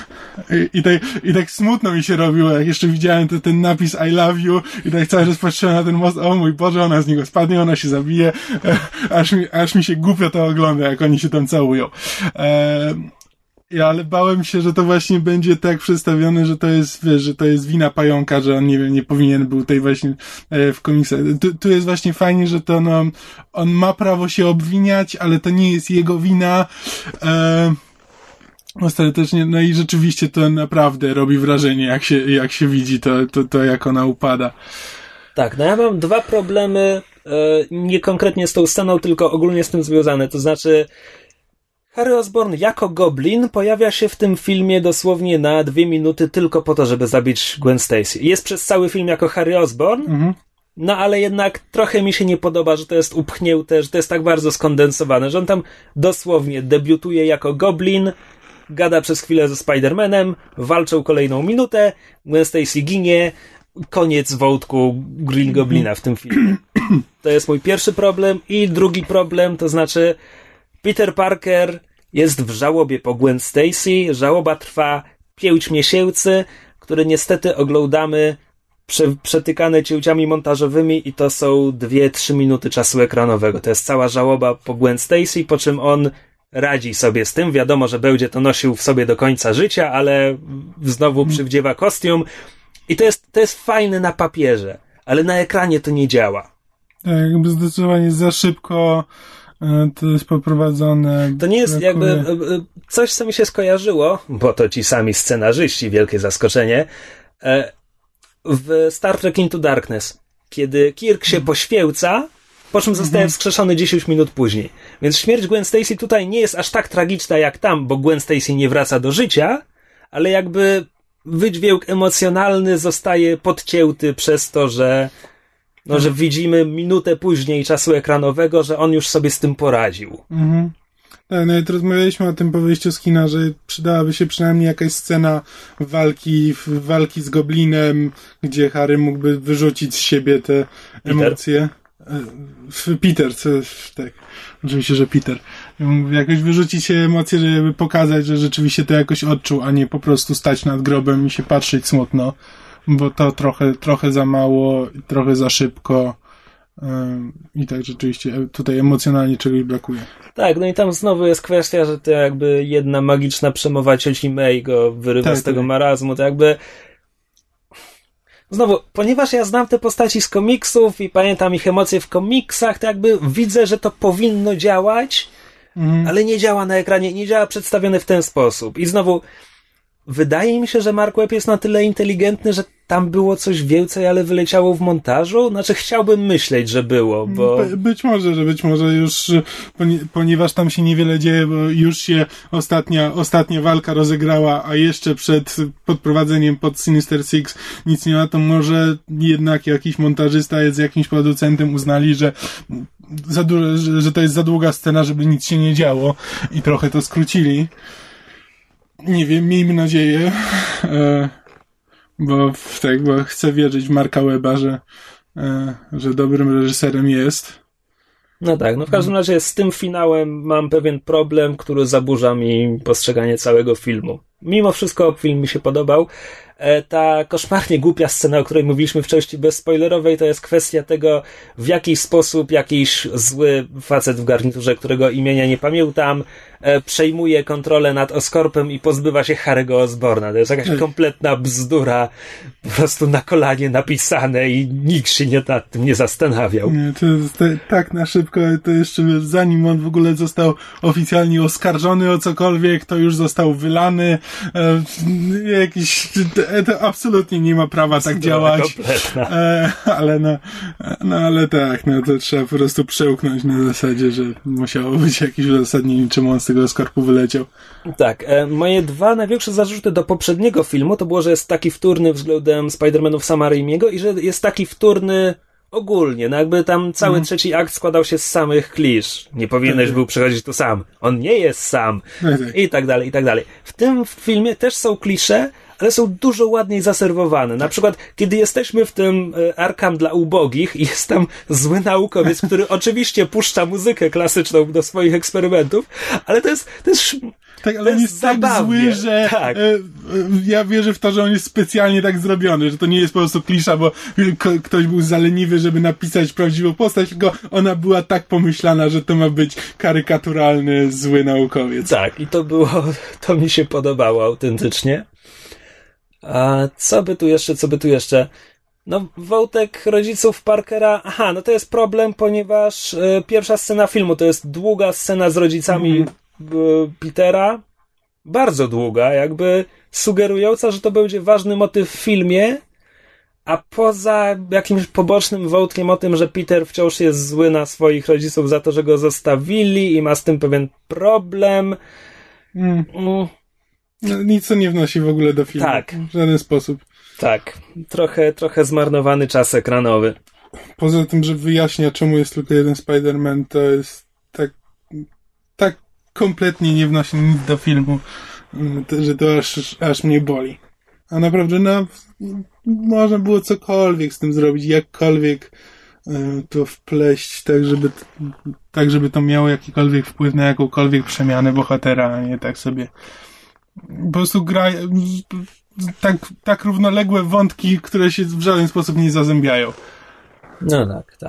i, i, tak, i tak smutno mi się robiło, jak jeszcze widziałem to, ten napis I love you i tak cały czas patrzyłem na ten most, o mój Boże, ona z niego spadnie, ona się zabije, e, aż, mi, aż mi się głupio to ogląda, jak oni się tam całują. E, Ja, ale bałem się, że to właśnie będzie tak przedstawione, że to jest, wiesz, że to jest wina pająka, że on, nie wiem, nie powinien był tej właśnie e, w komiksach. Tu, tu jest właśnie fajnie, że to, no, on ma prawo się obwiniać, ale to nie jest jego wina. E, ostatecznie, no i rzeczywiście to naprawdę robi wrażenie, jak się, jak się widzi to, to, to jak ona upada. Tak, no ja mam dwa problemy, e, nie konkretnie z tą sceną, tylko ogólnie z tym związane, to znaczy Harry Osborn jako Goblin pojawia się w tym filmie dosłownie na dwie minuty tylko po to, żeby zabić Gwen Stacy. Jest przez cały film jako Harry Osborn, mhm. no ale jednak trochę mi się nie podoba, że to jest upchnięte, że to jest tak bardzo skondensowane, że on tam dosłownie debiutuje jako Goblin, gada przez chwilę ze Spider-Manem, walczą kolejną minutę, Gwen Stacy ginie, koniec wątku Green Goblina w tym filmie. To jest mój pierwszy problem. I drugi problem, to znaczy Peter Parker jest w żałobie po Gwen Stacy. Żałoba trwa pięć miesięcy, które niestety oglądamy prze, przetykane cięciami montażowymi i to są dwie trzy minuty czasu ekranowego. To jest cała żałoba po Gwen Stacy, po czym on radzi sobie z tym, wiadomo, że będzie to nosił w sobie do końca życia, ale znowu przywdziewa kostium i to jest, to jest fajne na papierze, ale na ekranie to nie działa. Tak, jakby zdecydowanie za szybko to jest poprowadzone. To nie jest brakuje. jakby coś, co mi się skojarzyło, bo to ci sami scenarzyści, wielkie zaskoczenie, w Star Trek Into Darkness, kiedy Kirk się poświęca, po czym zostaje wskrzeszony dziesięć minut później. Więc śmierć Gwen Stacy tutaj nie jest aż tak tragiczna jak tam, bo Gwen Stacy nie wraca do życia, ale jakby wydźwięk emocjonalny zostaje podcięty przez to, że no, że widzimy minutę później czasu ekranowego, że on już sobie z tym poradził. Mhm. Tak, nawet rozmawialiśmy o tym po wyjściu z kina, że przydałaby się przynajmniej jakaś scena walki, walki z Goblinem, gdzie Harry mógłby wyrzucić z siebie te Peter? emocje. Peter, co, tak. Oczywiście, że Peter. Mógłby jakoś wyrzucić się emocje, żeby pokazać, że rzeczywiście to jakoś odczuł, a nie po prostu stać nad grobem i się patrzeć smutno. Bo to trochę, trochę za mało, trochę za szybko i tak rzeczywiście tutaj emocjonalnie czegoś brakuje. Tak, no i tam znowu jest kwestia, że to jakby jedna magiczna przemowa cioci May go wyrywa tak, z tego tak. marazmu, to jakby znowu, ponieważ ja znam te postaci z komiksów i pamiętam ich emocje w komiksach, to jakby widzę, że to powinno działać, mhm. ale nie działa na ekranie, nie działa przedstawione w ten sposób. I znowu wydaje mi się, że Mark Webb jest na tyle inteligentny, że tam było coś więcej, ale wyleciało w montażu? Znaczy chciałbym myśleć, że było, bo... By, być może, że być może już, ponieważ tam się niewiele dzieje, bo już się ostatnia, ostatnia walka rozegrała, a jeszcze przed podprowadzeniem pod Sinister Six nic nie ma, to może jednak jakiś montażysta jest z jakimś producentem uznali, że za dużo, że, że to jest za długa scena, żeby nic się nie działo i trochę to skrócili. Nie wiem, miejmy nadzieję, e, bo, tak, bo chcę wierzyć w Marka Webba, że, e, że dobrym reżyserem jest. No tak, no w każdym razie z tym finałem mam pewien problem, który zaburza mi postrzeganie całego filmu. Mimo wszystko film mi się podobał. E, ta koszmarnie głupia scena, o której mówiliśmy w części bezspoilerowej, to jest kwestia tego, w jaki sposób jakiś zły facet w garniturze, którego imienia nie pamiętam, e, przejmuje kontrolę nad Oscorpem i pozbywa się Harry'ego Osborna. To jest jakaś kompletna bzdura, po prostu na kolanie napisane i nikt się nie nad tym nie zastanawiał. Nie, to jest te, tak na szybko, to jeszcze zanim on w ogóle został oficjalnie oskarżony o cokolwiek, to już został wylany. E, jakiś to absolutnie nie ma prawa tak działać. E, ale no, no ale tak, no to trzeba po prostu przełknąć na zasadzie, że musiało być jakieś uzasadnienie, czemu on z tego Oscorpu wyleciał. Tak, e, moje dwa największe zarzuty do poprzedniego filmu to było, że jest taki wtórny względem Spider-Manów Sama Raimiego i że jest taki wtórny ogólnie, no jakby tam cały mm. trzeci akt składał się z samych klisz. Nie powinieneś tak, był przechodzić tu sam. On nie jest sam. Tak, tak. I tak dalej, i tak dalej. W tym filmie też są klisze, ale są dużo ładniej zaserwowane. Na przykład, kiedy jesteśmy w tym Arkham dla ubogich i jest tam zły naukowiec, który oczywiście puszcza muzykę klasyczną do swoich eksperymentów, ale to jest, to jest tak, ale on jest tak zły, że tak. E, ja wierzę w to, że on jest specjalnie tak zrobiony, że to nie jest po prostu klisza, bo k- ktoś był za leniwy, żeby napisać prawdziwą postać, tylko ona była tak pomyślana, że to ma być karykaturalny, zły naukowiec. Tak, i to było, to mi się podobało autentycznie. A co by tu jeszcze, co by tu jeszcze? No, wątek rodziców Parkera, aha, no to jest problem, ponieważ y, pierwsza scena filmu to jest długa scena z rodzicami mm. y, Petera, bardzo długa, jakby sugerująca, że to będzie ważny motyw w filmie, a poza jakimś pobocznym wątkiem o tym, że Peter wciąż jest zły na swoich rodziców za to, że go zostawili i ma z tym pewien problem. Mm. Mm. No, nic co nie wnosi w ogóle do filmu. Tak. W żaden sposób. Tak. Trochę, trochę zmarnowany czas ekranowy. Poza tym, że wyjaśnia, czemu jest tylko jeden Spider-Man, to jest tak, tak kompletnie nie wnosi nic do filmu, że to aż, aż mnie boli. A naprawdę, no, można było cokolwiek z tym zrobić, jakkolwiek to wpleść, tak żeby, tak żeby to miało jakikolwiek wpływ na jakąkolwiek przemianę bohatera, a nie tak sobie po prostu gra tak, tak równoległe wątki, które się w żaden sposób nie zazębiają. No tak, tak.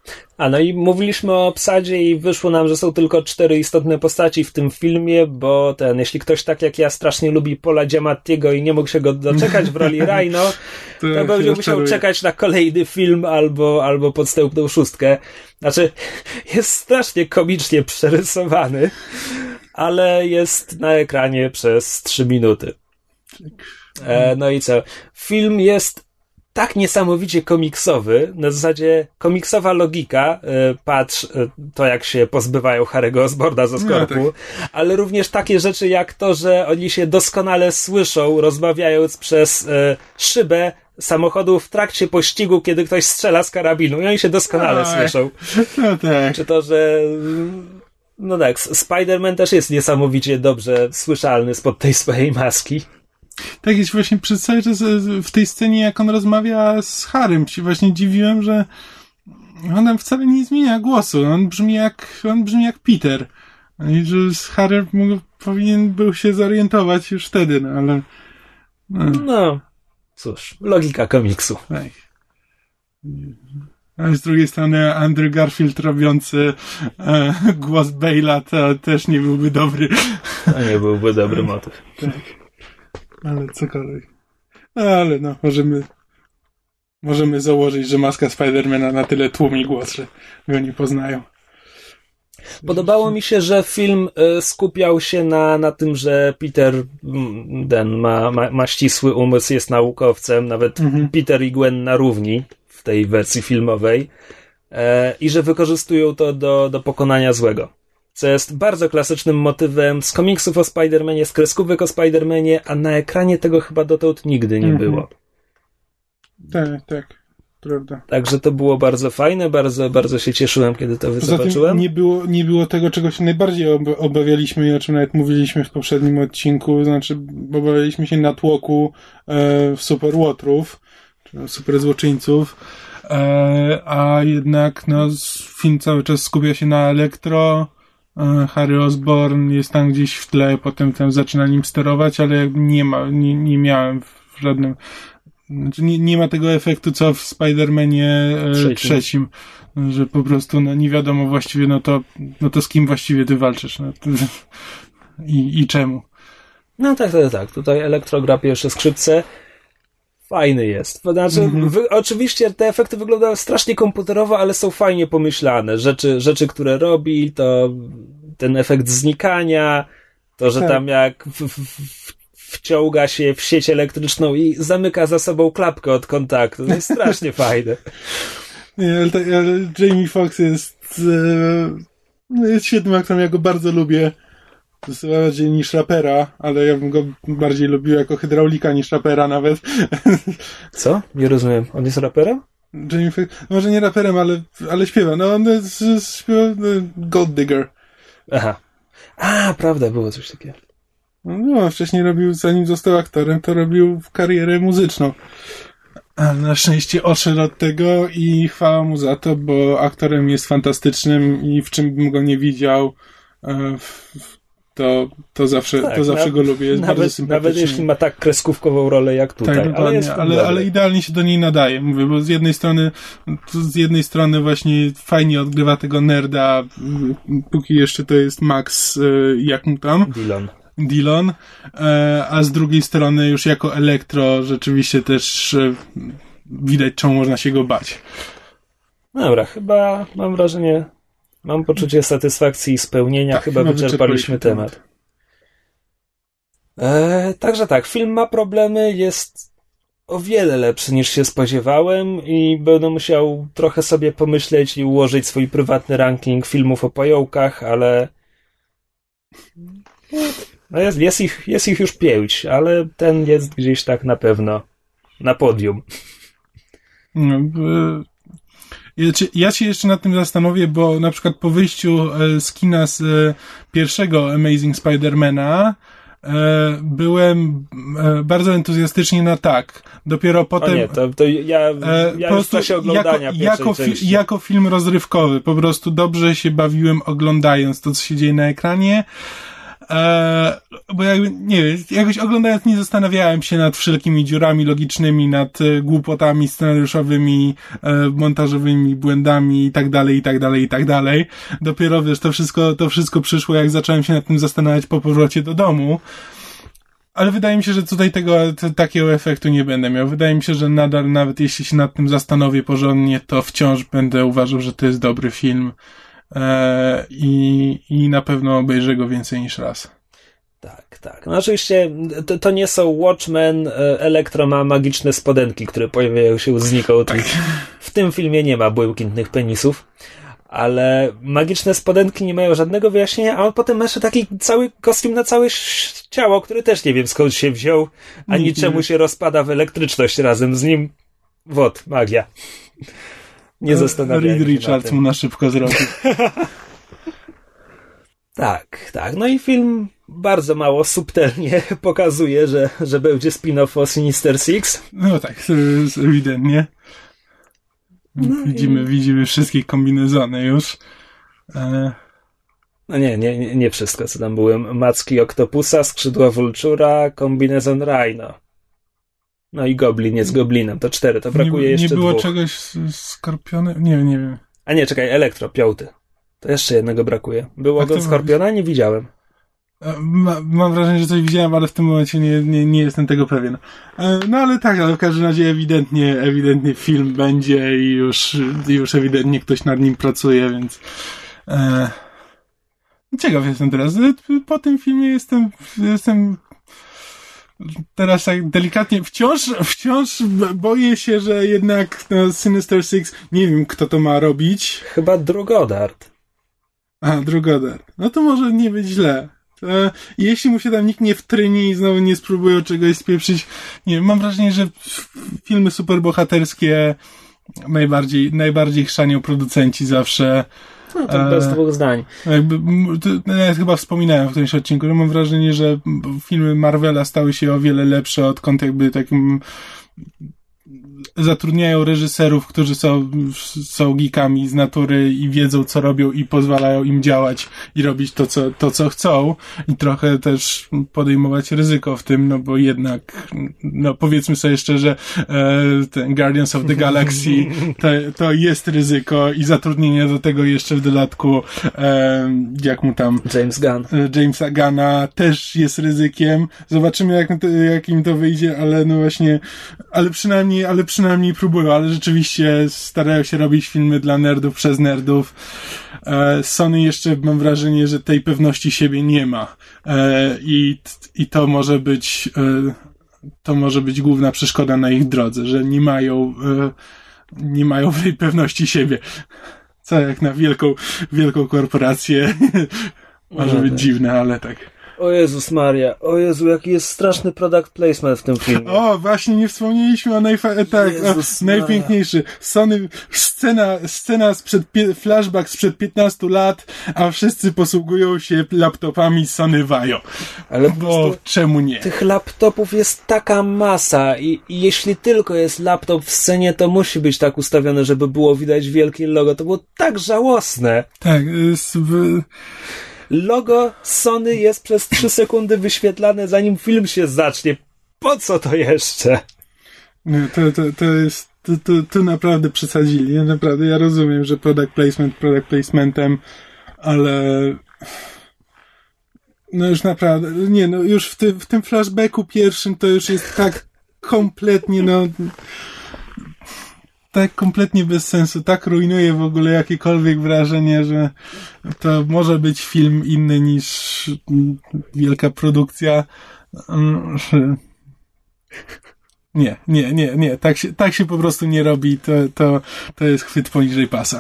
A no i mówiliśmy o obsadzie i wyszło nam, że są tylko cztery istotne postaci w tym filmie, bo ten, jeśli ktoś tak jak ja strasznie lubi Paula Giamattiego i nie mógł się go doczekać w roli Rhino, to, to będzie musiał czekać na kolejny film albo, albo podstępną szóstkę. Znaczy, jest strasznie komicznie przerysowany, ale jest na ekranie przez trzy minuty. E, no i co? Film jest tak niesamowicie komiksowy, na zasadzie komiksowa logika, e, patrz e, to jak się pozbywają Harry'ego Osborna ze skorpu, no, tak. Ale również takie rzeczy jak to, że oni się doskonale słyszą, rozmawiając przez e, szybę samochodu w trakcie pościgu, kiedy ktoś strzela z karabinu i oni się doskonale no, słyszą. No tak. Czy to, że no tak, Spider-Man też jest niesamowicie dobrze słyszalny spod tej swojej maski. Tak, jest właśnie przez cały czas w tej scenie, jak on rozmawia z Harrym, się właśnie dziwiłem, że on tam wcale nie zmienia głosu. On brzmi jak, on brzmi jak Peter. I że Harry powinien był się zorientować już wtedy, no ale... No, no cóż, logika komiksu. Tak. A z drugiej strony Andrew Garfield robiący e, głos Bale'a to też nie byłby dobry. To nie byłby dobry motyw. Tak. Ale cokolwiek. Ale no, możemy możemy założyć, że maska Spidermana na tyle tłumi głos, że go nie poznają. Podobało mi się, że film skupiał się na, na tym, że Peter ten, ma, ma, ma ścisły umysł, jest naukowcem, nawet mhm. Peter i Gwen na równi w tej wersji filmowej e, i że wykorzystują to do, do pokonania złego. Co jest bardzo klasycznym motywem z komiksów o Spider-Manie, z kreskówek o Spider-Manie, a na ekranie tego chyba dotąd nigdy nie mhm. było. Tak, tak, prawda. Także to było bardzo fajne, bardzo, bardzo się cieszyłem, kiedy to Poza zobaczyłem. Tym nie było, nie było tego, czego się najbardziej ob- obawialiśmy i o czym nawet mówiliśmy w poprzednim odcinku, znaczy obawialiśmy się natłoku e, super łotrów, czy super złoczyńców, e, a jednak no, film cały czas skupia się na Elektro. Harry Osborn jest tam gdzieś w tle, potem tam zaczyna nim sterować, ale nie ma, nie, nie miałem w żadnym, znaczy nie, nie ma tego efektu, co w Spider-Manie e, trzecim. trzecim, że po prostu no, nie wiadomo właściwie, no to, no to z kim właściwie ty walczysz, no, to, i, i czemu. No tak, tak, tak. Tutaj Elektro gra pierwsze skrzypce. Fajny jest. Znaczy, mm-hmm. wy, oczywiście te efekty wyglądają strasznie komputerowo, ale są fajnie pomyślane. Rzeczy, rzeczy które robi, to ten efekt znikania, to, że tak. tam jak w, w, wciąga się w sieć elektryczną i zamyka za sobą klapkę od kontaktu. To jest strasznie fajne. Nie, ale, ta, ale Jamie Foxx jest, e, jest świetnym aktorem, ja go bardzo lubię. Bardziej niż rapera, ale ja bym go bardziej lubił jako hydraulika niż rapera nawet. Co? Nie rozumiem. On jest raperem? Jamie Foxx, może nie raperem, ale, ale śpiewa. No on jest, śpiewa Gold Digger. Aha. A, prawda, było coś takiego. No, wcześniej robił, zanim został aktorem, to robił karierę muzyczną. A na szczęście odszedł od tego i chwała mu za to, bo aktorem jest fantastycznym i w czym bym go nie widział, w, To, to zawsze, tak, to zawsze na, go lubię, jest nawet, bardzo sympatyczny. Nawet jeśli ma tak kreskówkową rolę jak tutaj. Tak, ale, jest ale, ale idealnie się do niej nadaje, mówię, bo z jednej strony z jednej strony właśnie fajnie odgrywa tego nerda, póki jeszcze to jest Max, jak mu tam? Dillon. Dillon, a z drugiej strony już jako Elektro rzeczywiście też widać, czemu można się go bać. Dobra, chyba mam wrażenie... Mam poczucie satysfakcji i spełnienia. Tak, chyba wyczerpaliśmy temat. E, także tak, film ma problemy, jest o wiele lepszy niż się spodziewałem i będę musiał trochę sobie pomyśleć i ułożyć swój prywatny ranking filmów o pająkach, ale no jest, jest, ich, jest ich już pięć, ale ten jest gdzieś tak na pewno na podium. No, by... Ja się jeszcze nad tym zastanowię, bo na przykład po wyjściu z kina z pierwszego Amazing Spider-Mana byłem bardzo entuzjastycznie na tak. Dopiero potem... O nie, to, to ja, ja już w czasie oglądania jako, jako, fi, jako film rozrywkowy. Po prostu dobrze się bawiłem oglądając to, co się dzieje na ekranie. Eee, bo jakby, nie wiem, jakoś oglądając nie zastanawiałem się nad wszelkimi dziurami logicznymi, nad e, głupotami scenariuszowymi, e, montażowymi błędami i tak dalej, i tak dalej, i tak dalej. Dopiero, wiesz, to wszystko, to wszystko przyszło, jak zacząłem się nad tym zastanawiać po powrocie do domu. Ale wydaje mi się, że tutaj tego, t- takiego efektu nie będę miał. Wydaje mi się, że nadal, nawet jeśli się nad tym zastanowię porządnie, to wciąż będę uważał, że to jest dobry film. Eee, i, I na pewno obejrzę go więcej niż raz. Tak, tak. No oczywiście to, to nie są Watchmen, Elektro ma magiczne spodenki, które pojawiają się znikąd. Tak. W tym filmie nie ma błękitnych penisów, ale magiczne spodenki nie mają żadnego wyjaśnienia, a on potem ma jeszcze taki cały kostium na całe ciało, który też nie wiem skąd się wziął, ani czemu się rozpada w elektryczność razem z nim. Wod, magia. Nie zastanawiałem Reed się Richards na tym. mu na szybko zrobił. Tak, tak. No i film bardzo mało subtelnie pokazuje, że, że będzie spin-off o Sinister Six. No tak, to jest ewidentnie. No widzimy, i... widzimy wszystkie kombinezony już. E... No nie, nie, nie wszystko, co tam były. Macki Oktopusa, skrzydła Vultura, kombinezon Rhino. No i Goblin jest Goblinem. To cztery, to brakuje nie, jeszcze Nie było dwóch. czegoś z Skorpionem? Nie, nie wiem. A nie, czekaj, Elektro, piąty. To jeszcze jednego brakuje. Był ogon Skorpiona? Nie widziałem. Ma, mam wrażenie, że coś widziałem, ale w tym momencie nie, nie, nie jestem tego pewien. No ale tak, ale w każdym razie ewidentnie, ewidentnie film będzie i już, już ewidentnie ktoś nad nim pracuje, więc e, ciekaw jestem teraz. Po tym filmie jestem, jestem teraz tak delikatnie, wciąż, wciąż boję się, że jednak no, Sinister Six, nie wiem kto to ma robić. Chyba Drew Goddard. A, Drew Goddard. No to może nie być źle. E, jeśli mu się tam nikt nie wtryni i znowu nie spróbują czegoś spieprzyć, nie wiem, mam wrażenie, że filmy superbohaterskie najbardziej, najbardziej chrzanią producenci zawsze. No to bez dwóch zdań. Jakby, to, ja chyba wspominałem w którymś odcinku, że mam wrażenie, że filmy Marvela stały się o wiele lepsze, odkąd jakby takim zatrudniają reżyserów, którzy są, są geekami z natury i wiedzą, co robią i pozwalają im działać i robić to, co, to, co chcą i trochę też podejmować ryzyko w tym, no bo jednak, no powiedzmy sobie szczerze, e, ten Guardians of the Galaxy to, to jest ryzyko i zatrudnienie do tego jeszcze w dodatku e, jak mu tam James Gunn. Jamesa Gunna też jest ryzykiem. Zobaczymy, jak, jak im to wyjdzie, ale no właśnie, ale przynajmniej, ale przynajmniej próbują, ale rzeczywiście starają się robić filmy dla nerdów przez nerdów. E, Sony jeszcze mam wrażenie, że tej pewności siebie nie ma. E, i, I to może być e, to może być główna przeszkoda na ich drodze, że nie mają e, nie mają tej pewności siebie. Co jak na wielką, wielką korporację może no być tak dziwne, ale tak. O Jezus Maria, o Jezu, jaki jest straszny product placement w tym filmie. O, właśnie nie wspomnieliśmy o, najfa- tak, o najpiękniejszy. Sony, scena, scena sprzed, flashback sprzed piętnastu lat, a wszyscy posługują się laptopami Sony Vaio. Ale bo czemu nie? Tych laptopów jest taka masa i, i jeśli tylko jest laptop w scenie, to musi być tak ustawione, żeby było widać wielkie logo. To było tak żałosne. Tak, jest w... Logo Sony jest przez trzy sekundy wyświetlane, zanim film się zacznie. Po co to jeszcze? Nie, to, to, to jest, to, to, to naprawdę przesadzili. Ja naprawdę, ja rozumiem, że product placement product placementem, ale no już naprawdę, nie, no już w, ty, w tym flashbacku pierwszym to już jest tak kompletnie, no tak kompletnie bez sensu, tak rujnuje w ogóle jakiekolwiek wrażenie, że to może być film inny niż wielka produkcja. Nie, nie, nie, nie. Tak się, tak się po prostu nie robi. To, to, to jest chwyt poniżej pasa.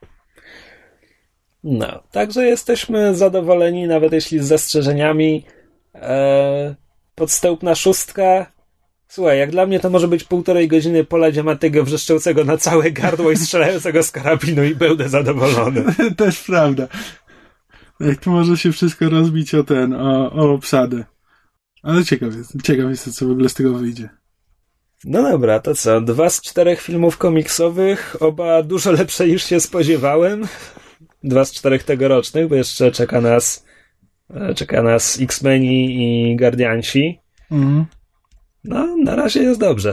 No, także jesteśmy zadowoleni, nawet jeśli z zastrzeżeniami. Eee, podstępna szóstka. Słuchaj, jak dla mnie to może być półtorej godziny Pola Giamattiego wrzeszczącego na całe gardło i strzelającego z karabinu i będę zadowolony. Też prawda. Jak tu może się wszystko rozbić o ten, o, o obsadę. Ale ciekaw jest, ciekaw jest, co w ogóle z tego wyjdzie. No dobra, to co? Dwa z czterech filmów komiksowych, oba dużo lepsze niż się spodziewałem. Dwa z czterech tegorocznych, bo jeszcze czeka nas Czeka nas X-Meni i Guardiansi. Mhm. No, na razie jest dobrze.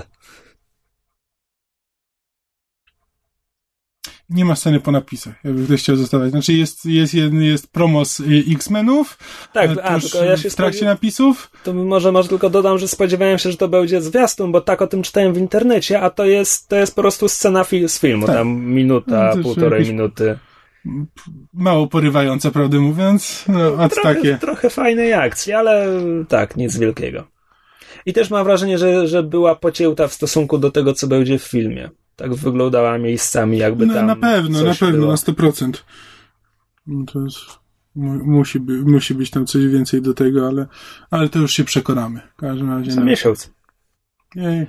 Nie ma sceny po napisach, jakby ktoś chciał zostawać. Znaczy jest, jest, jest, jest promo z X-Menów, tak, a, a tylko ja się w trakcie spodziew... napisów. To może, może tylko dodam, że spodziewałem się, że to będzie zwiastun, bo tak o tym czytałem w internecie, a to jest, to jest po prostu scena fi- z filmu, tak. Tam minuta, no, półtorej jakieś... minuty. Mało porywające, prawdę mówiąc. No, a trochę, takie. trochę fajnej akcji, ale tak, nic wielkiego. I też mam wrażenie, że, że była pocięta w stosunku do tego, co będzie w filmie. Tak wyglądała miejscami, jakby no, tam na pewno, coś na pewno, było. na sto procent. To jest, musi, by, musi być tam coś więcej do tego, ale, ale to już się przekonamy. W każdym razie. Za no. miesiąc. Jej.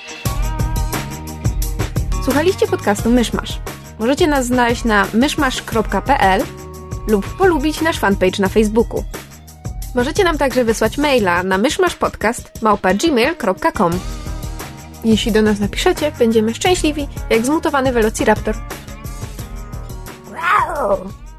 Słuchaliście podcastu Myszmasz. Możecie nas znaleźć na myszmasz kropka p l lub polubić nasz fanpage na Facebooku. Możecie nam także wysłać maila na myszmaszpodcast małpa gmail kropka com. Jeśli do nas napiszecie, będziemy szczęśliwi jak zmutowany Velociraptor. Wow!